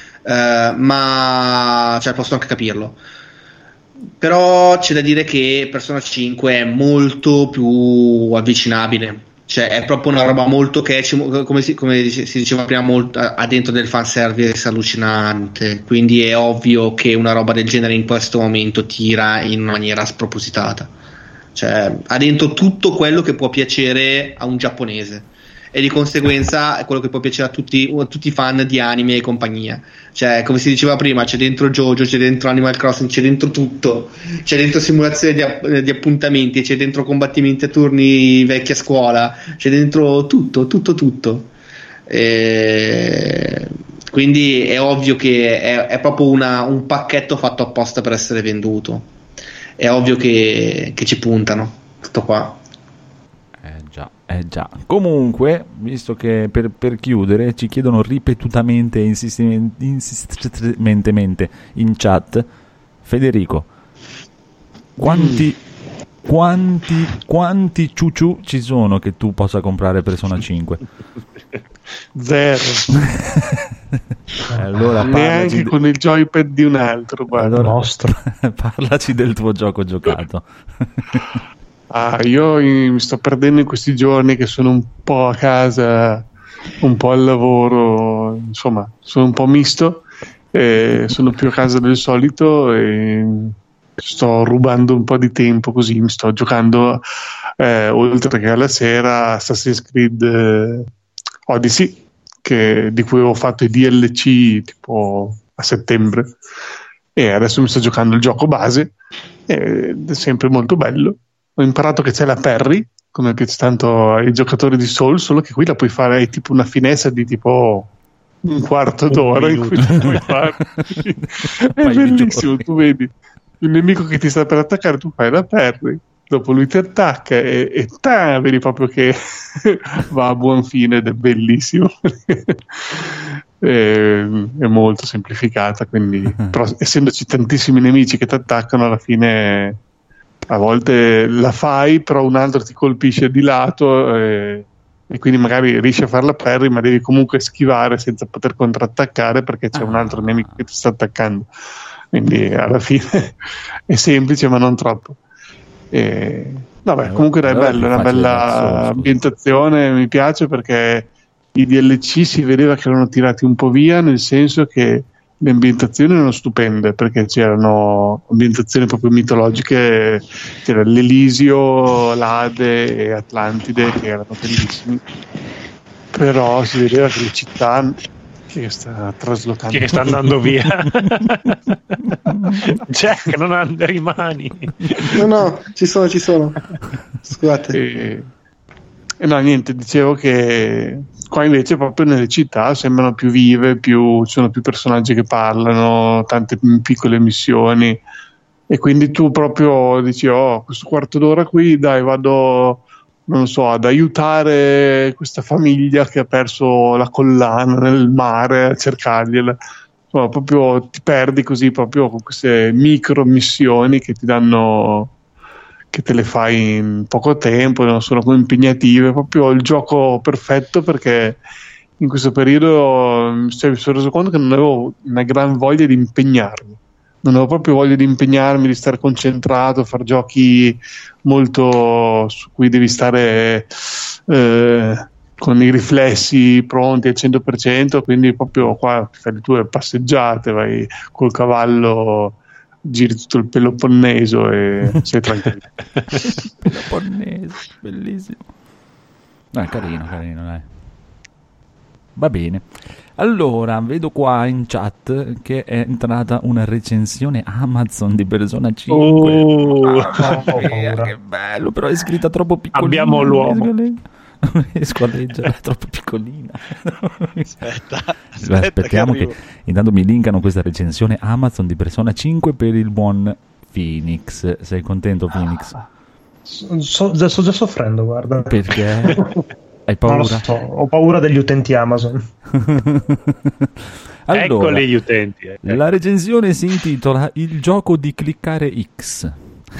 ma cioè posso anche capirlo. Però c'è da dire che Persona 5 è molto più avvicinabile, cioè è proprio una roba molto come si diceva prima, molto ha dentro del fanservice allucinante, quindi è ovvio che una roba del genere in questo momento tira in maniera spropositata, cioè ha dentro tutto quello che può piacere a un giapponese, e di conseguenza è quello che può piacere a tutti i fan di anime e compagnia. Cioè, come si diceva prima, c'è dentro JoJo, c'è dentro Animal Crossing, c'è dentro tutto, c'è dentro simulazioni di appuntamenti, c'è dentro combattimenti a turni vecchia scuola, c'è dentro tutto. Quindi è ovvio che è proprio un pacchetto fatto apposta per essere venduto. È ovvio che ci puntano. Tutto qua. Già. Comunque, visto che per chiudere ci chiedono ripetutamente e insistentemente in chat, Federico, quanti ciuciù ci sono che tu possa comprare Persona 5? 0. Allora neanche con il joypad di un altro, guarda. Allora, parlaci del tuo gioco giocato. Io mi sto perdendo in questi giorni che sono un po' a casa, un po' al lavoro, insomma sono un po' misto, sono più a casa del solito e sto rubando un po' di tempo, così mi sto giocando oltre che alla sera Assassin's Creed Odyssey, di cui avevo fatto i DLC tipo a settembre, e adesso mi sto giocando il gioco base ed è sempre molto bello. Ho imparato che c'è la parry, come piace tanto ai giocatori di Soul, solo che qui la puoi fare, hai tipo una finestra di tipo un quarto d'ora in cui la puoi fare. È bellissimo, tu vedi il nemico che ti sta per attaccare, tu fai la parry, dopo lui ti attacca e vedi proprio che va a buon fine ed è bellissimo. È molto semplificata, quindi però, essendoci tantissimi nemici che ti attaccano, alla fine a volte la fai, però un altro ti colpisce di lato e quindi magari riesci a farla parry, ma devi comunque schivare senza poter contrattaccare perché c'è un altro nemico che ti sta attaccando. Quindi alla fine è semplice, ma non troppo. Comunque è bello, è una bella ambientazione, mi piace perché i DLC si vedeva che erano tirati un po' via, nel senso che le ambientazioni erano stupende, perché c'erano ambientazioni proprio mitologiche, c'era l'Elisio, l'Ade e Atlantide, che erano bellissimi, però si vedeva che le città che sta traslocando, che sta andando via. Jack, non rimani. No, ci sono. Scusate. No, niente, dicevo che qua invece proprio nelle città sembrano più vive, ci sono più personaggi che parlano, tante piccole missioni, e quindi tu proprio dici: questo quarto d'ora qui, dai, vado, non so, ad aiutare questa famiglia che ha perso la collana nel mare, a cercargliela. Insomma, proprio ti perdi così proprio con queste micro missioni che ti danno, che te le fai in poco tempo, non sono impegnative, proprio il gioco perfetto, perché in questo periodo mi sono reso conto che non avevo una gran voglia di impegnarmi, non avevo proprio voglia di impegnarmi, di stare concentrato, fare giochi molto su cui devi stare con i riflessi pronti al 100%, quindi proprio qua fai le tue passeggiate, vai col cavallo, giri tutto il Peloponneso e sei tranquillo. Peloponneso, bellissimo. Carino, dai. Va bene. Allora, vedo qua in chat che è entrata una recensione Amazon di Persona 5. Che bello, però è scritta troppo piccolina. Abbiamo l'uomo. Non riesco a leggere, è troppo piccolina. Aspettiamo che intanto mi linkano questa recensione Amazon di Persona 5 per il buon Phoenix. Sei contento, Phoenix? Sto già soffrendo, guarda. Perché? Hai paura? Non lo so, ho paura degli utenti Amazon. Allora, eccoli gli utenti. La recensione si intitola Il gioco di cliccare X.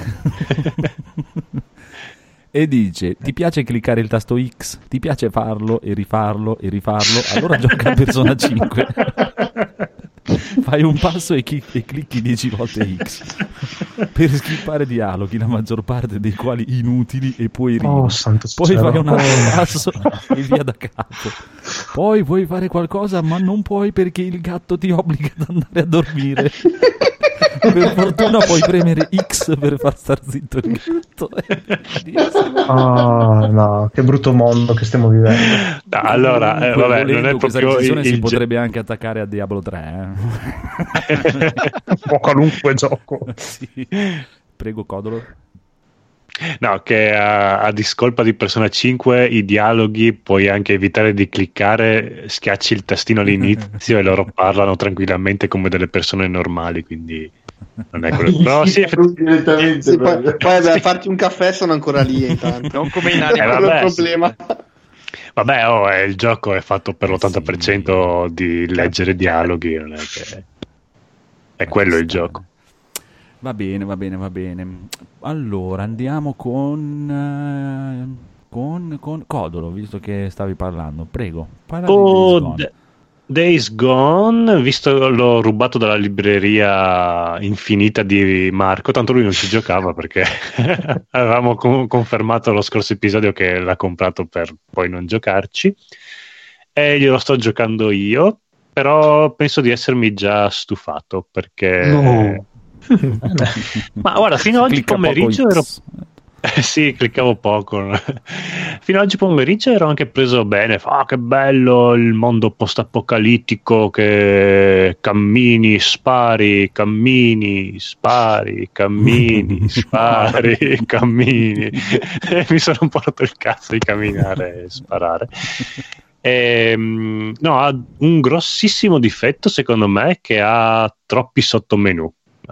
E dice: ti piace cliccare il tasto X? Ti piace farlo e rifarlo e rifarlo? Allora gioca a Persona 5. Fai un passo e clicchi 10 volte X per skippare dialoghi, la maggior parte dei quali inutili, e poi poi fai un altro passo e via da capo. Poi vuoi fare qualcosa ma non puoi perché il gatto ti obbliga ad andare a dormire. Per fortuna puoi premere X per far star zitto il gatto. No, che brutto mondo che stiamo vivendo. No, allora, vabbè, non è questa proprio recensione si potrebbe anche attaccare a Diablo 3. O qualunque gioco. Sì. Prego, Codolo. No, che a discolpa di Persona 5 i dialoghi puoi anche evitare di cliccare, schiacci il tastino all'inizio e loro parlano tranquillamente come delle persone normali, quindi non è quello. Però sì, poi a farti un caffè sono ancora lì intanto. Non come in È quello il problema. Vabbè, il gioco è fatto per l'80% di leggere dialoghi, non è che è quello il gioco. Va bene. Allora andiamo con Codolo, visto che stavi parlando. Prego, parla di Days Gone, visto l'ho rubato dalla libreria infinita di Marco, tanto lui non ci giocava perché avevamo confermato lo scorso episodio che l'ha comprato per poi non giocarci, e glielo sto giocando io, però penso di essermi già stufato perché... No. Ma guarda, fino ad oggi pomeriggio ero... sì, cliccavo poco. Fino ad oggi pomeriggio ero anche preso bene. Che bello il mondo post-apocalittico, che cammini, spari, cammini, spari, cammini, spari, cammini. E mi sono un po' rotto il cazzo di camminare e sparare. No, ha un grossissimo difetto secondo me, che ha troppi sottomenu.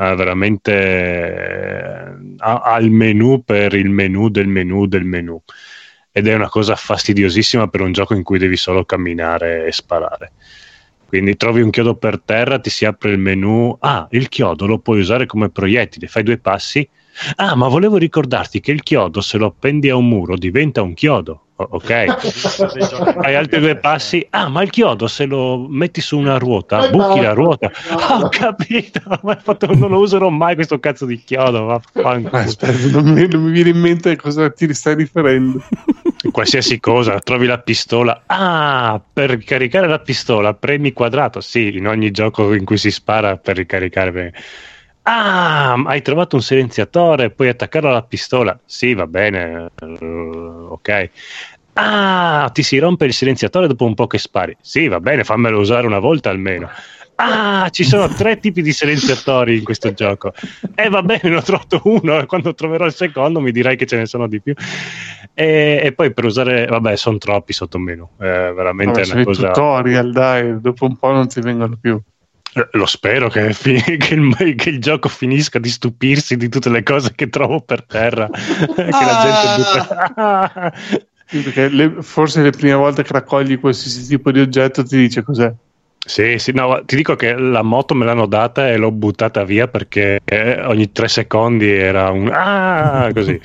Veramente ha il menu per il menu del menu del menu, ed è una cosa fastidiosissima per un gioco in cui devi solo camminare e sparare. Quindi trovi un chiodo per terra, ti si apre il menu, il chiodo lo puoi usare come proiettile, fai 2 passi, ma volevo ricordarti che il chiodo, se lo appendi a un muro, diventa un chiodo. Ok, fai altri 2 passi, ma il chiodo, se lo metti su una ruota, buchi la ruota. Ho capito, ma non lo userò mai questo cazzo di chiodo. Aspetta, non mi viene in mente a cosa ti stai riferendo. Qualsiasi cosa, trovi la pistola, per ricaricare la pistola premi quadrato. Sì, in ogni gioco in cui si spara, per ricaricare. Hai trovato un silenziatore, puoi attaccarlo alla pistola. Sì, va bene, ok. Ti si rompe il silenziatore dopo un po' che spari. Sì, va bene, fammelo usare una volta almeno. Ci sono 3 tipi di silenziatori in questo gioco. Va bene, ne ho trovato uno, quando troverò il secondo mi dirai che ce ne sono di più. E poi per usare, vabbè, sono troppi sottomenu, veramente è una cosa... tutorial, dai, dopo un po' non ti vengono più. Lo spero che il gioco finisca di stupirsi di tutte le cose che trovo per terra, che la gente butta. Perché forse le prime volte che raccogli qualsiasi tipo di oggetto ti dice cos'è. Sì, no, ti dico che la moto me l'hanno data e l'ho buttata via perché ogni 3 secondi era un così.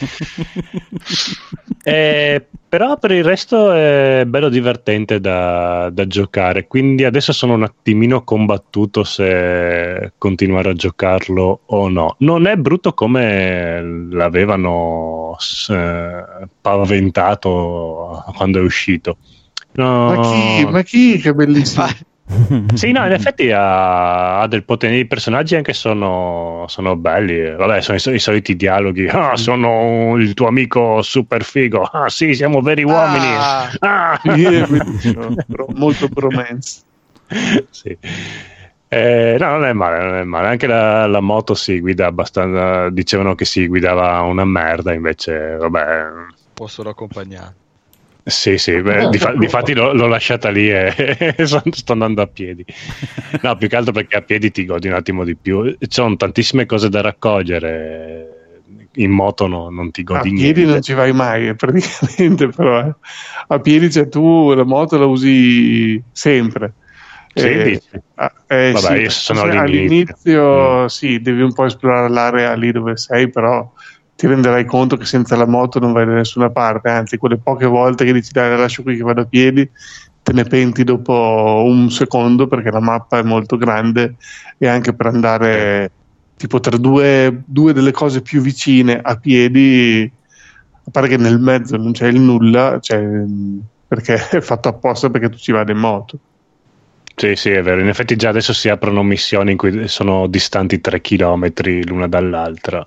Però per il resto è bello divertente da giocare, quindi adesso sono un attimino combattuto se continuare a giocarlo o no. Non è brutto come l'avevano paventato quando è uscito. No. Ma chi? Che bellissimo. Sì, no, in effetti ha del potere. I personaggi anche sono belli. Vabbè, sono i soliti dialoghi. Sono il tuo amico super figo. Sì, siamo veri uomini. Molto bromance. Sì. No, non è male. Anche la moto si guida abbastanza. Dicevano che si guidava una merda, invece, vabbè. Possono accompagnare. Sì, difatti l'ho lasciata lì e sto andando a piedi. No, più che altro perché a piedi ti godi un attimo di più. Ci sono tantissime cose da raccogliere. In moto non ti godi niente. A piedi non ci vai mai, praticamente, però. A piedi, cioè, tu la moto la usi sempre. Sì, vabbè, sì, io sono all'inizio. Sì, devi un po' esplorare l'area lì dove sei, però ti renderai conto che senza la moto non vai da nessuna parte, anzi quelle poche volte che dici dai, la lascio qui che vado a piedi, te ne penti dopo un secondo perché la mappa è molto grande e anche per andare tipo tra due delle cose più vicine a piedi, a parte che nel mezzo non c'è il nulla, perché è fatto apposta perché tu ci vada in moto. Sì, è vero, in effetti già adesso si aprono missioni in cui sono distanti 3 chilometri l'una dall'altra.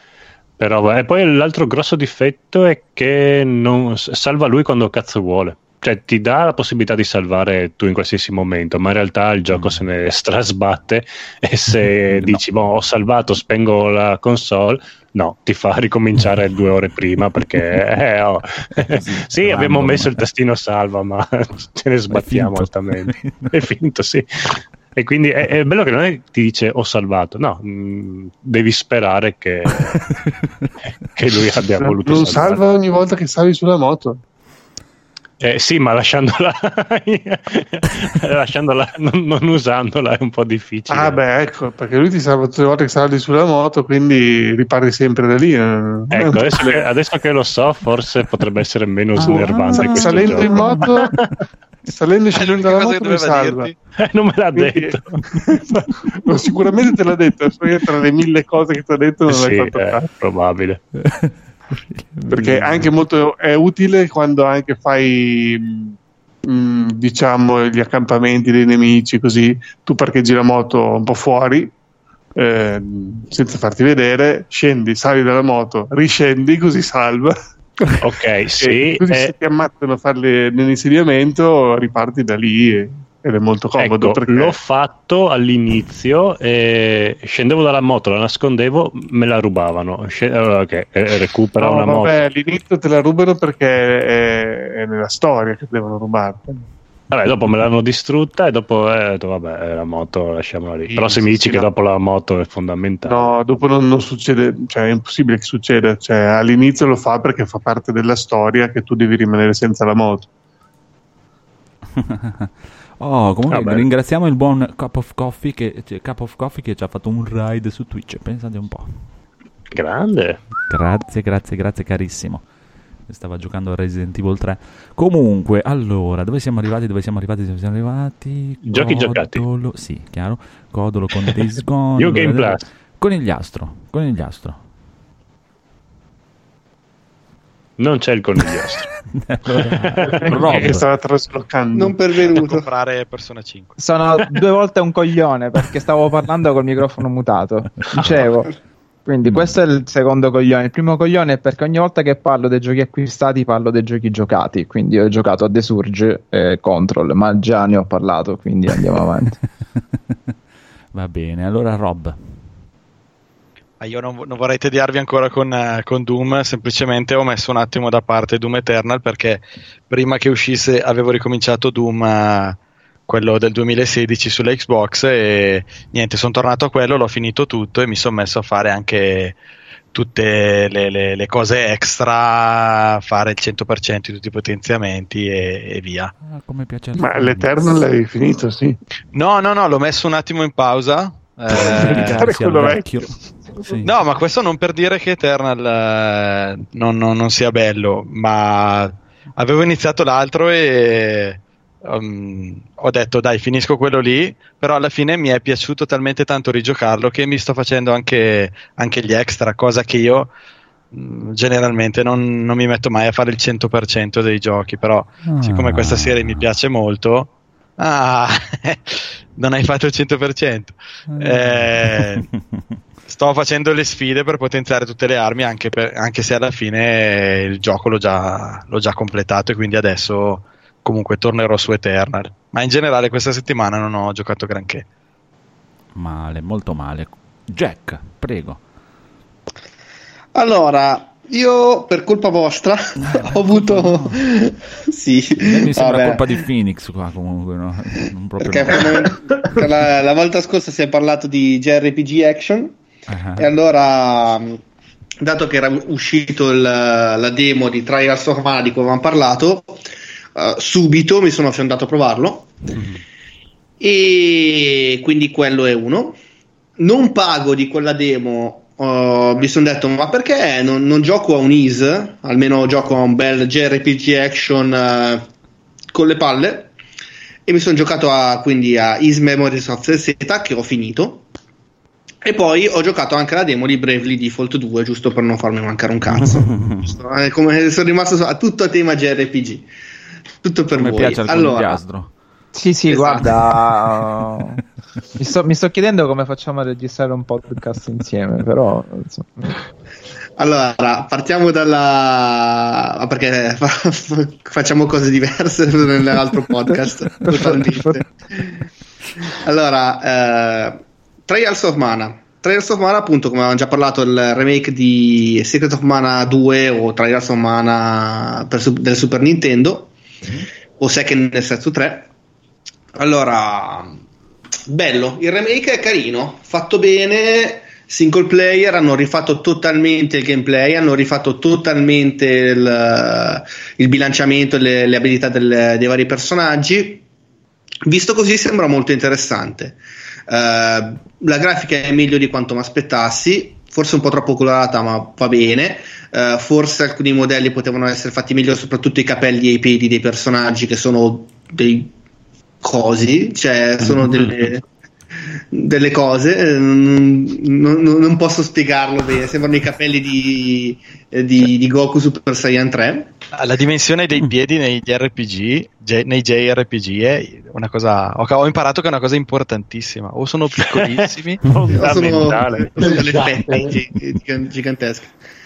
Però poi l'altro grosso difetto è che non salva lui quando cazzo vuole. cioè ti dà la possibilità di salvare tu in qualsiasi momento, ma in realtà il gioco se ne strasbatte, e se dici ho salvato, spengo la console, no, ti fa ricominciare 2 ore prima, perché sì, abbiamo messo il tastino salva, ma ce ne sbattiamo altamente. È finto, sì. E quindi è bello che non è che ti dice ho salvato, no, devi sperare che lui abbia voluto non salvare. salva ogni volta che sali sulla moto. Sì, ma lasciandola non usandola è un po' difficile. Ah beh, ecco, perché lui ti salva tutte le volte che sali sulla moto, quindi ripari sempre da lì. Ecco, adesso che lo so, forse potrebbe essere meno snervante questo salendo gioco. in moto, salendo e scendendo dalla moto mi salva. Non me l'ha detto. No, sicuramente te l'ha detto, tra le 1000 cose che ti ha detto non l'hai fatto è fare. probabile. Perché anche molto è utile quando anche fai diciamo gli accampamenti dei nemici, così tu parcheggi la moto un po' fuori senza farti vedere, scendi, sali dalla moto, riscendi, così salva. Ok, sì. Così se ti ammazzano a farle nell'insediamento riparti da lì ed è molto comodo. Ecco, perché l'ho fatto all'inizio, scendevo dalla moto, la nascondevo, me la rubavano. Recupera una moto. All'inizio te la rubano perché è nella storia che devono rubarti. Vabbè, dopo me l'hanno distrutta e dopo ho detto vabbè, la moto lasciamola lì. Però se mi dici che dopo la moto è fondamentale. No, dopo non succede, cioè è impossibile che succeda, cioè all'inizio lo fa perché fa parte della storia che tu devi rimanere senza la moto. Comunque ringraziamo il buon Cup of Coffee che ci ha fatto un ride su Twitch, pensate un po'. Grande. Grazie carissimo. Stava giocando a Resident Evil 3. Comunque, allora, dove siamo arrivati? Giochi giocati. Sì, chiaro. Codolo con Days Gone. New Game Plus. Conigliastro. Non c'è il conigliastro. Che stava traslocando. Non pervenuto. Comprare Persona 5. Sono 2 volte un coglione perché stavo parlando col microfono mutato. Dicevo. Quindi questo è il secondo coglione. Il primo coglione è perché ogni volta che parlo dei giochi acquistati parlo dei giochi giocati. Quindi ho giocato a The Surge e Control, ma già ne ho parlato, quindi andiamo avanti. Va bene, allora Rob. Io non vorrei tediarvi ancora con Doom, semplicemente ho messo un attimo da parte Doom Eternal perché prima che uscisse avevo ricominciato Doom, quello del 2016 sulla Xbox, e niente, sono tornato a quello, l'ho finito tutto e mi sono messo a fare anche tutte le cose extra, fare il 100% di tutti i potenziamenti e via. Come piace. Ma l'Eternal l'hai finito, sì? No, l'ho messo un attimo in pausa. Quello vecchio. Sì. No, ma questo non per dire che Eternal non sia bello, ma avevo iniziato l'altro e ho detto dai, finisco quello lì, però alla fine mi è piaciuto talmente tanto rigiocarlo che mi sto facendo anche gli extra, cosa che io generalmente non mi metto mai a fare il 100% dei giochi, però siccome questa serie mi piace molto, non hai fatto il 100%. Sto facendo le sfide per potenziare tutte le armi, anche se alla fine il gioco l'ho già completato, e quindi adesso comunque tornerò su Eternal. Ma in generale questa settimana non ho giocato granché. Male, molto male. Jack, prego. Allora, io per colpa vostra ho avuto sì, mi sembra colpa di Phoenix qua comunque, no? Non proprio perché la volta scorsa si è parlato di JRPG Action, e allora, dato che era uscito la demo di Trials of Mana di cui avevamo parlato, subito mi sono andato a provarlo, e quindi quello è uno. Non pago di quella demo. Mi sono detto, ma perché non gioco a un Is, almeno gioco a un bel JRPG action con le palle, e mi sono giocato quindi a Is Memories of Zeta, che ho finito, e poi ho giocato anche la demo di Bravely Default 2, giusto per non farmi mancare un cazzo. Come sono rimasto a tutto a tema JRPG, tutto per voi. Mi piace il conigliastro. Sì, Esatto. guarda, mi sto chiedendo come facciamo a registrare un podcast insieme, però insomma. Allora, partiamo dalla... perché facciamo cose diverse nell'altro podcast. Totalmente. Allora, Trials of Mana. Trials of Mana, appunto, come avevamo già parlato, il remake di Secret of Mana 2 o Trials of Mana del Super Nintendo, o Second Setsu 3. Allora, bello, il remake è carino, fatto bene, single player, hanno rifatto totalmente il gameplay, hanno rifatto totalmente il bilanciamento e le abilità dei vari personaggi. Visto così sembra molto interessante. La grafica è meglio di quanto mi aspettassi, forse un po' troppo colorata, ma va bene. Forse alcuni modelli potevano essere fatti meglio, soprattutto i capelli e i piedi dei personaggi, che sono dei cosi, cioè sono delle cose, non posso spiegarlo bene, sembrano i capelli di Goku Super Saiyan 3. La dimensione dei piedi negli RPG, nei JRPG è una cosa, ho imparato che è una cosa importantissima, o sono piccolissimi o sono delle fette gigantesche,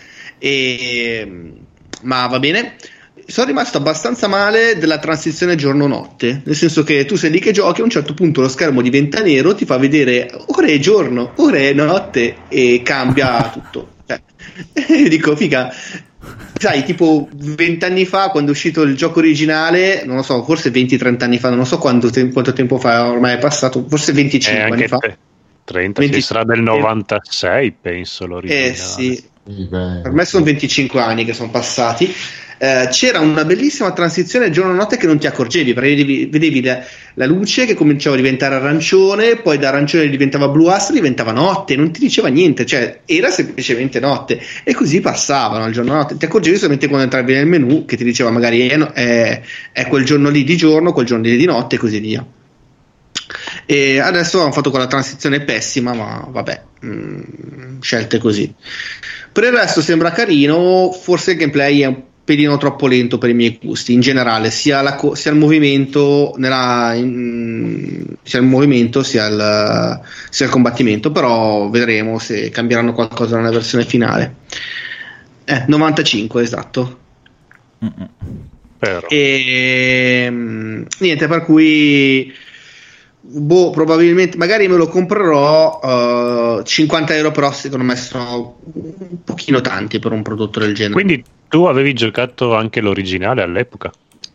ma va bene. Sono rimasto abbastanza male della transizione giorno-notte, nel senso che tu sei lì che giochi, a un certo punto lo schermo diventa nero, ti fa vedere ora è giorno, ora è notte e cambia tutto. Io dico, figa, sai, tipo 20 anni fa, quando è uscito il gioco originale, non lo so, forse 20-30 anni fa, non so quanto tempo fa ormai è passato, forse 25 anni fa. 30, ci sarà del 96, penso, l'originale. Sì. Per me sono 25 anni che sono passati. C'era una bellissima transizione giorno-notte che non ti accorgevi, perché vedevi la luce che cominciava a diventare arancione, poi da arancione diventava bluastro, diventava notte, non ti diceva niente, cioè era semplicemente notte, e così passavano il giorno-notte. Ti accorgevi solamente quando entravi nel menu, che ti diceva magari è quel giorno lì di giorno, quel giorno lì di notte, e così via. E adesso hanno fatto quella transizione pessima, ma vabbè, scelte così. Per il resto sembra carino, forse il gameplay è un pelino troppo lento per i miei gusti in generale, sia il movimento sia il combattimento, però vedremo se cambieranno qualcosa nella versione finale. 95 esatto. E niente, per cui probabilmente magari me lo comprerò. 50 euro, però secondo me sono un pochino tanti per un prodotto del genere. Quindi tu avevi giocato anche l'originale all'epoca?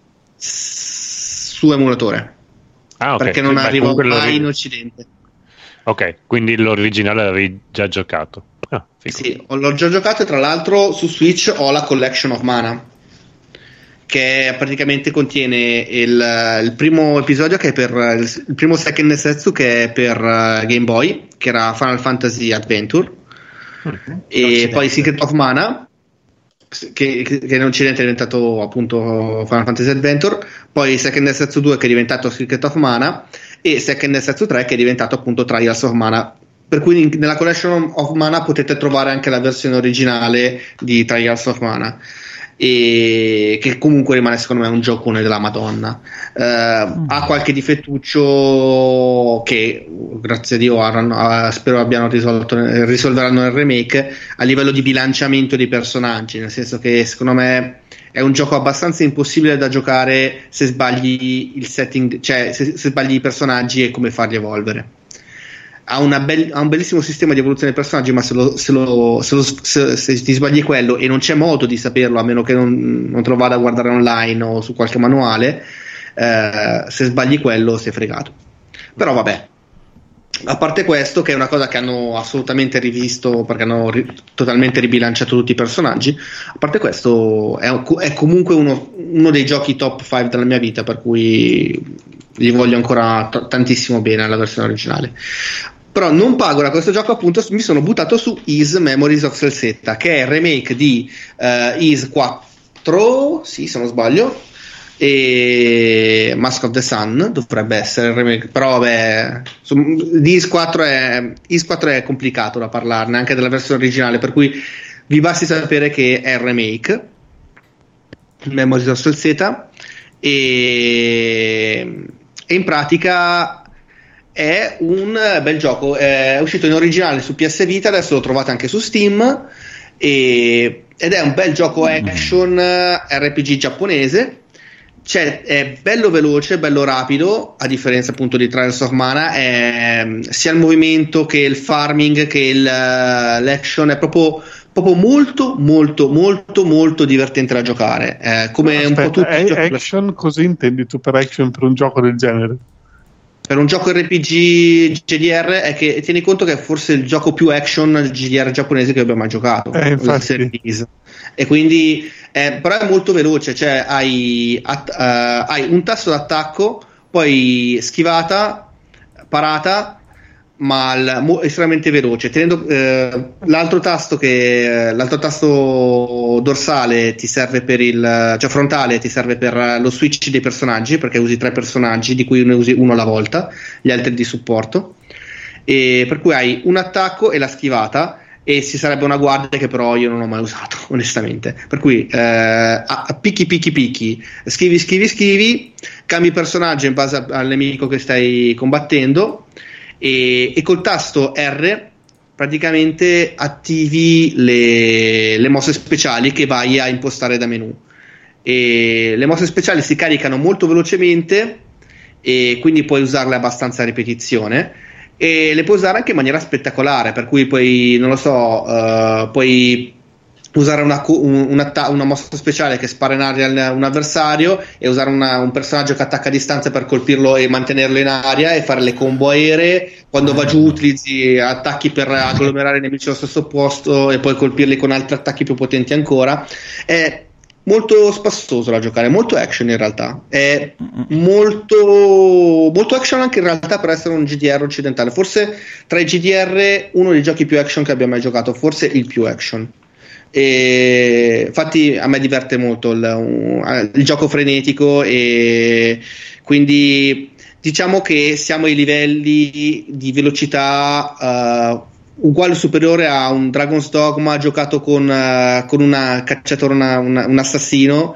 Su emulatore. Okay. Perché non arrivo mai in Occidente. Ok, quindi l'originale l'avevi già giocato. Sì, l'ho già giocato, e tra l'altro su Switch ho la Collection of Mana, che praticamente contiene il primo episodio, che è per il primo Second Setsu, che è per Game Boy, che era Final Fantasy Adventure, e poi Secret of Mana, che in Occidente è diventato appunto Final Fantasy Adventure, poi Second Setsu 2 che è diventato Secret of Mana, e Second Setsu 3 che è diventato appunto Trials of Mana. Per cui nella Collection of Mana potete trovare anche la versione originale di Trials of Mana, e che comunque rimane secondo me un giocone della Madonna. Ha qualche difettuccio che grazie a Dio spero risolveranno nel remake, a livello di bilanciamento dei personaggi, nel senso che secondo me è un gioco abbastanza impossibile da giocare se sbagli il setting, cioè se sbagli i personaggi e come farli evolvere. Ha un bellissimo sistema di evoluzione dei personaggi, ma se ti sbagli quello, e non c'è modo di saperlo a meno che non te lo vada a guardare online o su qualche manuale, se sbagli quello sei fregato. Però vabbè, a parte questo, che è una cosa che hanno assolutamente rivisto, perché hanno totalmente ribilanciato tutti i personaggi, a parte questo è comunque uno dei giochi top 5 della mia vita, per cui gli voglio ancora tantissimo bene alla versione originale. Però non pago da questo gioco, appunto mi sono buttato su Ys Memories of Celceta, che è il remake di Ys 4, sì, se non sbaglio, e Mask of the Sun dovrebbe essere il remake, però vabbè, di Ys 4 è complicato da parlarne anche della versione originale, per cui vi basti sapere che è il remake Memories of Celceta, e E in pratica è un bel gioco, è uscito in originale su PS Vita, adesso lo trovate anche su Steam, ed è un bel gioco action RPG giapponese. Cioè, è bello veloce, bello rapido, a differenza appunto di Trials of Mana, sia il movimento che il farming che l'action è proprio molto molto molto molto divertente da giocare, come un po' tutti i giochi action. Cosa intendi tu per action per un gioco del genere? Per un gioco RPG GDR è che tieni conto che è forse il gioco più action GDR giapponese che abbia mai giocato, e quindi però è molto veloce, cioè hai un tasto d'attacco, poi schivata, parata, ma estremamente veloce, tenendo l'altro tasto dorsale ti serve cioè frontale ti serve per lo switch dei personaggi, perché usi 3 personaggi di cui ne usi uno alla volta, gli altri di supporto, e per cui hai un attacco e la schivata, e ci sarebbe una guardia che però io non ho mai usato onestamente, per cui picchi, schivi, cambi personaggio in base al nemico che stai combattendo, e col tasto R praticamente attivi le mosse speciali che vai a impostare da menu, e le mosse speciali si caricano molto velocemente e quindi puoi usarle abbastanza a ripetizione, e le puoi usare anche in maniera spettacolare, per cui puoi, non lo so, puoi usare una mossa speciale che spara in aria un avversario, e usare un personaggio che attacca a distanza per colpirlo e mantenerlo in aria, e fare le combo aeree. Quando va giù utilizzi attacchi per agglomerare i nemici allo stesso posto e poi colpirli con altri attacchi più potenti ancora. È molto spassoso da giocare, molto action in realtà, è molto action anche in realtà per essere un GDR occidentale, forse tra i GDR uno dei giochi più action che abbia mai giocato, forse il più action. E infatti a me diverte molto il gioco frenetico, e quindi diciamo che siamo ai livelli di velocità uguale o superiore a un Dragon's Dogma giocato con una cacciatore, un assassino,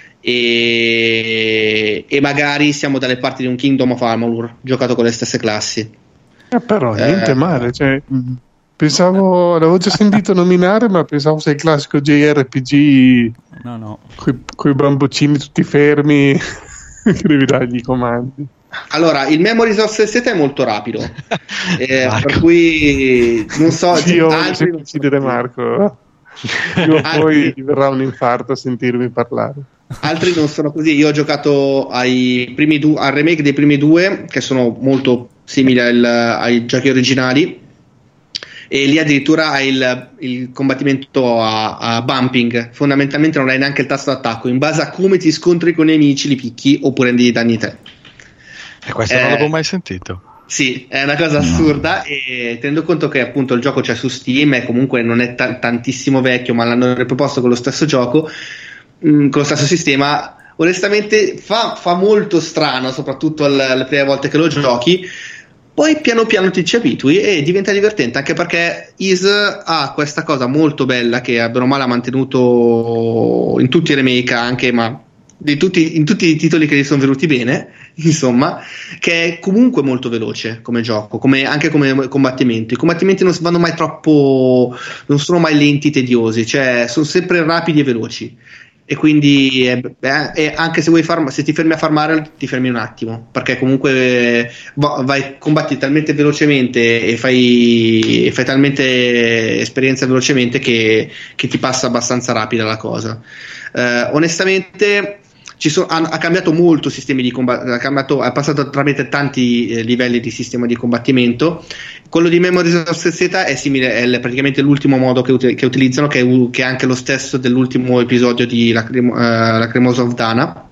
e magari siamo dalle parti di un Kingdom of Amalur giocato con le stesse classi. Però niente male, cioè, pensavo, l'avevo già sentito nominare, ma pensavo sia il classico JRPG coi bambuccini tutti fermi che devi dargli i comandi. Allora, il Memories of Celsieta è molto rapido, per cui non so, altri non dire Marco, poi verrà un infarto a sentirmi parlare. Altri non sono così. Io ho giocato al remake dei primi 2, che sono molto simili ai giochi originali, e lì addirittura hai il combattimento a bumping, fondamentalmente non hai neanche il tasto d'attacco, in base a come ti scontri con i nemici li picchi oppure rendi danni te. E questo non l'avevo mai sentito. Sì, è una cosa assurda, e tenendo conto che appunto il gioco c'è su Steam e comunque non è tantissimo vecchio, ma l'hanno riproposto con lo stesso gioco, con lo stesso sistema, onestamente fa molto strano, soprattutto le prime volte che lo giochi. Poi piano piano ti ci abitui e diventa divertente, anche perché Ys ha questa cosa molto bella che bene o male ha mantenuto in tutti i remake anche, ma in tutti i titoli che gli sono venuti bene, insomma, che è comunque molto veloce come gioco, anche come combattimenti. I combattimenti non vanno mai troppo, non sono mai lenti, tediosi, cioè sono sempre rapidi e veloci. E quindi anche se ti fermi a farmare, ti fermi un attimo, perché comunque combatti talmente velocemente e fai talmente esperienza velocemente che ti passa abbastanza rapida la cosa. Onestamente ha cambiato molto i sistemi di combattimento, è passato tramite tanti livelli di sistema di combattimento. Quello di Memories of Celsieta è simile, è praticamente l'ultimo modo che utilizzano, che è anche lo stesso dell'ultimo episodio di Lacrimosa of Dana.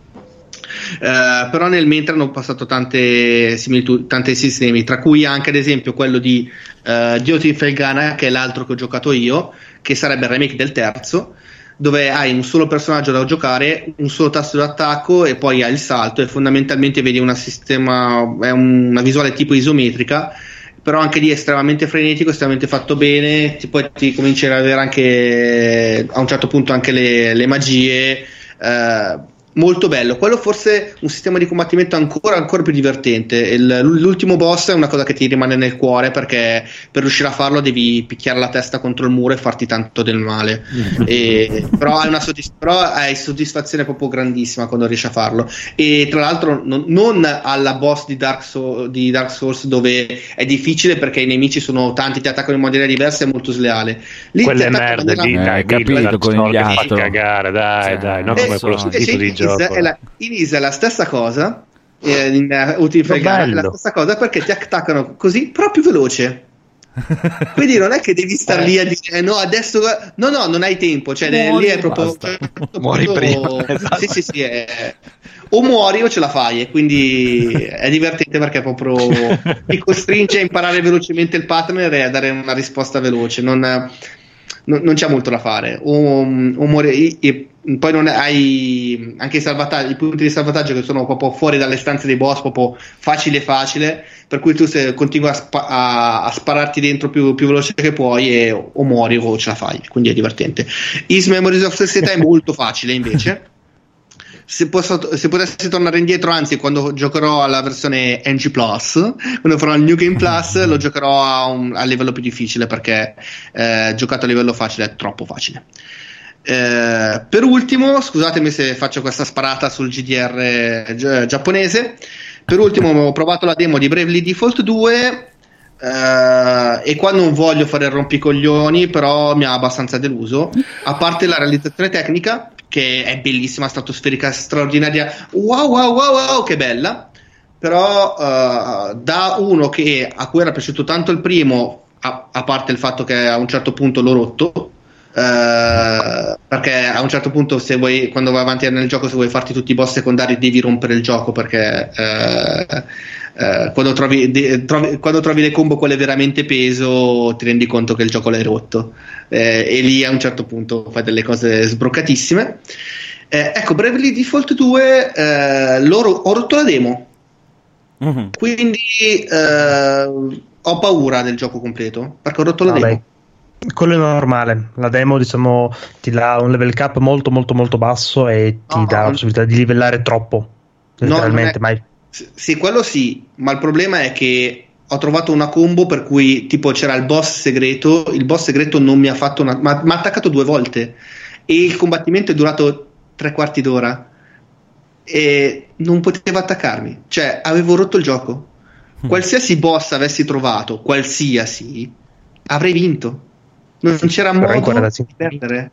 Però nel mentre hanno passato tante similitudini, tanti sistemi, tra cui anche ad esempio quello di Jyotin Felgana, che è l'altro che ho giocato io, che sarebbe il remake del terzo, dove hai un solo personaggio da giocare, un solo tasto d'attacco e poi hai il salto, e fondamentalmente vedi è una visuale tipo isometrica, però anche lì estremamente frenetico, estremamente fatto bene. Poi ti cominci ad avere anche a un certo punto anche le magie, molto bello. Quello forse un sistema di combattimento ancora più divertente. L'ultimo boss è una cosa che ti rimane nel cuore, perché per riuscire a farlo devi picchiare la testa contro il muro e farti tanto del male. Però hai soddisfazione proprio grandissima quando riesci a farlo. E tra l'altro non alla boss di Dark Souls, dove è difficile perché i nemici sono tanti, ti attaccano in maniera diversa, è molto sleale. Lì quelle merde lì, hai capito, con gli altri cagare, dai, non come quello schifo di gioco. In Is è la stessa cosa, in Ultimate Guard è la stessa cosa, perché ti attaccano così proprio veloce. Quindi non è che devi star lì a dire no, adesso no, non hai tempo, cioè lì è proprio muori prima. Esatto. Sì, o muori o ce la fai, e quindi è divertente perché proprio ti costringe a imparare velocemente il pattern e a dare una risposta veloce. Non c'è molto da fare, o muori, e poi non hai anche i punti di salvataggio che sono proprio fuori dalle stanze dei boss, proprio facile, per cui tu continui a spararti dentro più veloce che puoi, e o muori o ce la fai, quindi è divertente. Is Memories of Celestia è molto facile invece. Se potessi tornare indietro, anzi, quando giocherò alla versione NG Plus, quando farò il New Game Plus, lo giocherò a livello più difficile, perché giocato a livello facile è troppo facile. Per ultimo, scusatemi se faccio questa sparata sul GDR giapponese. Per ultimo, ho provato la demo di Bravely Default 2. E qua non voglio fare il rompicoglioni, però mi ha abbastanza deluso, a parte la realizzazione tecnica, che è bellissima, stratosferica, straordinaria, wow, che bella. Però da uno a cui era piaciuto tanto il primo, a parte il fatto che a un certo punto l'ho rotto, perché a un certo punto, quando vai avanti nel gioco, se vuoi farti tutti i boss secondari devi rompere il gioco, perché quando trovi le combo quelle veramente peso, ti rendi conto che il gioco l'hai rotto, e lì a un certo punto fai delle cose sbroccatissime. Ecco, Bravely Default 2 ho rotto la demo, quindi ho paura del gioco completo, perché ho rotto la demo. Quello è normale, la demo, diciamo, ti dà un level cap molto molto molto basso e ti dà la possibilità di livellare troppo, letteralmente. Sì, quello sì, ma il problema è che ho trovato una combo per cui tipo c'era il boss segreto non mi ha fatto ma mi ha attaccato 2 volte, e il combattimento è durato 3/4 d'ora e non poteva attaccarmi, cioè avevo rotto il gioco. Qualsiasi boss avessi trovato, avrei vinto. Non c'era modo di perdere.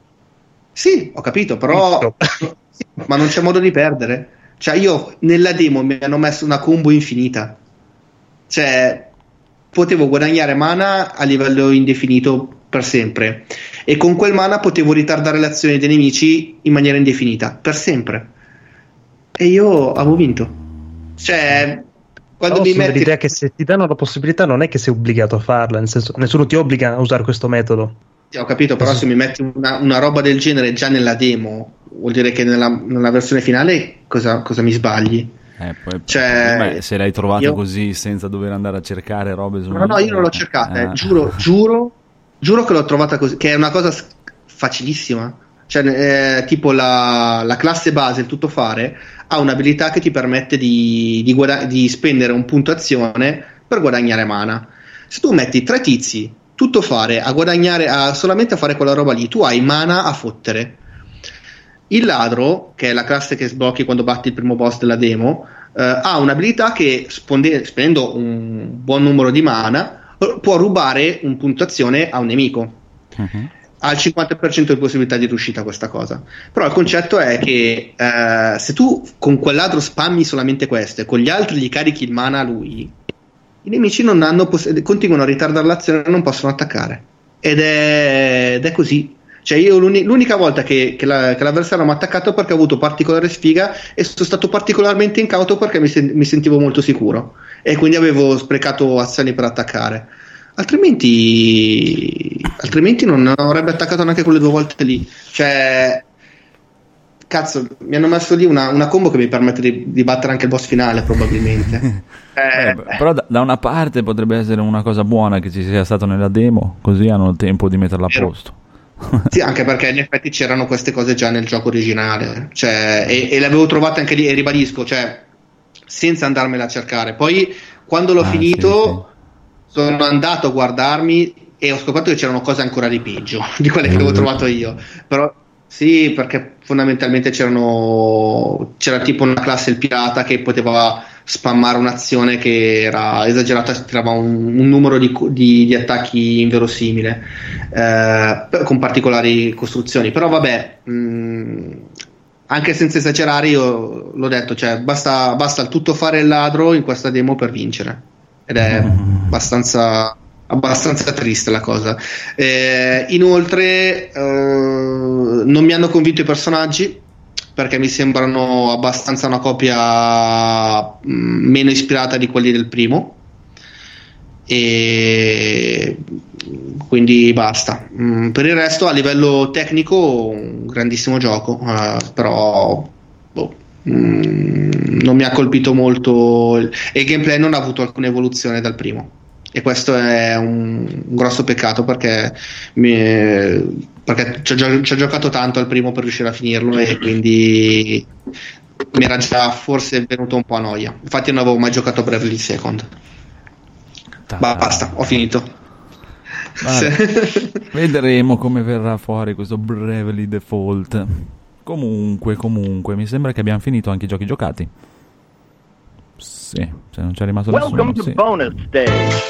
Sì, ho capito, però ma non c'è modo di perdere. Cioè, io nella demo mi hanno messo una combo infinita. Cioè, potevo guadagnare mana a livello indefinito per sempre, e con quel mana potevo ritardare le azioni dei nemici in maniera indefinita per sempre, e io avevo vinto. Cioè, quando mi metti l'idea che se ti danno la possibilità non è che sei obbligato a farla, nel senso, nessuno ti obbliga a usare questo metodo. Ho capito, però se mi metti una roba del genere già nella demo, vuol dire che nella versione finale cosa mi sbagli? Poi, se l'hai trovata così senza dover andare a cercare robe su... No, io non l'ho cercata, giuro che l'ho trovata così, che è una cosa facilissima. Cioè, tipo la classe base, il tuttofare, ha un'abilità che ti permette di spendere un punto azione per guadagnare mana. Se tu metti 3 tizi tuttofare a guadagnare, solamente a fare quella roba lì, tu hai mana a fottere. Il ladro, che è la classe che sblocchi quando batti il primo boss della demo, ha un'abilità che spendendo un buon numero di mana può rubare un punto azione a un nemico. Ha il 50% di possibilità di riuscita questa cosa. Però il concetto è che se tu con quel ladro spammi solamente questo e con gli altri gli carichi il mana a lui, i nemici non hanno continuano a ritardare l'azione e non possono attaccare, ed è così. Cioè, io l'unica volta che l'avversario mi ha attaccato perché ho avuto particolare sfiga e sono stato particolarmente incauto perché mi sentivo molto sicuro, e quindi avevo sprecato azioni per attaccare. Altrimenti non avrebbe attaccato neanche quelle 2 volte lì. Cioè, cazzo, mi hanno messo lì una combo che mi permette di battere anche il boss finale, probabilmente. Però da una parte potrebbe essere una cosa buona che ci sia stato nella demo, così hanno il tempo di metterla a posto. Sì, anche perché in effetti c'erano queste cose già nel gioco originale, cioè, e le avevo trovate anche lì, e ribadisco, cioè, senza andarmela a cercare. Poi quando l'ho finito sono andato a guardarmi e ho scoperto che c'erano cose ancora di peggio di quelle che avevo trovato io. Però sì, perché fondamentalmente c'era tipo una classe il pirata che poteva spammare un'azione che era esagerata, tirava un numero di attacchi inverosimile, con particolari costruzioni. Però vabbè, anche senza esagerare, io l'ho detto, cioè basta il tutto fare il ladro in questa demo per vincere, ed è abbastanza triste la cosa. Inoltre non mi hanno convinto i personaggi, perché mi sembrano abbastanza una copia meno ispirata di quelli del primo, e quindi basta. Per il resto, a livello tecnico, un grandissimo gioco, però non mi ha colpito molto, e il gameplay non ha avuto alcuna evoluzione dal primo, e questo è un grosso peccato, perché ci ho giocato tanto al primo per riuscire a finirlo, e quindi mi era già forse venuto un po' a noia. Infatti non avevo mai giocato a Bravely Second. Basta, ho finito. Vedremo come verrà fuori questo Bravely Default. Comunque, mi sembra che abbiamo finito anche i giochi giocati. Sì, se non c'è rimasto nessuno. Welcome to bonus stage.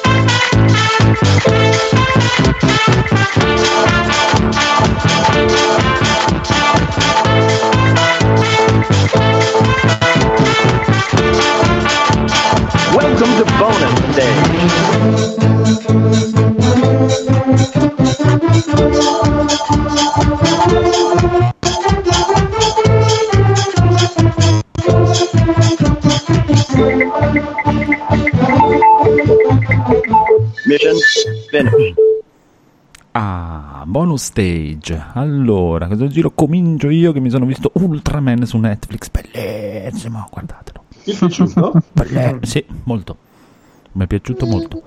Welcome to bonus stage. Mission finished. Bonus stage. Allora, questo giro comincio io, che mi sono visto Ultraman su Netflix. Bellissimo, guardatelo. Ti è piaciuto? Sì, molto. Mi è piaciuto molto.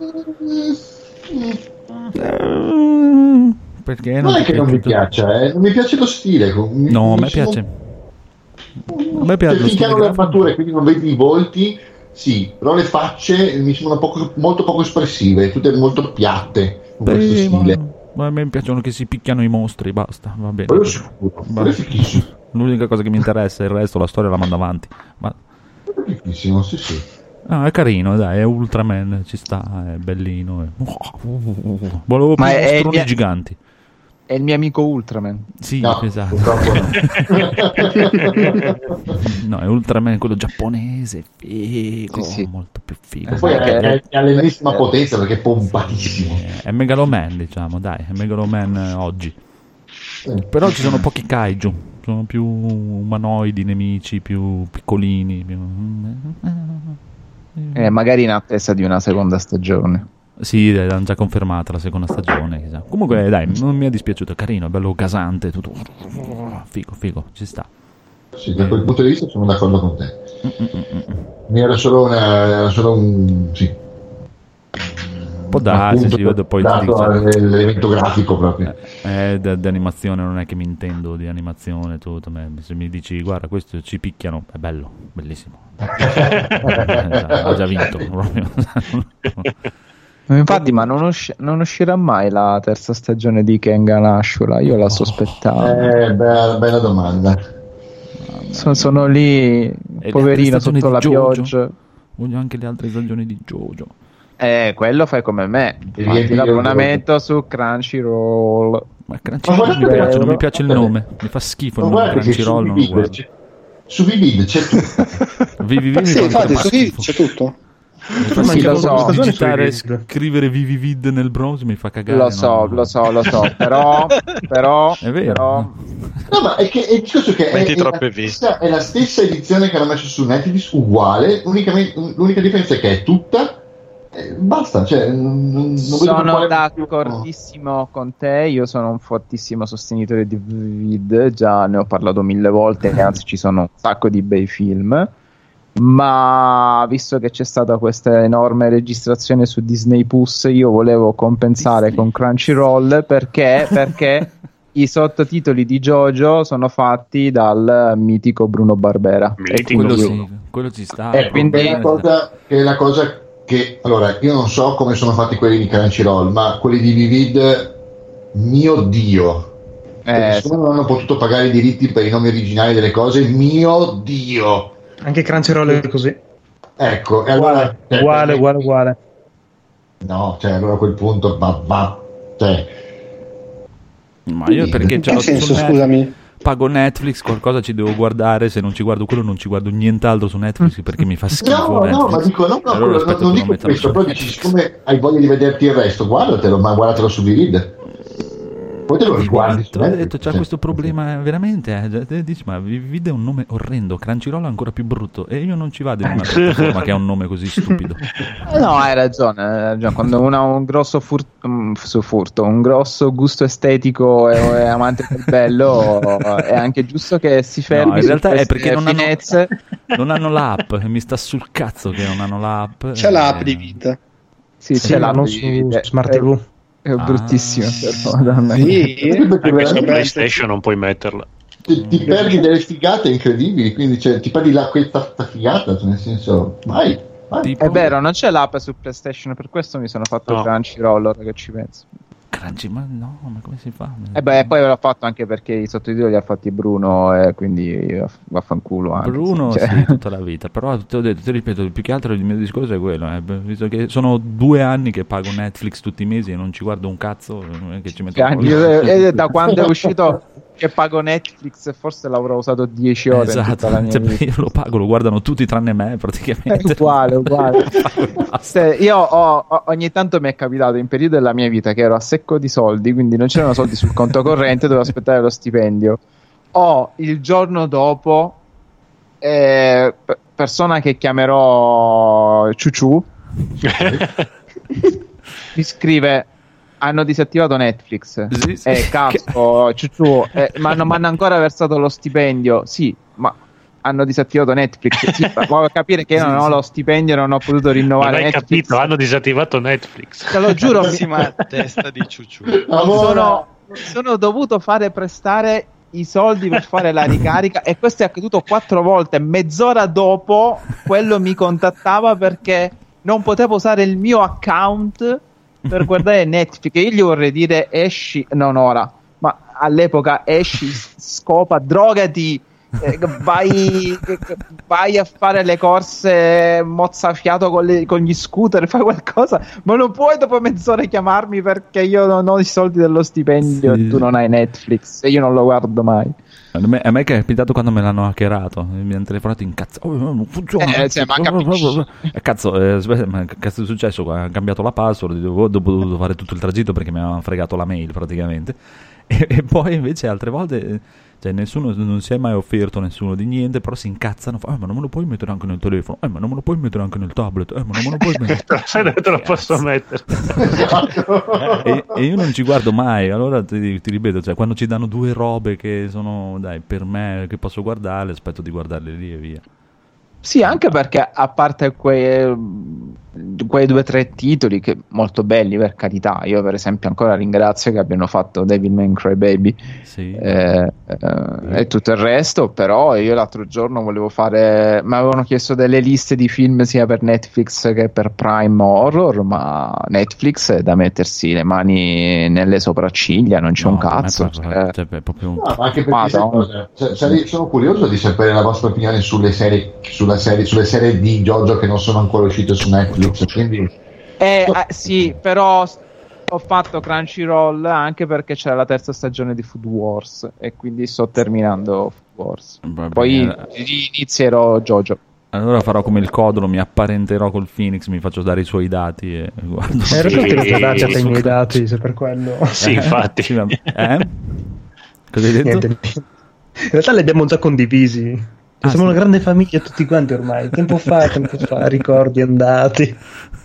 Perché non è che non mi piaccia, non mi piace lo stile. No, a me piace. A me piace. Finché hanno le armature, quindi non vedi i volti, sì, però le facce mi sembrano molto poco espressive, tutte molto piatte con questo stile. Ma a me piacciono che si picchiano i mostri, basta, va bene. L'unica cosa che mi interessa, il resto, la storia la mando avanti. Ma... Bellissimo, sì. È carino, dai, è Ultraman, ci sta, è bellino. Volevo più mostroni giganti. È il mio amico Ultraman. Sì, no, esatto. No, è Ultraman, quello giapponese, figo, sì. Molto più figo. E poi è all'ennesima potenza, perché è pompatissimo. È Megaloman, diciamo, dai, è Megaloman oggi. Però ci sono pochi kaiju, sono più umanoidi, nemici, più piccolini. Magari in attesa di una seconda stagione. Sì, l'hanno già confermata la seconda stagione, chissà. Comunque dai, non mi è dispiaciuto, è carino, è bello gasante, tutto figo, ci sta. Sì, da quel punto di vista sono d'accordo con te. Era solo un sì. Può darsi, sì, vedo poi l'evento grafico proprio. Di animazione non è che mi intendo di animazione tutto, se mi dici guarda questo ci picchiano, è bello, bellissimo. Ha già vinto proprio. Infatti, ma non uscirà mai la terza stagione di Kengan Ashura? Io la sospettavo. Bella domanda. Sono lì, poverino, sotto la pioggia. Voglio anche le altre stagioni di JoJo. Quello fai come me. Fai l'abbonamento su Crunchyroll. Ma Crunchyroll non mi piace il nome, mi fa schifo il nome Crunchyroll. Non lo guardo. Su Vivid c'è tutto. Sì, infatti su Vivid c'è tutto. Lo so, digitare, scrivere Vivid nel browser mi fa cagare. Lo so, però è vero. No, ma è che è la stessa edizione che hanno messo su Netflix, uguale. L'unica differenza è che è tutta. Basta, cioè, non sono d'accordissimo con te. Io sono un fortissimo sostenitore di Vivid, già ne ho parlato 1000 volte, anzi ci sono un sacco di bei film. Ma visto che c'è stata questa enorme registrazione su Disney Plus, io volevo compensare con Crunchyroll perché i sottotitoli di JoJo sono fatti dal mitico Bruno Barbera. Quello ci sta. Quindi è la cosa che allora io non so come sono fatti quelli di Crunchyroll, ma quelli di Vivid, mio Dio, non hanno potuto pagare i diritti per i nomi originali delle cose, mio Dio. Anche Crunchyroll è così. Ecco, e allora uguale. No, cioè allora a quel punto ma io perché che senso, scusami? Pago Netflix, qualcosa ci devo guardare, se non ci guardo quello non ci guardo nient'altro su Netflix perché mi fa schifo. No, ma dico allora non dico questo, però dici, siccome hai voglia di vederti il resto, guardatelo, ma guardatelo su Vivid. Poi te lo riguardi. Ho detto, c'ha questo problema veramente. Dici, ma Vivid è un nome orrendo, Crunchyroll è ancora più brutto e io non ci vado in una piattaforma che ha un nome così stupido. No, hai ragione. Quando uno ha un grosso un grosso gusto estetico e amante del bello, è anche giusto che si fermi. No, in realtà è perché non hanno l'app e mi sta sul cazzo che non hanno l'app. C'è l'app di Vivid. Sì, c'è l'hanno su Smart TV. È bruttissimo. Sì, anche su PlayStation non puoi metterla. Ti perdi delle figate incredibili, quindi ti perdi questa figata, nel senso, vai. È vero, non c'è l'app su PlayStation, per questo mi sono fatto il Crunchyroll, ora che ci penso. Ma come si fa? Poi l'ho fatto anche perché i sottotitoli li ha fatti Bruno e quindi vaffanculo anche. Bruno sì, tutta la vita, però ti ripeto, più che altro il mio discorso è quello, visto che sono 2 anni che pago Netflix tutti i mesi e non ci guardo un cazzo, che ci metto da quando è uscito che pago Netflix forse l'avrò usato 10 ore. Esatto, la mia vita. Io lo pago, lo guardano tutti tranne me praticamente. È uguale. Io ogni tanto mi è capitato in periodi della mia vita che ero a secco di soldi, quindi non c'erano soldi sul conto corrente, dovevo aspettare lo stipendio. Il giorno dopo persona che chiamerò Ciuciù mi scrive: hanno disattivato Netflix. Sì. Cazzo, Ciuciù, ma non mi hanno ancora versato lo stipendio. Sì, ma hanno disattivato Netflix. Sì, vuoi capire che io non ho lo stipendio e non ho potuto rinnovare non hai Netflix. Capito, hanno disattivato Netflix. Te lo giuro, testa di Ciuciù. Sono dovuto fare prestare i soldi per fare la ricarica e questo è accaduto 4 volte. Mezz'ora dopo quello mi contattava perché non potevo usare il mio account per guardare Netflix. Io gli vorrei dire: esci, non ora, ma all'epoca esci, scopa, drogati, vai a fare le corse mozzafiato con gli scooter, fai qualcosa, ma non puoi dopo mezz'ora chiamarmi perché io non ho i soldi dello stipendio e tu non hai Netflix e io non lo guardo mai. A me è capitato quando me l'hanno hackerato, mi hanno telefonato in cazzo, non funziona. Cazzo, ma cazzo è successo? Ha cambiato la password, ho dovuto fare tutto il tragitto perché mi avevano fregato la mail praticamente. E poi invece altre volte, cioè nessuno, non si è mai offerto nessuno di niente, però si incazzano, ma non me lo puoi mettere anche nel telefono, ma non me lo puoi mettere anche nel tablet, ma non me lo puoi mettere. Sai dove te lo posso mettere? e io non ci guardo mai, allora ti ripeto, cioè quando ci danno 2 robe che sono, dai, per me, che posso guardarle, aspetto di guardarle lì e via. Sì, anche perché a parte quei 2 o 3 titoli che molto belli, per carità, io per esempio ancora ringrazio che abbiano fatto Devilman Crybaby, sì. E tutto il resto, però io l'altro giorno volevo fare, mi avevano chiesto delle liste di film sia per Netflix che per Prime Horror, ma Netflix è da mettersi le mani nelle sopracciglia, non c'è un cazzo, proprio anche perché sono curioso di sapere la vostra opinione sulle serie di JoJo che non sono ancora uscite su Netflix, quindi sì, però ho fatto Crunchyroll anche perché c'era la 3ª stagione di Food Wars e quindi sto terminando Food Wars. Poi inizierò JoJo. Allora farò come il Codolo, mi apparenterò col Phoenix, mi faccio dare i suoi dati e guardo. In realtà ti ho dato i miei dati, se per quello. Sì, infatti. Cosa hai detto? Niente. In realtà li abbiamo già condivisi. Siamo una grande famiglia tutti quanti ormai. Tempo fa, ricordi andati.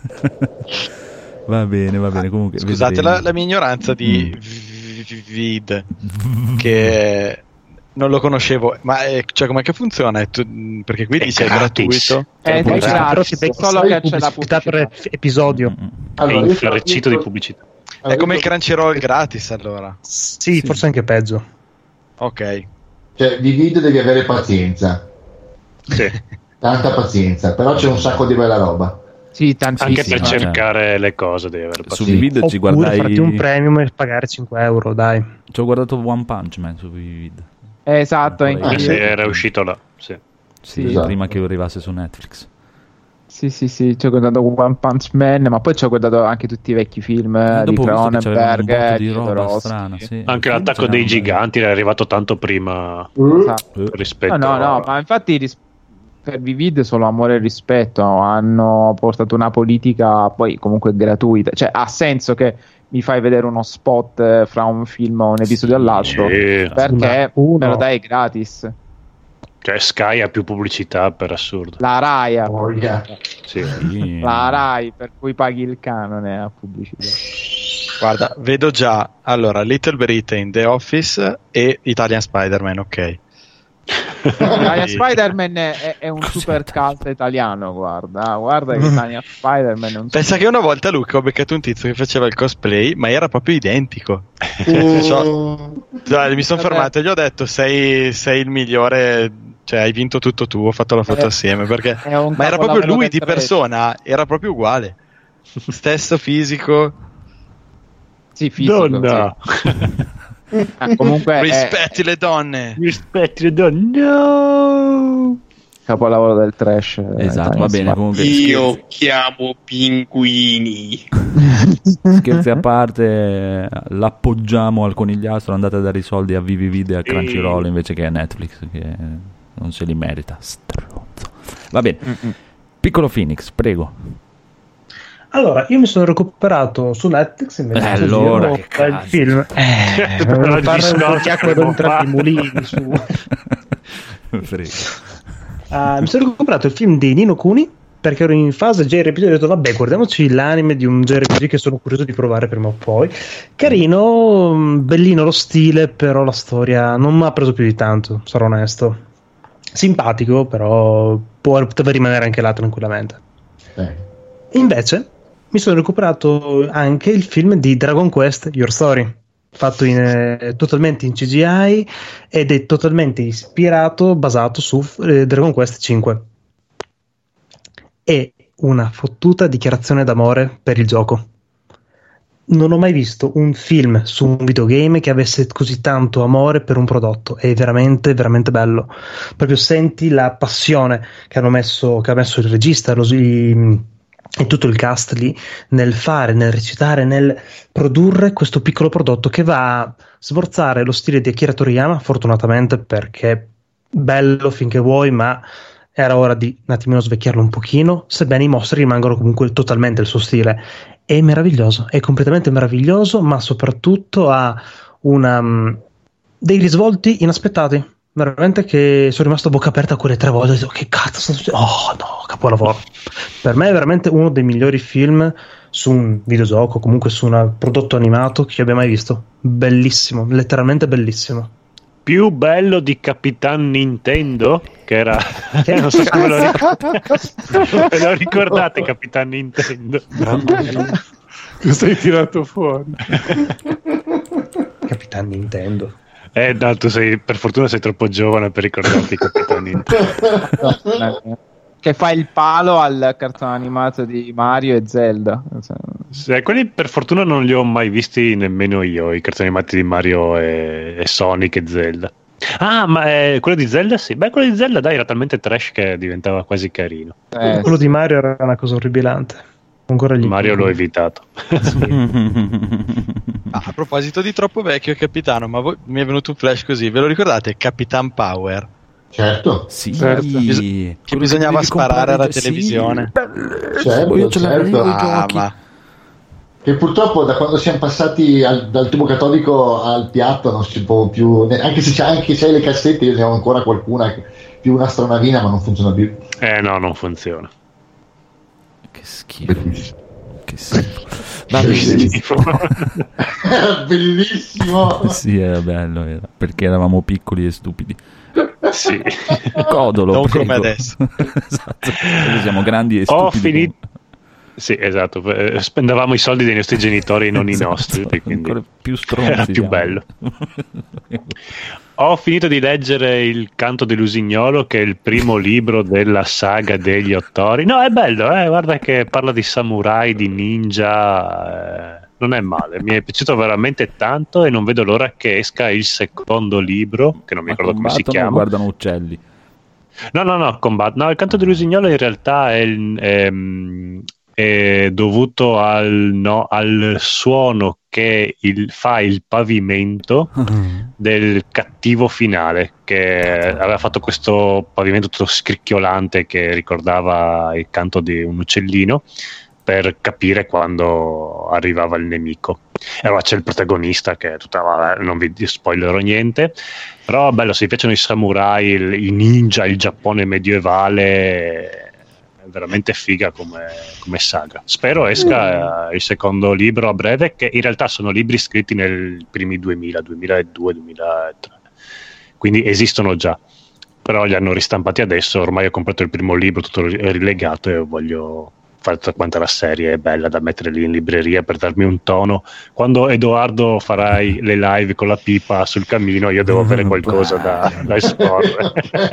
Va bene. Comunque, scusate la mia ignoranza di Vid, che non lo conoscevo, ma cioè com'è che funziona? Perché qui dice è gratuito. È gratis, solo che c'è la pubblicità per episodio. Allora, è infrareccito di pubblicità. È come il Crunchyroll gratis, allora. Sì, forse anche peggio. Ok. Cioè, di video devi avere pazienza. Sì. Tanta pazienza, però c'è un sacco di bella roba. Sì, anche per cercare le cose devi avere su Vivid. Ci Oppure guardai farti un premium e pagare 5 euro, dai. Ci ho guardato One Punch Man su Vivid. Esatto, sì, era uscito là. Sì, esatto. prima che arrivasse su Netflix. Sì, ci ho guardato One Punch Man, ma poi ci ho guardato anche tutti i vecchi film di Cronenberg, di roba strana, sì. Anche l'attacco dei giganti era arrivato tanto prima rispetto no, ma infatti per Vivid solo amore e rispetto, hanno portato una politica poi comunque gratuita, cioè ha senso che mi fai vedere uno spot fra un film o un episodio all'altro, perché me lo dai gratis. Cioè Sky ha più pubblicità, per assurdo. La Rai sì. La Rai, per cui paghi il canone a pubblicità. Guarda, vedo già allora Little Britain, The Office e Italian Spider-Man, ok. Spider-Man è un super cult italiano, guarda che Italian Spider-Man è un pensa che una volta Luca ho beccato un tizio che faceva il cosplay ma era proprio identico. Mi sono fermato e gli ho detto sei il migliore, cioè hai vinto tutto tu, ho fatto la foto assieme perché ma era proprio lui di persona, era proprio uguale, stesso fisico. Sì, fisico, donna sì. Comunque rispetti le donne, no, capolavoro del trash. Esatto, va bene, comunque io chiamo pinguini. Scherzi a parte, l'appoggiamo al conigliastro, andate a dare i soldi a Vivid e a Crunchyroll invece che a Netflix, che non se li merita, stronzo. Va bene. Piccolo Phoenix, prego. Allora, io mi sono recuperato su Netflix invece allora che il film. Non parlo di acqua da un tra i mulini su. Frega. Mi sono recuperato il film di Nino Kuni perché ero in fase JRPG e ho detto vabbè, guardiamoci l'anime di un JRPG che sono curioso di provare prima o poi. Carino, bellino lo stile, però la storia non mi ha preso più di tanto, sarò onesto. Simpatico, però poteva rimanere anche là tranquillamente. Invece mi sono recuperato anche il film di Dragon Quest Your Story, fatto totalmente in CGI ed è totalmente ispirato, basato su Dragon Quest 5. È una fottuta dichiarazione d'amore per il gioco. Non ho mai visto un film su un videogame che avesse così tanto amore per un prodotto. È veramente, veramente bello. Proprio senti la passione che ha messo il regista, e tutto il cast lì nel fare, nel recitare, nel produrre questo piccolo prodotto che va a sforzare lo stile di Akira Toriyama, fortunatamente, perché bello finché vuoi, ma era ora di un attimino svecchiarlo un pochino, sebbene i mostri rimangono comunque totalmente il suo stile. È meraviglioso, è completamente meraviglioso, ma soprattutto ha dei risvolti inaspettati. Veramente che sono rimasto a bocca aperta quelle 3 volte. Ho detto, che cazzo sta succedendo? Oh no, capolavoro. Per me è veramente uno dei migliori film su un videogioco, comunque su un prodotto animato che abbia mai visto. Bellissimo, letteralmente bellissimo. Più bello di Capitan Nintendo, che era non so se ve lo ricordate Capitan Nintendo. Cosa hai tirato fuori? Capitan Nintendo. No, tu per fortuna sei troppo giovane per ricordarti Capitan Nintendo. Che fa il palo al cartone animato di Mario e Zelda. Quelli per fortuna non li ho mai visti nemmeno io, i cartoni animati di Mario e Sonic e Zelda. Ah, ma quello di Zelda sì. Beh, quello di Zelda dai, era talmente trash che diventava quasi carino. Quello di Mario era una cosa orribilante. Mario l'ho evitato. A proposito di troppo vecchio, capitano, ma mi è venuto un flash così, ve lo ricordate? Capitan Power. Certo. Sì. Che bisognava sparare alla televisione. Certo. Che purtroppo da quando siamo passati dal tubo catodico al piatto non si può più, anche se hai le cassette, io ne ho ancora qualcuna più una stranavina, ma non funziona più. No, non funziona. Che schifo. Che schifo. Bellissimo. Sì, era bello, perché eravamo piccoli e stupidi. Sì. Codolo, non prego. come adesso. Esatto. Noi siamo grandi e stupidi. Sì, esatto, spendevamo i soldi dei nostri genitori, non Esatto, i nostri, quindi ancora più stronzi era più siamo. bello. Ho finito di leggere Il canto dell'usignolo, che è il primo libro della saga degli Ottori. No, è bello, guarda che parla di samurai, di ninja, non è male, mi è piaciuto veramente tanto e non vedo l'ora che esca il secondo libro, che non mi ricordo come si Combattono o chiama. guardano uccelli? No, il canto dell'usignolo in realtà è dovuto al suono che fa il pavimento del cattivo finale, che aveva fatto questo pavimento tutto scricchiolante che ricordava il canto di un uccellino, per capire quando arrivava il nemico. E allora c'è il protagonista che è tutta, non vi spoilerò niente, però bello, se vi piacciono i samurai, i ninja, il Giappone medievale, è veramente figa come saga. Spero esca il secondo libro a breve, che in realtà sono libri scritti nei primi 2000, 2002, 2003, quindi esistono già, però li hanno ristampati adesso. Ormai ho comprato il primo libro tutto rilegato e voglio fare tutta quanta la serie, è bella da mettere lì in libreria per darmi un tono. Quando Edoardo farai le live con la pipa sul camino, io devo avere qualcosa da esporre.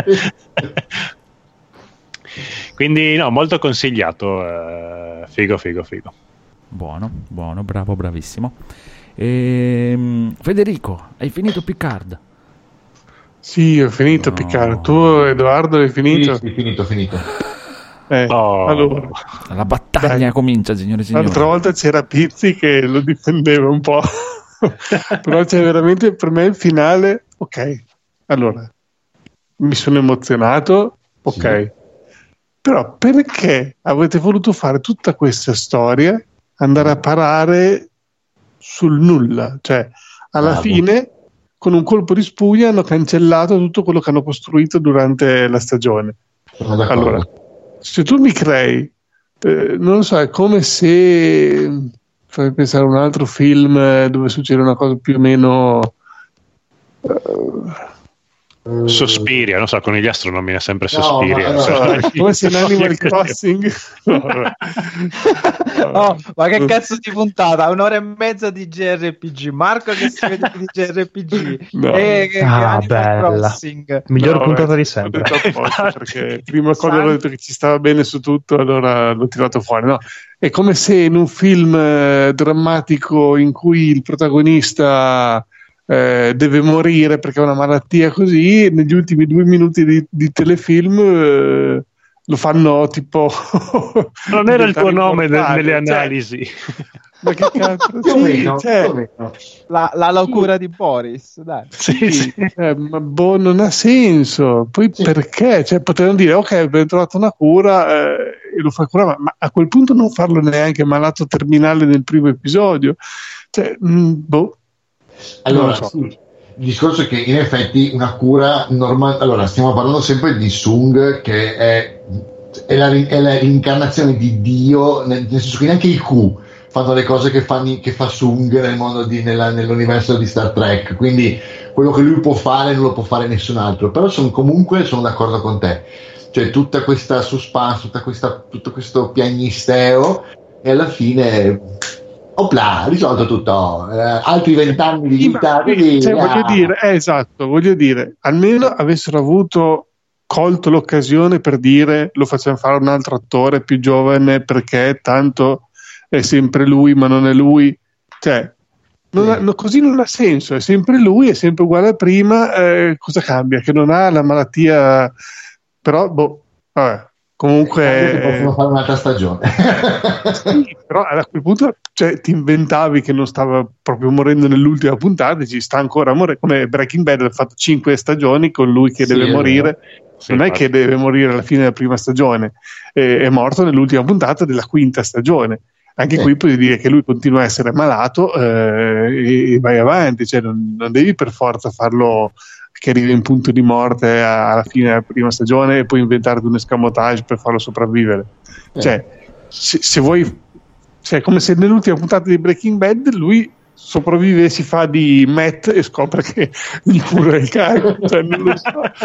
Quindi no, molto consigliato, figo. Buono, bravo, bravissimo. Federico, hai finito Picard? Sì, ho finito Picard. Tu, Edoardo, hai finito? Sì, finito. Allora, la battaglia comincia, signore e signori. L'altra volta c'era Pizzi che lo difendeva un po', però c'è veramente per me il finale. Ok, allora mi sono emozionato. Ok, sì. Però perché avete voluto fare tutta questa storia, andare a parare sul nulla? Cioè, alla fine, con un colpo di spugna, hanno cancellato tutto quello che hanno costruito durante la stagione. Allora, se tu mi crei, non lo so, è come se fai pensare a un altro film dove succede una cosa più o meno Sospiria, non so, con gli astronomi è sempre No, Sospiria. Come se in Animal Crossing. Ma che cazzo di puntata? 1 ora e mezza di JRPG. Marco che si vede di JRPG. Animal Crossing. Miglior puntata di sempre. Perché prima cosa avevo detto che ci stava bene su tutto, allora l'ho tirato fuori. No, è come se in un film drammatico in cui il protagonista deve morire perché ha una malattia, così negli ultimi 2 minuti di telefilm lo fanno tipo non era il tuo nome nelle analisi, ma che cazzo, la locura di Boris, dai. Sì. Ma non ha senso. Poi perché? Cioè, potevano dire ok, abbiamo trovato una cura e lo fa curare, ma a quel punto non farlo neanche malato terminale nel primo episodio, cioè, allora, sì, il discorso è che in effetti una cura normale. Allora, stiamo parlando sempre di Sung, che è la rincarnazione di Dio, nel senso che neanche i Q fanno le cose che fa Sung nel mondo nell'universo di Star Trek, quindi quello che lui può fare non lo può fare nessun altro. Però sono d'accordo con te, cioè tutta questa suspense, tutto questo piagnisteo, e alla fine risolto tutto, altri 20 anni di vita. Voglio dire, almeno avessero colto l'occasione per dire lo facciamo fare a un altro attore più giovane perché tanto è sempre lui ma non è lui, cioè così non ha senso, è sempre lui, è sempre uguale a prima, cosa cambia? Che non ha la malattia, però vabbè. Comunque possono fare un'altra stagione. Sì, però a quel punto ti inventavi che non stava proprio morendo nell'ultima puntata, ci sta ancora morendo, come Breaking Bad ha fatto 5 stagioni con lui che deve morire, non è che deve morire alla fine della prima stagione, è morto nell'ultima puntata della 5ª stagione. Anche qui puoi dire che lui continua a essere malato e vai avanti, cioè non devi per forza farlo che arrivi in punto di morte alla fine della prima stagione e poi inventarti un escamotage per farlo sopravvivere. Cioè, se vuoi, cioè, come se nell'ultima puntata di Breaking Bad lui sopravvive, si fa di Matt e scopre che il puro è il cane, cioè, non lo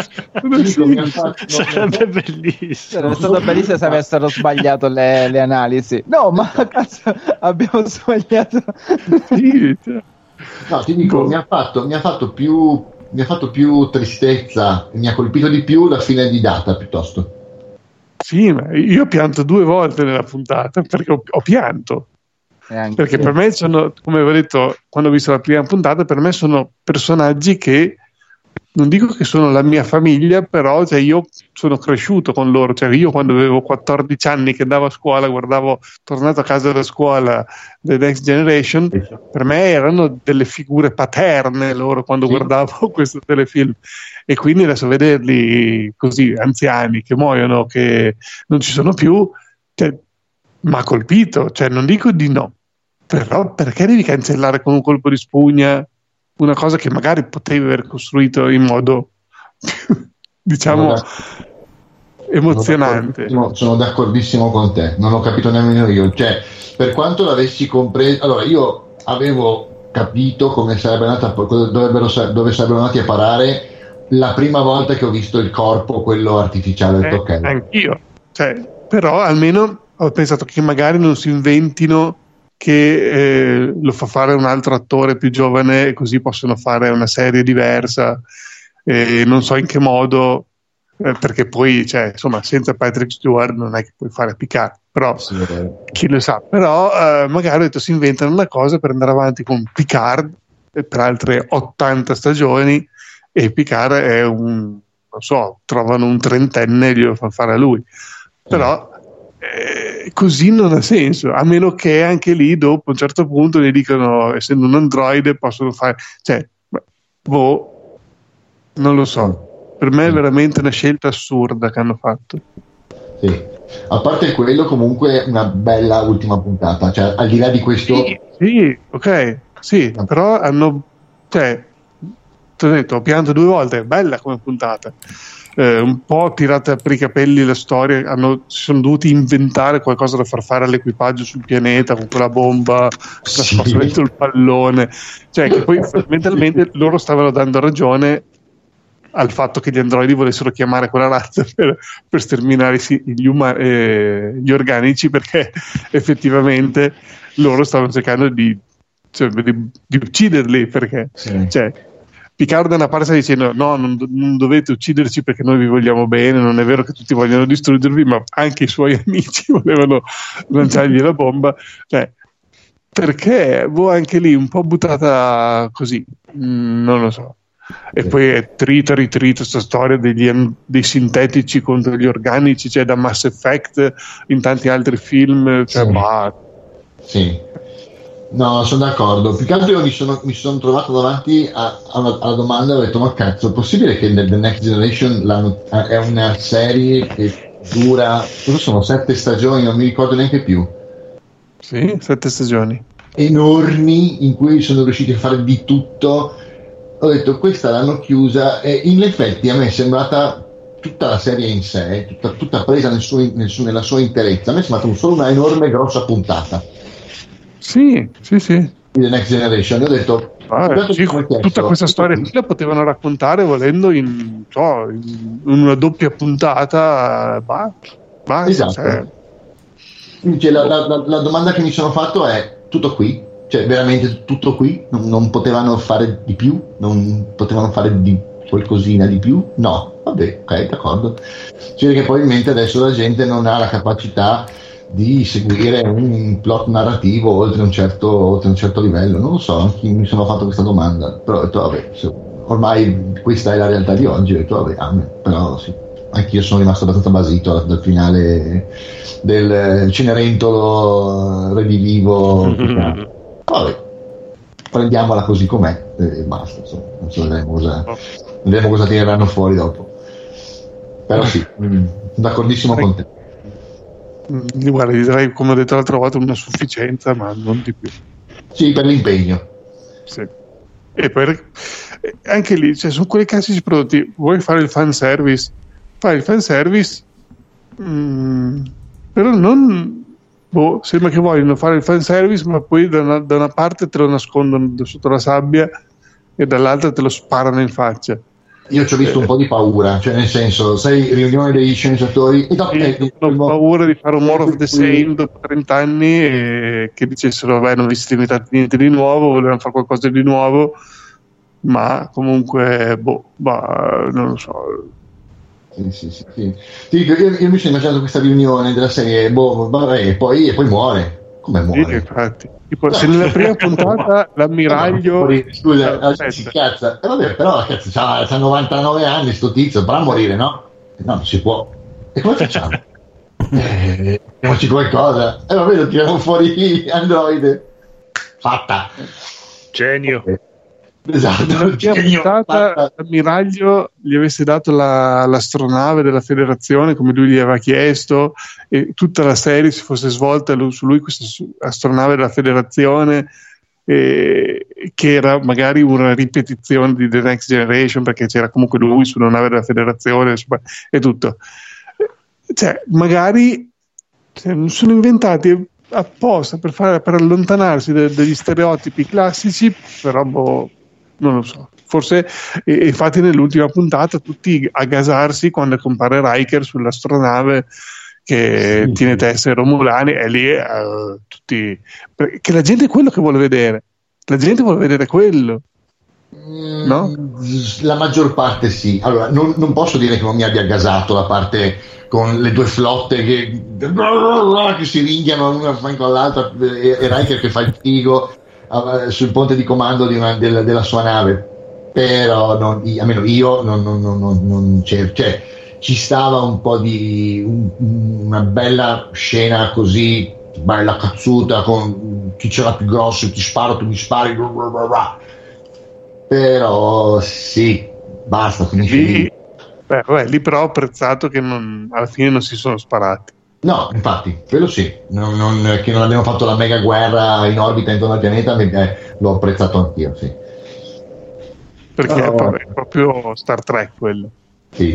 so. Sarebbe bellissimo. Sarebbe stato bellissimo se avessero sbagliato le analisi. No, ma cazzo, abbiamo sbagliato. Sì, cioè. No, ti dico, mi ha fatto più tristezza, mi ha colpito di più la fine di Data piuttosto. Sì, ma io ho pianto 2 volte nella puntata perché ho pianto. Perché per me sono, come avevo detto quando ho visto la prima puntata, per me sono personaggi che non dico che sono la mia famiglia, però cioè, io sono cresciuto con loro, cioè io quando avevo 14 anni che andavo a scuola, guardavo Tornato a casa da scuola The Next Generation, per me erano delle figure paterne loro quando guardavo questo telefilm, e quindi adesso vederli così anziani che muoiono, che non ci sono più, cioè, mi ha colpito, cioè non dico di no, però perché devi cancellare con un colpo di spugna una cosa che magari potevi aver costruito in modo diciamo emozionante? Sono d'accordissimo con te, non ho capito nemmeno io, cioè per quanto l'avessi compreso, allora io avevo capito come sarebbe andata, dove sarebbero andati a parare la prima volta che ho visto il corpo, quello artificiale del Tochello. Anch'io, cioè, però almeno ho pensato che magari non si inventino che lo fa fare un altro attore più giovane e così possono fare una serie diversa, non so in che modo, perché poi cioè, insomma senza Patrick Stewart non è che puoi fare Picard, però sì, chi lo sa, però magari ho detto si inventano una cosa per andare avanti con Picard per altre 80 stagioni, e Picard è non so, trovano un trentenne e glielo fanno fare a lui, però così non ha senso, a meno che anche lì dopo a un certo punto gli dicono, essendo un androide possono fare, cioè non lo so, per me è veramente una scelta assurda che hanno fatto. Sì. A parte quello, comunque una bella ultima puntata, cioè al di là di questo sì, ok, sì, però hanno, cioè ti ho detto, ho pianto 2 volte, è bella come puntata. Un po' tirata per i capelli la storia, si sono dovuti inventare qualcosa da far fare all'equipaggio sul pianeta con quella bomba nascosta dentro il pallone, cioè che poi fondamentalmente loro stavano dando ragione al fatto che gli androidi volessero chiamare quella razza per sterminare gli organici, perché effettivamente loro stavano cercando di ucciderli, perché cioè Picard da una parte sta dicendo no, non dovete ucciderci perché noi vi vogliamo bene, non è vero che tutti vogliono distruggervi, ma anche i suoi amici volevano lanciargli la bomba, cioè perché anche lì un po' buttata così, non lo so. E poi è trita questa storia dei sintetici contro gli organici, cioè da Mass Effect in tanti altri film, cioè sì. No, sono d'accordo. Più che altro io mi sono trovato davanti alla domanda e ho detto: ma cazzo, è possibile che The Next Generation è una serie che dura, cosa sono, 7 stagioni, non mi ricordo neanche più. Sì, 7 stagioni. Enormi, in cui sono riusciti a fare di tutto. Ho detto, questa l'hanno chiusa, e in effetti a me è sembrata tutta la serie in sé, tutta presa nella sua interezza. A me è sembrata solo una enorme grossa puntata. Sì. The Next Generation. Io ho detto, tutta questa storia la potevano raccontare volendo in una doppia puntata. Esatto. Cioè, la domanda che mi sono fatto è: tutto qui? Cioè veramente tutto qui? Non potevano fare di più? Non potevano fare di qualcosina di più? No, vabbè, ok, d'accordo. Cioè che probabilmente adesso la gente non ha la capacità di seguire un plot narrativo oltre un certo livello, non lo so, anche mi sono fatto questa domanda, però ho detto vabbè, ormai questa è la realtà di oggi, ho detto vabbè, però sì, anch'io sono rimasto abbastanza basito dal finale del Cenerentolo redivivo. Vabbè, prendiamola così com'è e basta, insomma. Adesso vedremo cosa tireranno fuori dopo, però sì, d'accordissimo con te. Guarda, direi, come ho detto l'altra volta, una sufficienza, ma non di più. Sì, per l'impegno. Sì. E poi anche lì, cioè, sono quei classici prodotti. Vuoi fare il fanservice? Fai il fanservice, però non sembra che vogliono fare il fanservice, ma poi da una parte te lo nascondono sotto la sabbia e dall'altra te lo sparano in faccia. Io ci ho visto un po' di paura, cioè nel senso, sai, riunione degli sceneggiatori ho paura di fare un more of the same dopo 30 anni e che dicessero vabbè, non vi siete inventati niente di nuovo, volevano fare qualcosa di nuovo, ma comunque non lo so. Sì. Io mi sono immaginato questa riunione della serie e poi muore. Come muore? Sì, infatti. Tipo, se nella prima puntata l'ammiraglio si cazza, vabbè, però cazzo, c'ha 99 anni sto tizio, dovrà morire, no? No, non si può. E come facciamo? Facciamoci qualcosa. Vabbè, lo tiriamo fuori Android. Fatta. Genio. Esatto. Nella prima puntata l'ammiraglio gli avesse dato l'astronave della federazione come lui gli aveva chiesto e tutta la serie si fosse svolta su lui, questa astronave della federazione, che era magari una ripetizione di The Next Generation, perché c'era comunque lui su una nave della federazione e tutto, cioè magari non sono inventati apposta per allontanarsi degli stereotipi classici, però non lo so, forse infatti nell'ultima puntata tutti a gasarsi quando compare Riker sull'astronave che tiene tessere romulani e lì tutti, perché la gente è quello che vuole vedere, la gente vuole vedere quello, no? La maggior parte sì. Allora non posso dire che non mi abbia gasato la parte con le due flotte che si ringhiano l'una fianco all'altra e Riker che fa il figo sul ponte di comando della sua nave, però almeno io non c'è, cioè ci stava un po' di una bella scena così bella cazzuta con chi c'era più grosso, ti sparo, tu mi spari, però sì, basta, finisce lì. Lì però ho apprezzato che alla fine non si sono sparati. No, infatti, quello sì, che non abbiamo fatto la mega guerra in orbita intorno al pianeta, l'ho apprezzato anch'io, sì. Perché è proprio Star Trek quello. Sì.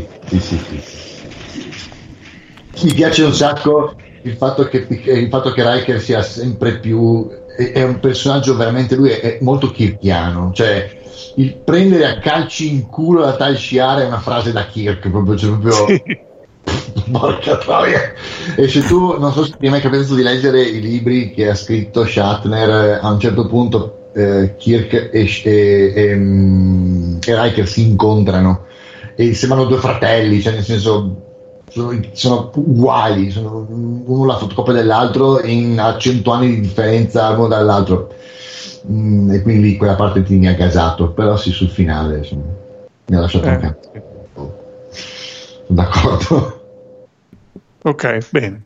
Mi piace un sacco il fatto che Riker sia sempre più, è un personaggio veramente, lui è molto kirkiano, cioè il prendere a calci in culo la Tal Shiar è una frase da Kirk, proprio. Sì. Porca troia. E se tu, non so se ti è mai capitato di leggere i libri che ha scritto Shatner, a un certo punto Kirk e Riker si incontrano e sembrano due fratelli, cioè nel senso sono uguali, sono uno la fotocopia dell'altro a 100 anni di differenza uno dall'altro, e quindi quella parte ti mi ha gasato, però sì, sul finale insomma, mi ha lasciato un cazzo. Sono d'accordo. Ok, bene.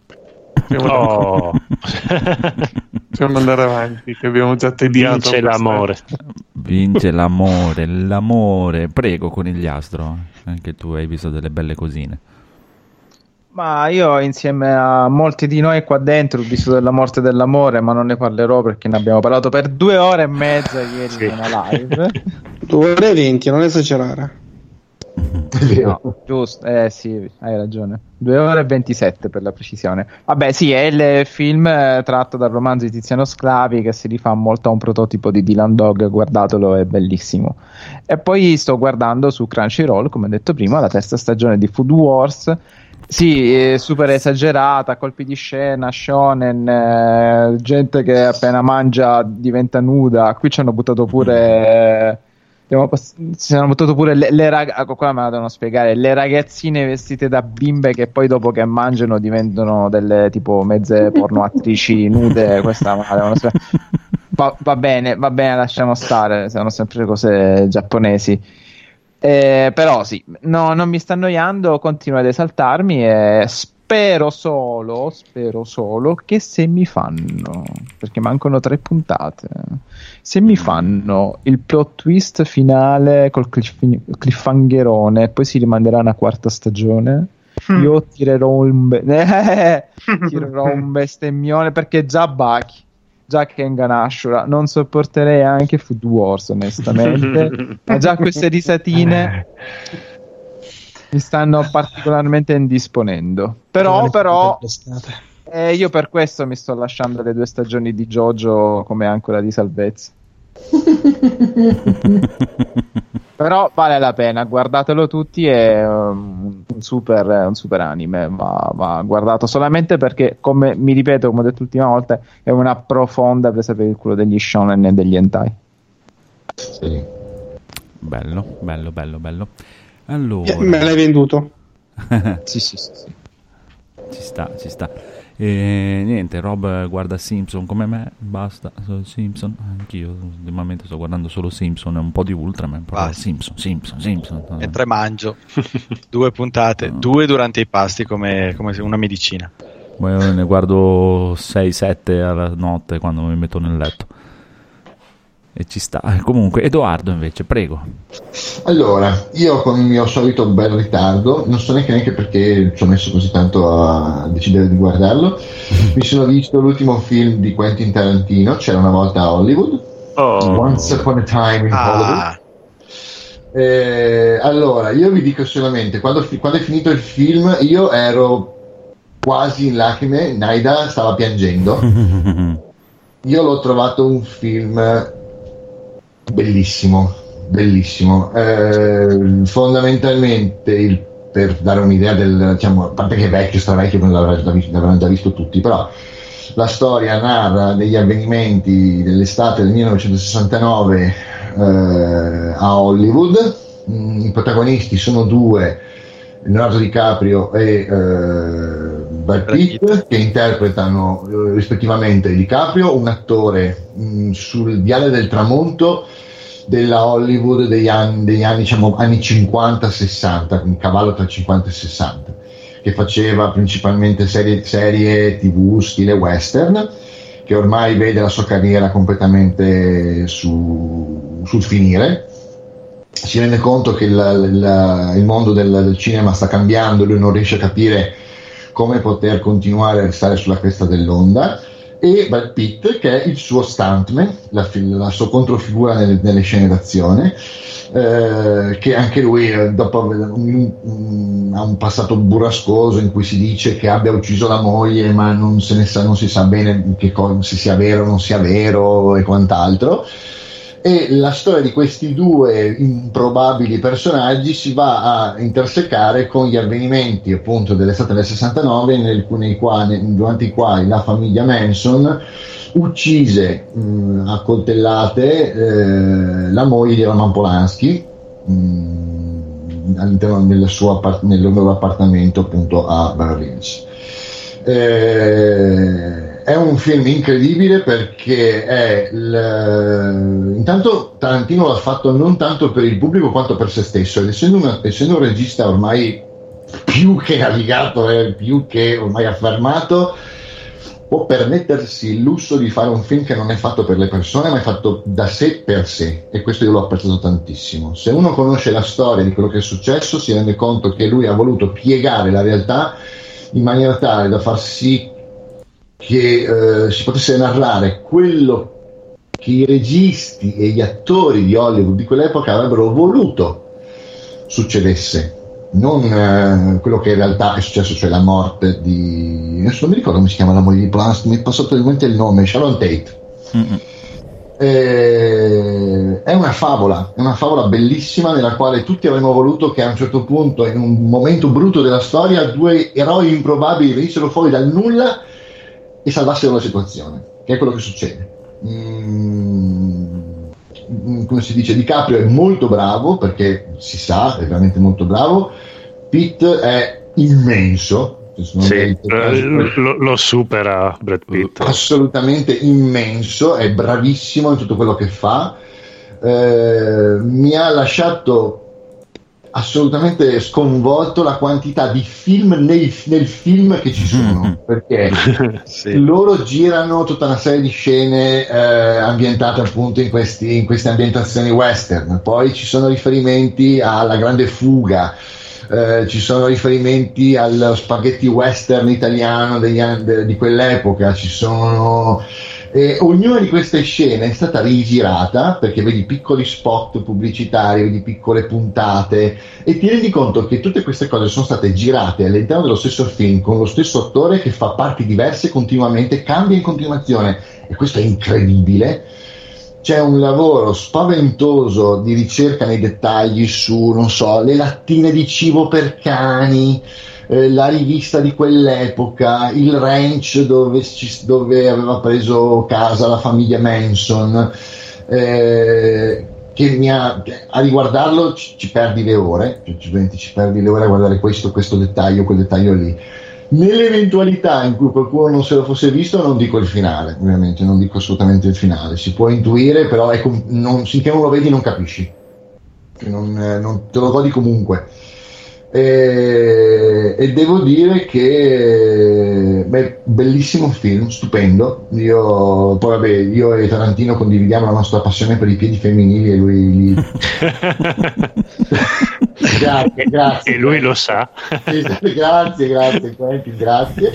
Possiamo andare avanti, che abbiamo già tediato. Vince l'amore. Prego, conigliastro, anche tu hai visto delle belle cosine. Ma io insieme a molti di noi qua dentro ho visto della morte e dell'amore, ma non ne parlerò perché ne abbiamo parlato per 2 ore e mezza ieri in una live. 2 ore e 20, non esagerare. No, giusto, sì, hai ragione. 2 ore e 27 per la precisione. Vabbè, sì, è il film tratto dal romanzo di Tiziano Sclavi che si rifà molto a un prototipo di Dylan Dog. Guardatelo, è bellissimo. E poi sto guardando su Crunchyroll, come detto prima, la terza stagione di Food Wars. Sì, super esagerata, colpi di scena, shonen, gente che appena mangia diventa nuda. Qui ci hanno buttato pure ci hanno buttato pure le ragazze, qua me la devono spiegare, le ragazzine vestite da bimbe che poi dopo che mangiano diventano delle tipo mezze porno attrici nude. Questa me la devono spiegare. Va bene, lasciamo stare, sono sempre cose giapponesi. Però sì, no, non mi sta annoiando, continuo ad esaltarmi e spero solo che se mi fanno, perché mancano 3 puntate, se mi fanno il plot twist finale col cliffhangerone e poi si rimanderà una 4ª stagione, io tirerò un bestemmione, perché già Kengan Ashura non sopporterei anche Food Wars onestamente, ma già queste risatine mi stanno particolarmente indisponendo, però Io per questo mi sto lasciando le 2 stagioni di JoJo come ancora di salvezza. Però vale la pena, guardatelo tutti, è un super anime, va guardato solamente perché, come mi ripeto, come ho detto l'ultima volta, è una profonda presa per il culo degli shonen e degli hentai. Sì. Bello. Allora, Me l'hai venduto? sì. Ci sta. E niente, Rob guarda Simpson come me, basta, solo Simpson, anch'io ultimamente sto guardando solo Simpson e un po' di Ultraman, però Simpson. Mentre mangio 2 puntate, 2 durante i pasti come se una medicina. Io ne guardo 6-7 alla notte quando mi metto nel letto. E ci sta. Comunque, Edoardo invece, prego. Allora, io con il mio solito bel ritardo, non so neanche perché ci ho messo così tanto a decidere di guardarlo, mi sono visto l'ultimo film di Quentin Tarantino, C'era una volta a Hollywood, Once Upon a Time in Hollywood. Allora, io vi dico solamente, quando è finito il film, io ero quasi in lacrime, Naida stava piangendo. Io l'ho trovato un film bellissimo. Fondamentalmente, per dare un'idea del, diciamo, a parte che è vecchio, l'avranno già visto tutti, però la storia narra degli avvenimenti dell'estate del 1969 a Hollywood. I protagonisti sono 2, Leonardo DiCaprio e Brad Pitt, che interpretano rispettivamente DiCaprio, un attore sul viale del tramonto della Hollywood degli anni diciamo anni 50-60, un cavallo tra 50 e 60, che faceva principalmente serie TV stile western, che ormai vede la sua carriera completamente sul finire. Si rende conto che il mondo del cinema sta cambiando, lui non riesce a capire come poter continuare a restare sulla cresta dell'onda, e Brad Pitt, che è il suo stuntman, la sua controfigura nelle scene d'azione, che anche lui dopo ha un passato burrascoso in cui si dice che abbia ucciso la moglie, ma non si sa bene se sia vero o non sia vero e quant'altro. E la storia di questi 2 improbabili personaggi si va a intersecare con gli avvenimenti appunto dell'estate del 69, durante i quali la famiglia Manson uccise a coltellate la moglie di Roman Polanski all'interno nel loro appartamento appunto a Beverly Hills. È un film incredibile perché intanto Tarantino l'ha fatto non tanto per il pubblico quanto per se stesso, ed essendo un regista ormai più che navigato e più che ormai affermato, può permettersi il lusso di fare un film che non è fatto per le persone ma è fatto da sé per sé, e questo io l'ho apprezzato tantissimo. Se uno conosce la storia di quello che è successo, si rende conto che lui ha voluto piegare la realtà in maniera tale da far sì che si potesse narrare quello che i registi e gli attori di Hollywood di quell'epoca avrebbero voluto succedesse, non quello che in realtà è successo, cioè la morte di, adesso non mi ricordo come si chiama la moglie di Polanski, mi è passato in mente il nome, Sharon Tate. È una favola bellissima nella quale tutti avremmo voluto che a un certo punto, in un momento brutto della storia, 2 eroi improbabili venissero fuori dal nulla e salvassero la situazione, che è quello che succede. Come si dice, DiCaprio è molto bravo, perché si sa, è veramente molto bravo. Pitt è immenso, sì, lo supera Brad Pitt, assolutamente immenso, è bravissimo in tutto quello che fa. Mi ha lasciato assolutamente sconvolto la quantità di film nel film che ci sono, perché sì, loro girano tutta una serie di scene ambientate appunto in queste ambientazioni western, poi ci sono riferimenti alla Grande Fuga, ci sono riferimenti allo spaghetti western italiano di quell'epoca, ci sono E ognuna di queste scene è stata rigirata, perché vedi piccoli spot pubblicitari, vedi piccole puntate, e ti rendi conto che tutte queste cose sono state girate all'interno dello stesso film con lo stesso attore che fa parti diverse continuamente, cambia in continuazione, e questo è incredibile. C'è un lavoro spaventoso di ricerca nei dettagli su, non so, le lattine di cibo per cani, la rivista di quell'epoca, il ranch dove aveva preso casa la famiglia Manson, che a riguardarlo ci perdi le ore, ci perdi le ore a guardare questo dettaglio, quel dettaglio lì. Nell'eventualità in cui qualcuno non se lo fosse visto, non dico il finale, ovviamente, non dico assolutamente il finale, si può intuire, però finché non lo vedi non capisci, non te lo godi comunque. E devo dire che bellissimo film, stupendo. Io e Tarantino condividiamo la nostra passione per i piedi femminili, e lui grazie e lui lo sa. Grazie Quentin, grazie.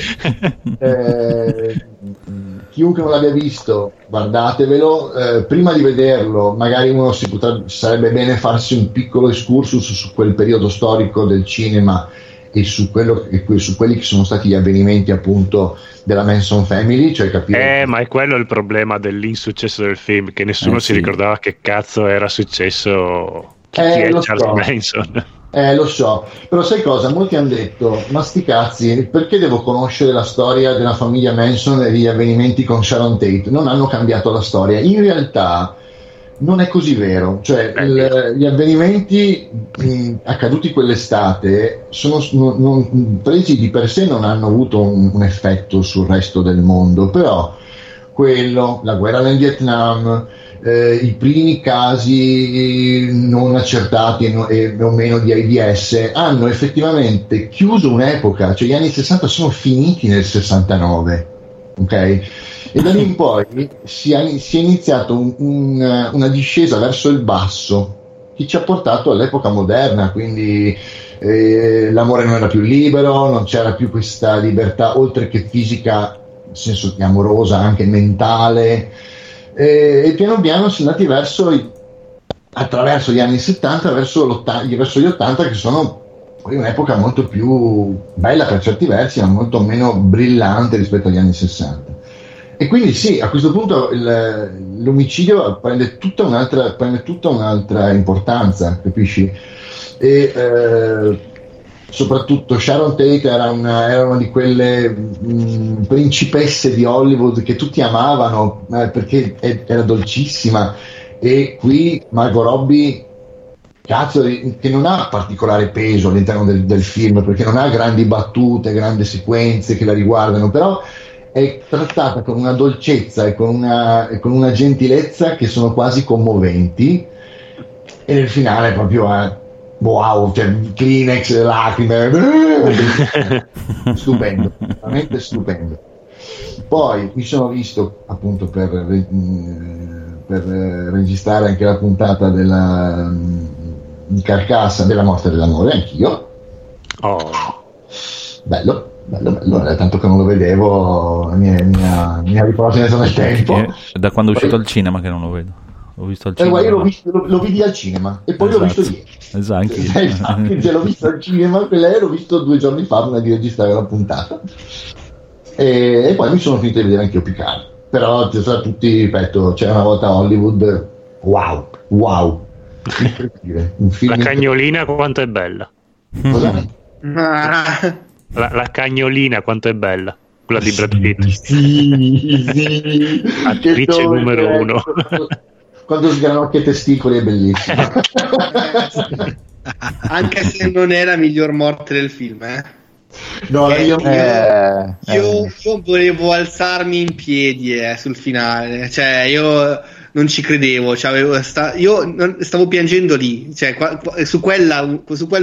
Chiunque non l'abbia visto, guardatevelo. Prima di vederlo magari uno sarebbe bene farsi un piccolo excursus su quel periodo storico del cinema e su quelli che sono stati gli avvenimenti appunto della Manson Family, cioè capire. Ma è quello il problema dell'insuccesso del film, che nessuno si ricordava che cazzo era successo, chi è Charles Manson. Lo so, però sai cosa? Molti hanno detto, ma sti cazzi, perché devo conoscere la storia della famiglia Manson e gli avvenimenti con Sharon Tate? Non hanno cambiato la storia. In realtà non è così vero, cioè gli avvenimenti accaduti quell'estate presi di per sé non hanno avuto un effetto sul resto del mondo, però la guerra nel Vietnam, i primi casi non accertati o meno di AIDS hanno effettivamente chiuso un'epoca, cioè gli anni 60 sono finiti nel 69, ok? E da lì in poi si è iniziato una discesa verso il basso che ci ha portato all'epoca moderna, quindi l'amore non era più libero, non c'era più questa libertà oltre che fisica, nel senso che amorosa, anche mentale, e piano piano si è andati attraverso gli anni 70 verso gli 80, che sono poi un'epoca molto più bella per certi versi, ma molto meno brillante rispetto agli anni 60. E quindi sì, a questo punto l'omicidio prende tutta un'altra importanza, capisci? E soprattutto Sharon Tate era una di quelle principesse di Hollywood che tutti amavano, perché era dolcissima, e qui Margot Robbie, cazzo, che non ha particolare peso all'interno del film, perché non ha grandi battute, grandi sequenze che la riguardano, però è trattata con una dolcezza e con una gentilezza che sono quasi commoventi, e nel finale proprio wow, cioè Kleenex, le lacrime, stupendo, veramente stupendo. Poi mi sono visto appunto per registrare anche la puntata di Carcassa, della morte dell'amore, anch'io. Bello, tanto che non lo vedevo, mi ha riportato nel tempo. Da quando è uscito al cinema che non lo vedo. L'ho visto al cinema. Io lo vidi al cinema e poi l'ho visto ieri. Esatto. Cioè, l'ho visto al cinema, l'ho visto 2 giorni fa prima di registrare la puntata, e poi mi sono finito di vedere anche io Picard. Però tra tutti, ripeto, c'era una volta Hollywood, wow, un film. La cagnolina quanto è bella. Cosa? La cagnolina quanto è bella, quella di Brad Pitt. Sì. Attrice numero 1. Quando sgranocchia i testicoli è bellissimo. Anche se non è la miglior morte del film, No, io volevo alzarmi in piedi sul finale, cioè io non ci credevo, cioè, io stavo piangendo lì, cioè, su quella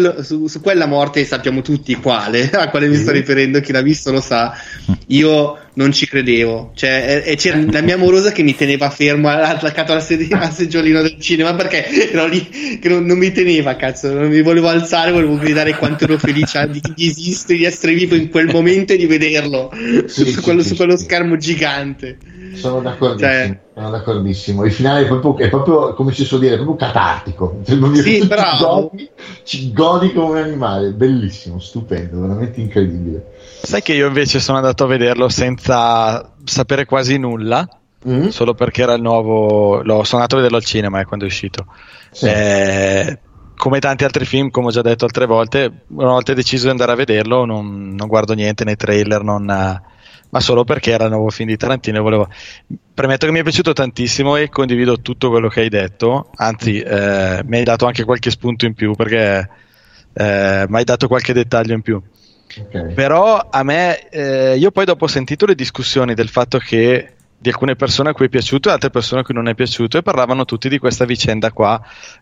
morte sappiamo tutti a quale mi sto riferendo, chi l'ha visto lo sa. Io non ci credevo. Cioè, e c'era la mia amorosa che mi teneva fermo attaccato al seggiolino del cinema, perché ero lì che non mi teneva, cazzo, non mi volevo alzare, volevo gridare quanto ero felice di esistere, di essere vivo in quel momento e di vederlo su quello schermo gigante. Sono d'accordissimo. Il finale è proprio come si suol dire, è proprio catartico. Sì, bravo. Ci godi come un animale, bellissimo, stupendo, veramente incredibile. Sai che io invece sono andato a vederlo senza sapere quasi nulla, solo perché era il nuovo. Sono andato a vederlo al cinema quando è uscito. Sì. Come tanti altri film, come ho già detto altre volte, una volta deciso di andare a vederlo, non guardo niente nei trailer, ma solo perché era il nuovo film di Tarantino e volevo. Premetto che mi è piaciuto tantissimo e condivido tutto quello che hai detto, anzi mi hai dato anche qualche spunto in più, perché mi hai dato qualche dettaglio in più. Okay. Però a me io poi dopo ho sentito le discussioni del fatto che di alcune persone a cui è piaciuto e altre persone a cui non è piaciuto, e parlavano tutti di questa vicenda qua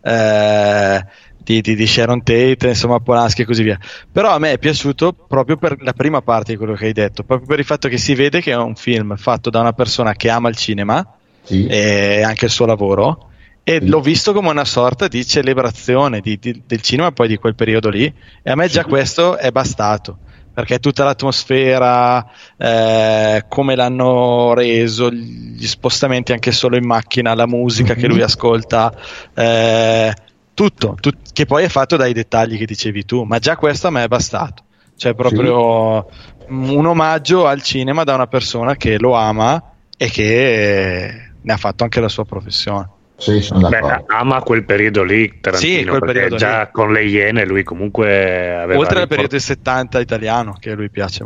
di Sharon Tate, insomma Polanski e così via. Però a me è piaciuto proprio per la prima parte di quello che hai detto, proprio per il fatto che si vede che è un film fatto da una persona che ama il cinema, sì, e anche il suo lavoro, e l'ho visto come una sorta di celebrazione del cinema poi di quel periodo lì, e a me già questo è bastato, perché tutta l'atmosfera, come l'hanno reso, gli spostamenti anche solo in macchina, la musica che lui ascolta, tutto, che poi è fatto dai dettagli che dicevi tu, ma già questo a me è bastato, cioè proprio un omaggio al cinema da una persona che lo ama e che ne ha fatto anche la sua professione. Sì, sono d'accordo. Ama quel periodo lì, Tarantino, sì, quel periodo già lì. Con Le Iene lui comunque aveva, oltre al periodo del 70 italiano, che a lui piace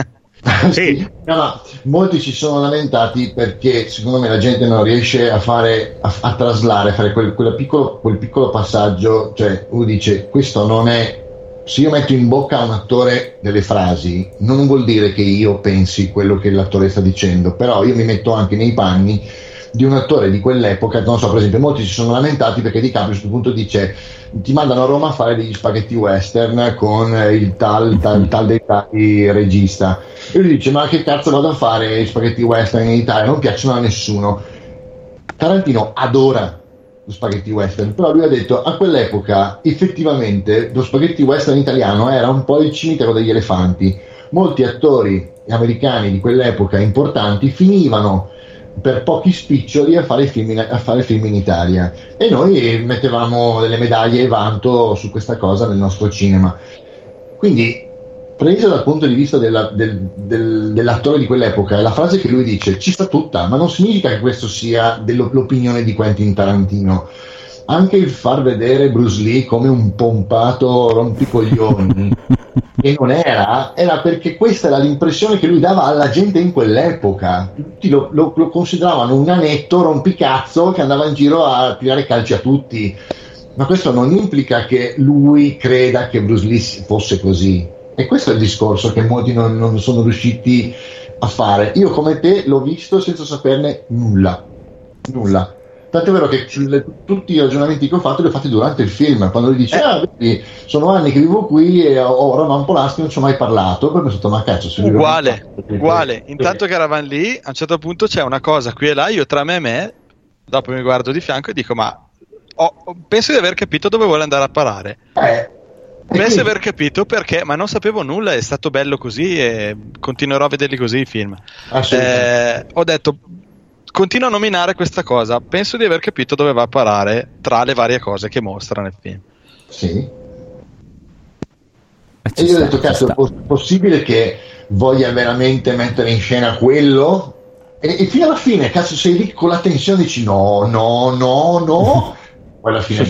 sì. No, molti si sono lamentati perché secondo me la gente non riesce a traslare, a fare quel piccolo passaggio, cioè uno dice questo non è, se io metto in bocca a un attore delle frasi non vuol dire che io pensi quello che l'attore sta dicendo, però io mi metto anche nei panni di un attore di quell'epoca. Non so, per esempio molti si sono lamentati perché DiCaprio a questo punto dice ti mandano a Roma a fare degli spaghetti western con il tal dei tali regista, e lui dice ma che cazzo vado a fare gli spaghetti western in Italia, non piacciono a nessuno. Tarantino adora lo spaghetti western, però lui ha detto a quell'epoca effettivamente lo spaghetti western italiano era un po' il cimitero degli elefanti, molti attori americani di quell'epoca importanti finivano per pochi spiccioli a fare film in Italia, e noi mettevamo delle medaglie e vanto su questa cosa nel nostro cinema. Quindi, preso dal punto di vista dell'attore di quell'epoca, la frase che lui dice ci sta tutta, ma non significa che questo sia l'opinione di Quentin Tarantino. Anche il far vedere Bruce Lee come un pompato rompicoglioni e non era perché questa era l'impressione che lui dava alla gente in quell'epoca. Tutti lo consideravano un nanetto rompicazzo che andava in giro a tirare calci a tutti, ma questo non implica che lui creda che Bruce Lee fosse così, e questo è il discorso che molti non sono riusciti a fare. Io come te l'ho visto senza saperne nulla. Tanto è vero che tutti i ragionamenti che ho fatto li ho fatti durante il film, quando lui dice vedi, sono anni che vivo qui e ho Roman Polanski, non ci ho mai parlato, poi mi sono detto ma cazzo, uguale. Intanto che eravamo lì, a un certo punto c'è una cosa qui e là, io tra me e me, dopo mi guardo di fianco e dico ma penso di aver capito dove vuole andare a parare. Penso di aver capito perché, ma non sapevo nulla, è stato bello così e continuerò a vederli così i film. Ho detto continua a nominare questa cosa, penso di aver capito dove va a parare tra le varie cose che mostra nel film. Sì. E io ho detto cazzo, è possibile che voglia veramente mettere in scena quello? E fino alla fine cazzo sei lì con la tensione, dici no poi alla fine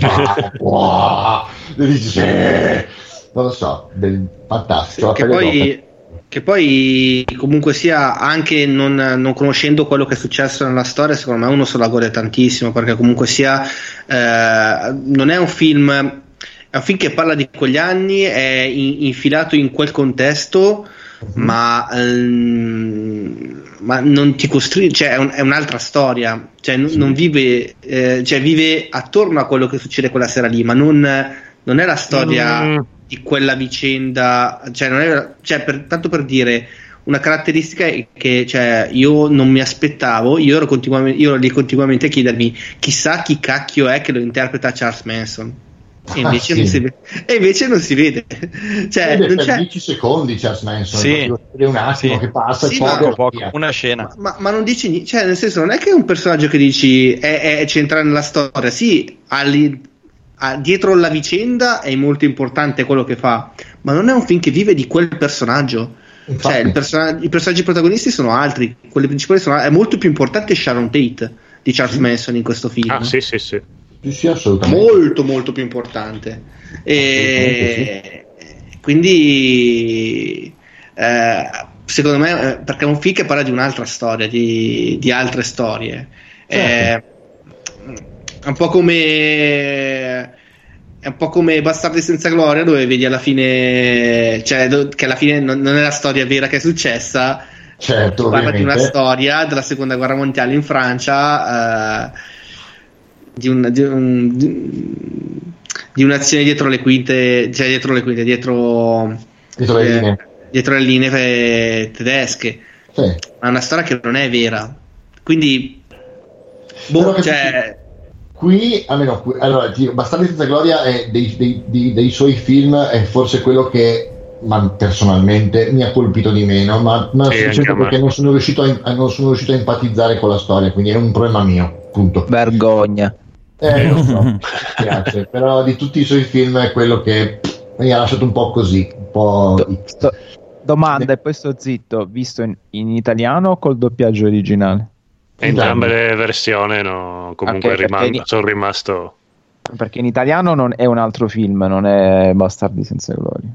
dici non lo so, fantastico. Che poi comunque sia, anche non conoscendo quello che è successo nella storia, secondo me uno se la gode tantissimo, perché comunque sia non è un film, è un film che parla di quegli anni, è infilato in quel contesto, ma non ti costringe, cioè è un'altra storia, cioè non vive, cioè vive attorno a quello che succede quella sera lì, ma non è la storia di quella vicenda, cioè non è, cioè tanto per dire, una caratteristica è che, cioè, io non mi aspettavo, io ero lì continuamente a chiedermi chissà chi cacchio è che lo interpreta Charles Manson. E invece, non si vede. E invece non si vede. Cioè, non per c'è 10 secondi Charles Manson, Sì. è un attimo che passa Sì, e poi Poco, via. una scena. ma non dici niente, cioè, nel senso, non è che è un personaggio che dici c'entra nella storia. Sì, dietro la vicenda è molto importante quello che fa, ma non è un film che vive di quel personaggio. Cioè, i personaggi protagonisti sono altri, quelli principali è molto più importante Sharon Tate di Charles Manson in questo film. Ah, sì. Sì, assolutamente. Molto molto più importante, e quindi secondo me perché è un film che parla di un'altra storia, di altre storie. È un po' come Bastardi senza gloria, dove vedi alla fine, cioè, che alla fine non è la storia vera che è successa. Certo, parla di una ovviamente. storia della seconda guerra mondiale in Francia, di un'azione dietro le quinte, dietro le linee tedesche. Sì. Ma è una storia che non è vera, quindi qui almeno allora Bastardi senza gloria è dei suoi film è forse quello che personalmente mi ha colpito di meno, ma semplicemente perché non sono riuscito a empatizzare con la storia, quindi è un problema mio, punto. Vergogna. Lo so, mi spiace, però di tutti i suoi film è quello che mi ha lasciato un po' così, un po'. Domanda, e poi sto zitto, visto in italiano o col doppiaggio originale? Entrambe le versioni, no, comunque Okay, sono rimasto. Perché in italiano non è un altro film, non è Bastardi senza gloria.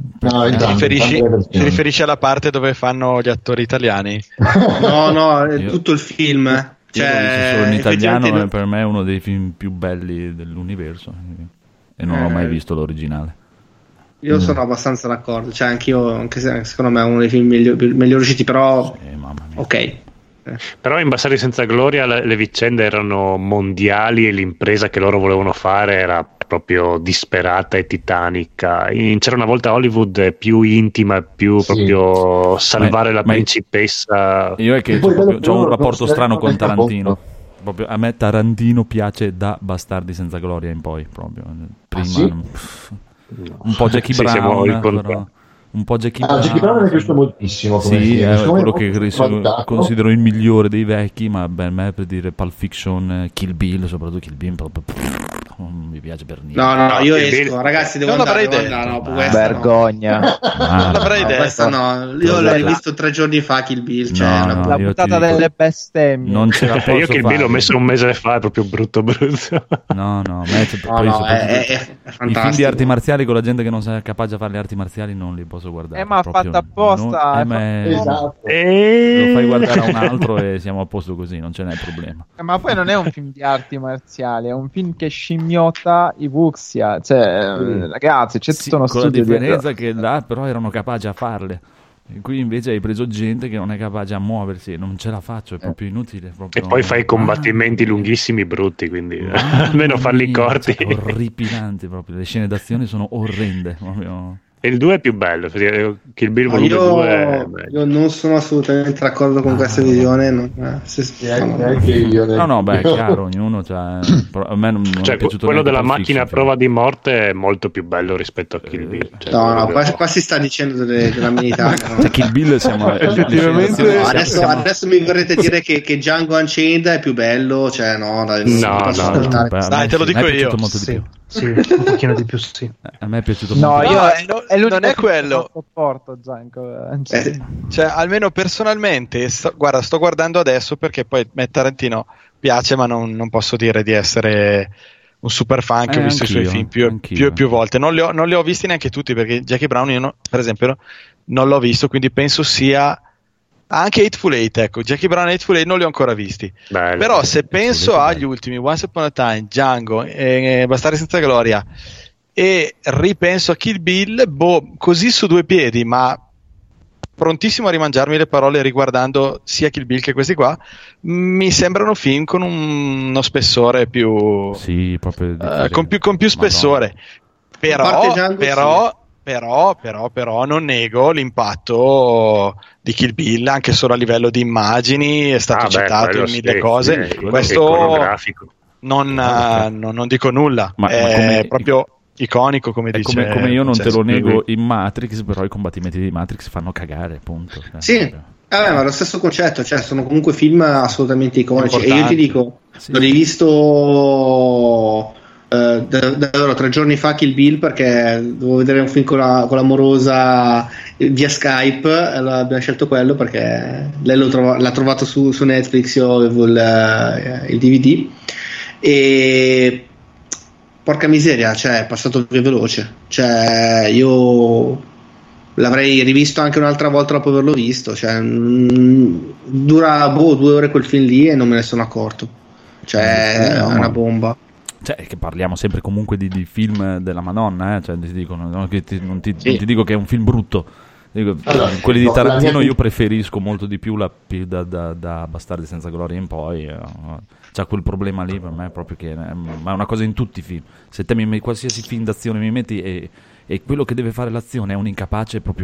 Si riferisce alla parte dove fanno gli attori italiani? No, è tutto il film. Io l'ho visto solo in italiano, per me è uno dei film più belli dell'universo e non ho mai visto l'originale. Io sono abbastanza d'accordo, cioè anch'io, anche se secondo me è uno dei film meglio riusciti, però ok. Però in Bastardi senza gloria le vicende erano mondiali e l'impresa che loro volevano fare era proprio disperata e titanica. C'era una volta Hollywood più intima, più proprio salvare la principessa. Io è che ho un rapporto strano con Tarantino. Proprio, a me Tarantino piace da Bastardi senza gloria in poi, proprio prima un po' Jackie Brown, però, un po' Jackie Brown. Jackie Brown mi è piaciuto moltissimo come film. È quello che considero il migliore dei vecchi, ma per me, per dire Pulp Fiction, Kill Bill, soprattutto Kill Bill proprio non mi piace per niente. No, io esco, ragazzi, devo andare. Vergogna. Non l'avrei detto. Io l'ho rivisto 3 giorni fa Kill Bill, la puntata delle bestemmie. Non ce la posso io Kill Bill l'ho messo un mese fa, è proprio brutto. No, è fantastico. I film di arti marziali con la gente che non è capace a fare le arti marziali non li posso guardare. Ma fatto apposta. Esatto. Lo fai guardare a un altro e siamo a posto così, non ce n'è problema. Ma poi non è un film di arti marziali, è un film che scimmiotta i Wuxia, cioè ragazzi, c'è tutto uno studio con la differenza che là però erano capaci a farle. E qui invece hai preso gente che non è capace a muoversi, non ce la faccio, è proprio inutile. E poi fai combattimenti lunghissimi brutti, quindi almeno farli corti. Orripilanti proprio, le scene d'azione sono orrende. Proprio. E il 2 è più bello, Kill Bill volume 2 è meglio. Io non sono assolutamente d'accordo con questa visione. No, beh, è chiaro, ognuno a me non è piaciuto quello della Pulp macchina a Fiction, prova di morte è molto più bello rispetto a Kill Bill. Qua si sta dicendo della militare. Cioè, Kill Bill siamo effettivamente adesso mi vorrete dire che Django Unchained è più bello, cioè no, dai, dai, te lo dico io. Sì, un pochino di più, sì. A me è piaciuto molto. Non è quello. Sopporto Django. Cioè, almeno personalmente, sto guardando adesso perché poi me Tarantino piace, ma non posso dire di essere un super fan che ho visto i suoi film più volte. Non li ho visti neanche tutti, perché Jackie Brown io per esempio non l'ho visto, quindi penso sia anche Hateful Eight, ecco, Jackie Brown e Hateful Eight non li ho ancora visti. Bello, però se penso agli ultimi Once Upon a Time, Django e Bastardi senza gloria e ripenso a Kill Bill, così su due piedi, ma prontissimo a rimangiarmi le parole riguardando sia Kill Bill che questi qua, mi sembrano film con uno spessore più proprio con più spessore. Però Però non nego l'impatto di Kill Bill anche solo a livello di immagini, è stato citato in mille cose. Questo non dico nulla, è proprio iconico, come dice. Come io non te lo nego in Matrix, però i combattimenti di Matrix fanno cagare, punto. Sì, ma lo stesso concetto, cioè sono comunque film assolutamente iconici. E io ti dico, l'ho rivisto davvero 3 giorni fa Kill Bill, perché dovevo vedere un film con l'amorosa via Skype, allora abbiamo scelto quello perché lei l'ha trovato su Netflix, io avevo il DVD e porca miseria, cioè è passato più veloce, cioè io l'avrei rivisto anche un'altra volta dopo averlo visto, cioè dura 2 ore quel film lì e non me ne sono accorto, cioè è una bomba. Cioè, che parliamo sempre comunque di film della Madonna, cioè ti dicono, no, che non ti dico che è un film brutto. Dico, quelli di Tarantino io preferisco molto di più da Bastardi senza gloria in poi. C'ha quel problema lì per me proprio che ma è una cosa in tutti i film. Se te qualsiasi film d'azione mi metti e quello che deve fare l'azione è un incapace, proprio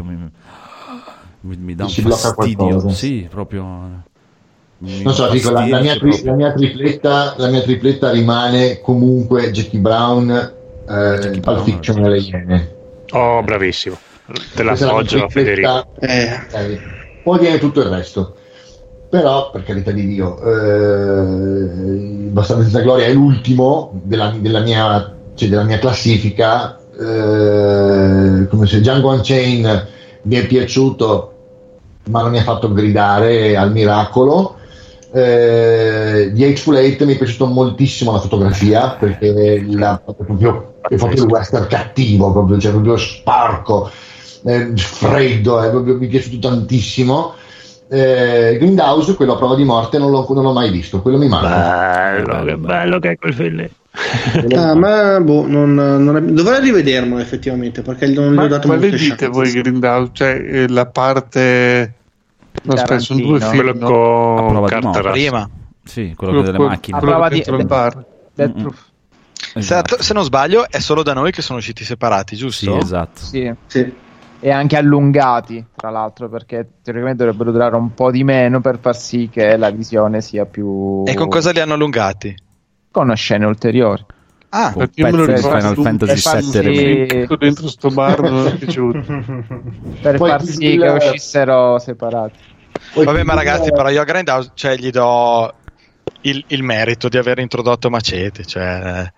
mi dà un fastidio. Sì, proprio. Non so, dico, la mia tripletta rimane comunque Jackie Brown, Pulp Fiction e Le Iene. Oh, bravissimo, te l'appoggio, Federico. Poi viene tutto il resto, però per carità di Dio, Bastardi senza gloria è l'ultimo della mia classifica. Come se Django Unchained mi è piaciuto ma non mi ha fatto gridare al miracolo. Di Hateful Eight mi è piaciuto moltissimo la fotografia, perché è proprio il western cattivo, proprio, cioè proprio sporco, freddo, mi è piaciuto tantissimo. Grindhouse, quello a prova di morte, non l'ho mai visto, quello mi manca. Che bello che è quel film lì. Ma dovrei rivederlo effettivamente, perché non gli ho dato molte chance. Ma dite voi Grindhouse, cioè la parte sono 2 film, quello con Carter prima, sì, quello delle macchine, se non sbaglio è solo da noi che sono usciti separati, giusto? Sì, esatto. Sì. E anche allungati, tra l'altro, perché teoricamente dovrebbero durare un po' di meno per far sì che la visione sia più. E con cosa li hanno allungati? Con scene ulteriori. Con pezzi di Final Fantasy VII dentro sto bar non è piaciuto. Per far sì che uscissero separati. Vabbè, ma ragazzi, però io a Grindhouse, cioè, gli do il merito di aver introdotto Macete, cioè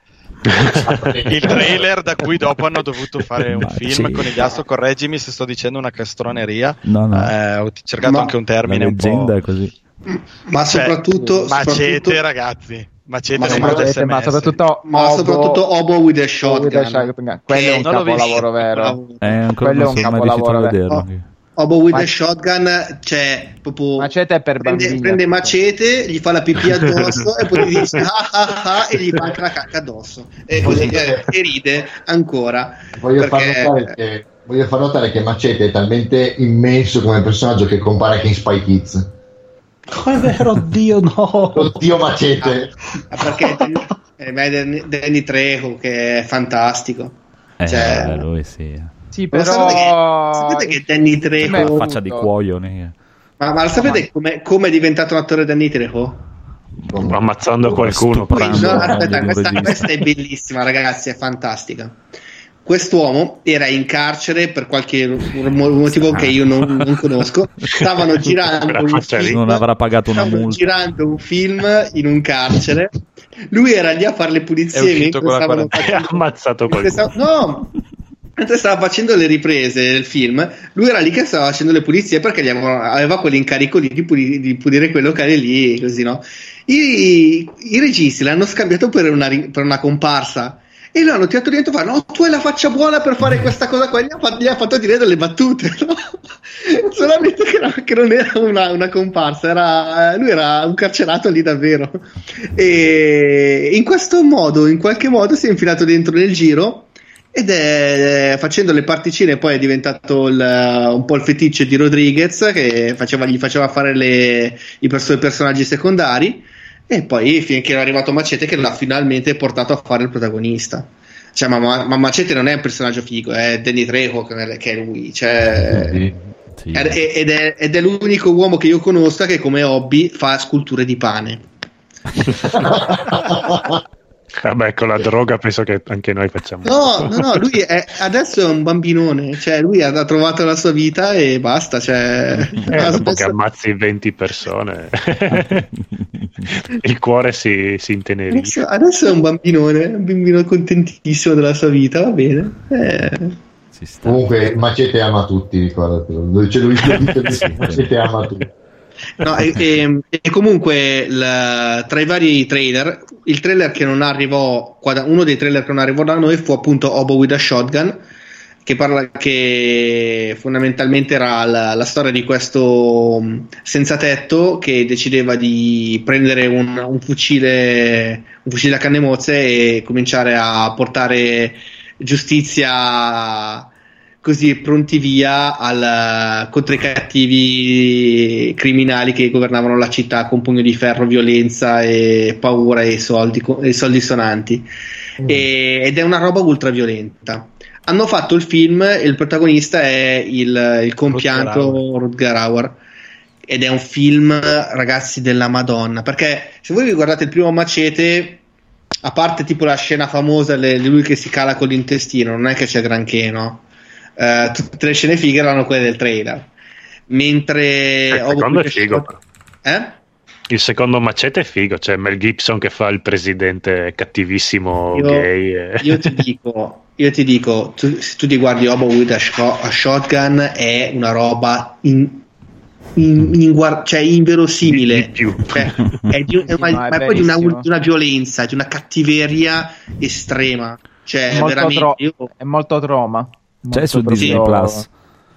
il trailer da cui dopo hanno dovuto fare un film con il Astro. Correggimi se sto dicendo una castroneria. No. Ho cercato anche un termine un po'. È così. Ma soprattutto Macete, ragazzi. Ma soprattutto Obo with a Shotgun. Quello è un capolavoro vero. Quello è un capolavoro vero. Obo with a Shotgun, cioè proprio Macete è per bambini. Prende Macete, gli fa la pipì addosso e poi gli dice e gli fa anche la cacca addosso e così e ride ancora. Voglio far notare che Macete è talmente immenso come personaggio che compare anche in Spy Kids. Oh, è vero, oddio no. Oddio Macete. Perché Danny Trejo che è fantastico. Lui sì. Sì, però sapete che Danny Trejo la faccia di cuoio. Ma lo sapete come è diventato un attore Danny Trejo? Ammazzando qualcuno. Aspetta, questa è bellissima, ragazzi, è fantastica. Quest'uomo era in carcere per qualche motivo che io non conosco. Stavano girando un film, non avrà pagato una multa. Girando un film in un carcere. Lui era lì a fare le pulizie ha ammazzato qualcuno. No, mentre stava facendo le riprese del film, lui era lì che stava facendo le pulizie perché aveva quell'incarico lì di pulire quel locale lì, così, no? I registi l'hanno scambiato per una comparsa e lo hanno tirato dentro e fa: no, tu hai la faccia buona per fare questa cosa qua. Gli ha fatto dire delle battute, no? Solamente che non era una comparsa, lui era un carcerato lì davvero, e in questo modo, in qualche modo, si è infilato dentro nel giro ed è, facendo le particine, poi è diventato un po' il feticcio di Rodriguez, che gli faceva fare i personaggi secondari. E poi finché era arrivato Macete che l'ha finalmente portato a fare il protagonista. Cioè, ma Macete non è un personaggio figo, è Danny Trejo che è lui, cioè, Sì. ed è l'unico uomo che io conosca che come hobby fa sculture di pane. Vabbè, con la droga penso che anche noi facciamo. No, lui adesso è un bambinone, cioè lui ha trovato la sua vita e basta, cioè, dopo che ammazzi 20 persone il cuore si intenerisce. Adesso è un bambinone, un bambino contentissimo della sua vita, va bene. Comunque Macete ama tutti, ricordatelo. Dove c'è lui Macete ama tutti. No, e comunque tra i vari trailer, il trailer che non arrivò uno dei trailer che non arrivò da noi fu appunto Hobo with a Shotgun, che fondamentalmente era la storia di questo senza tetto che decideva di prendere un fucile a canne mozze e cominciare a portare giustizia così pronti via contro i cattivi criminali che governavano la città con pugno di ferro, violenza e paura e soldi sonanti. Ed è una roba ultra violenta. Hanno fatto il film e il protagonista è il compianto Rutger Hauer, ed è un film, ragazzi, della Madonna, perché se voi vi guardate il primo Macete, a parte tipo la scena famosa di lui che si cala con l'intestino, non è che c'è granché, no? Tutte le scene fighe erano quelle del trailer, mentre il secondo è figo. Il secondo Macete è figo, c'è Mel Gibson che fa il presidente cattivissimo gay. Io ti dico, se tu ti guardi Hobo with a Shotgun, è una roba cioè inverosimile, cioè, ma poi di una violenza, di una cattiveria estrema, cioè è molto veramente è molto trauma. C'è su Disney Plus.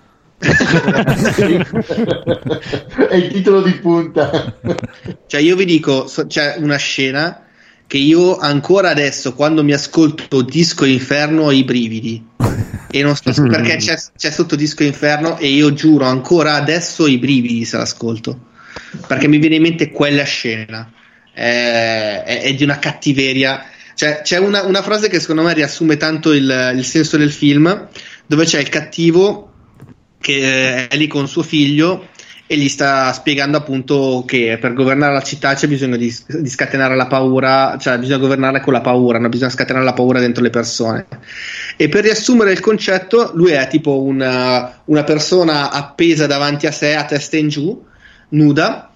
È il titolo di punta. Cioè io vi dico, c'è una scena che io ancora adesso quando mi ascolto Disco Inferno ho i brividi, e non so perché c'è sotto Disco Inferno, e io giuro ancora adesso ho i brividi se l'ascolto, perché mi viene in mente quella scena, è di una cattiveria. Cioè, c'è una frase che secondo me riassume tanto il senso del film, dove c'è il cattivo che è lì con suo figlio e gli sta spiegando appunto che per governare la città c'è bisogno di scatenare la paura, cioè bisogna governarla con la paura, no? Bisogna scatenare la paura dentro le persone. E per riassumere il concetto, lui è tipo una persona appesa davanti a sé a testa in giù, nuda,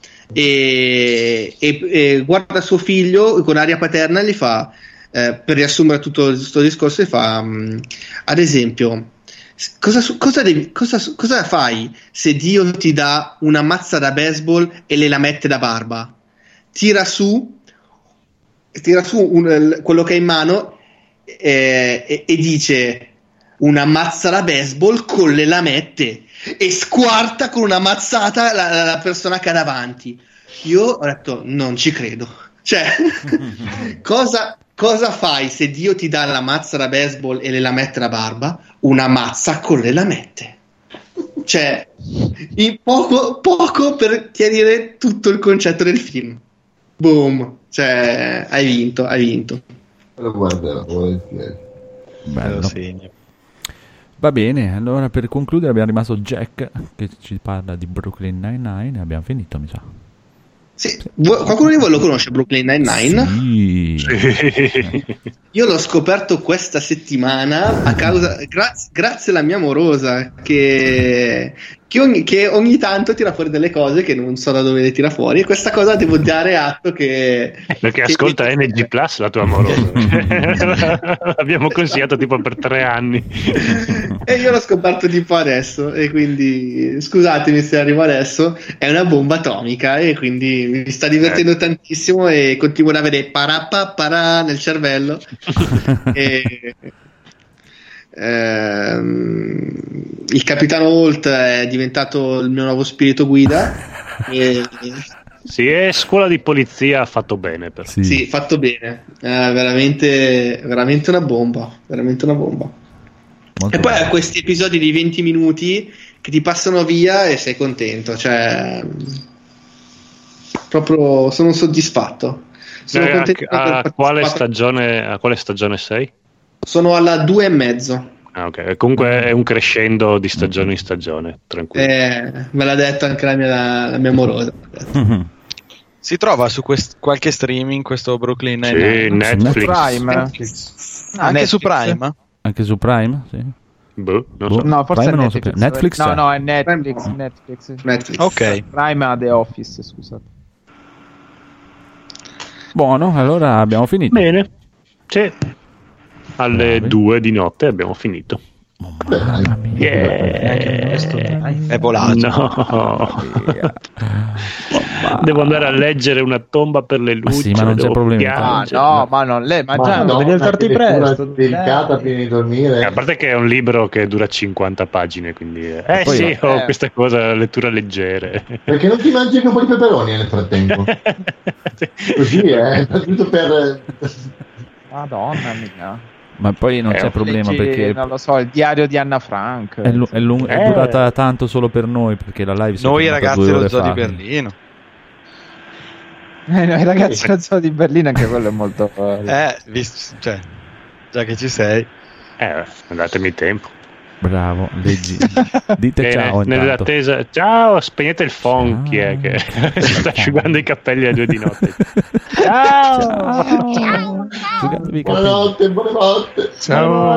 e guarda suo figlio con aria paterna e gli fa, per riassumere tutto questo discorso, gli fa, ad esempio, cosa fai se Dio ti dà una mazza da baseball e le lamette da barba? Tira su quello che hai in mano e dice una mazza da baseball con le lamette, e squarta con una mazzata la persona che ha davanti. Io ho detto non ci credo, cioè cosa fai se Dio ti dà la mazza da baseball e le lamette da barba? Una mazza con le lamette, cioè in poco per chiarire tutto il concetto del film. Boom, cioè hai vinto. Lo guarderò volentieri. Bello. Va bene, allora per concludere abbiamo rimasto Jack che ci parla di Brooklyn Nine-Nine e abbiamo finito, mi sa. Sì. Qualcuno di voi lo conosce Brooklyn Nine-Nine? Sì. Io l'ho scoperto questa settimana a causa grazie alla mia amorosa che ogni tanto tira fuori delle cose che non so da dove le tira fuori, e questa cosa devo dare atto perché ascolta NG Plus, la tua amorosa. L'abbiamo consigliato tipo per 3 anni e io l'ho scoperto tipo adesso, e quindi scusatemi se arrivo adesso, è una bomba atomica e quindi mi sta divertendo tantissimo e continuo ad avere parà nel cervello. Il capitano Holt è diventato il mio nuovo spirito guida. Sì, è scuola di polizia fatto bene, però. Sì, fatto bene, veramente una bomba, veramente una bomba. Molto e poi ha questi episodi di 20 minuti che ti passano via e sei contento, cioè proprio sono soddisfatto. Sono contento a quale stagione sei? Sono alla 2,5. Ah, ok. Comunque è un crescendo di stagione in stagione, tranquillo. Me l'ha detto anche la mia amorosa. Si trova su qualche streaming questo Brooklyn Sì, Nine-Nine? Netflix. Prime. Anche su Prime? Anche su Prime? Sì. Boh, non so. No, forse Prime è non lo Netflix. sapevo. Netflix No, c'è. no, è Netflix. Ok. Prime ha The Office, scusate. Buono, allora abbiamo finito. Bene. Sì. Alle Bravi. 2 di notte abbiamo finito. Mamma mia. È volato. No. Devo andare a leggere una tomba per le luci. sì, ma non c'è devo problema. piangere. No, ma non lei, ma già no, devi alzarti presto. Delicata prima di dormire. A parte che è un libro che dura 50 pagine, quindi poi- sì, ho questa cosa, lettura leggere. Perché non ti mangi anche un po' di peperoni nel frattempo? Così tutto per... Madonna mia. Ma poi non c'è problema Leggi, perché non lo so, il diario di Anna Frank. è durata tanto solo per noi, perché la live si è Noi fermata ragazzi 2 dello ore Zoo fa. di Berlino. Noi ragazzi del Zoo di Berlino, anche quello è molto Cioè, già che ci sei. Datemi tempo. Bravo, leggi. Dite Bene, ciao intanto. nell'attesa, ciao, spegnete il phone. Chi è che si sta asciugando i capelli alle 2 di notte? Ciao. Asciugatevi i capelli. Buonanotte, buonanotte. Ciao.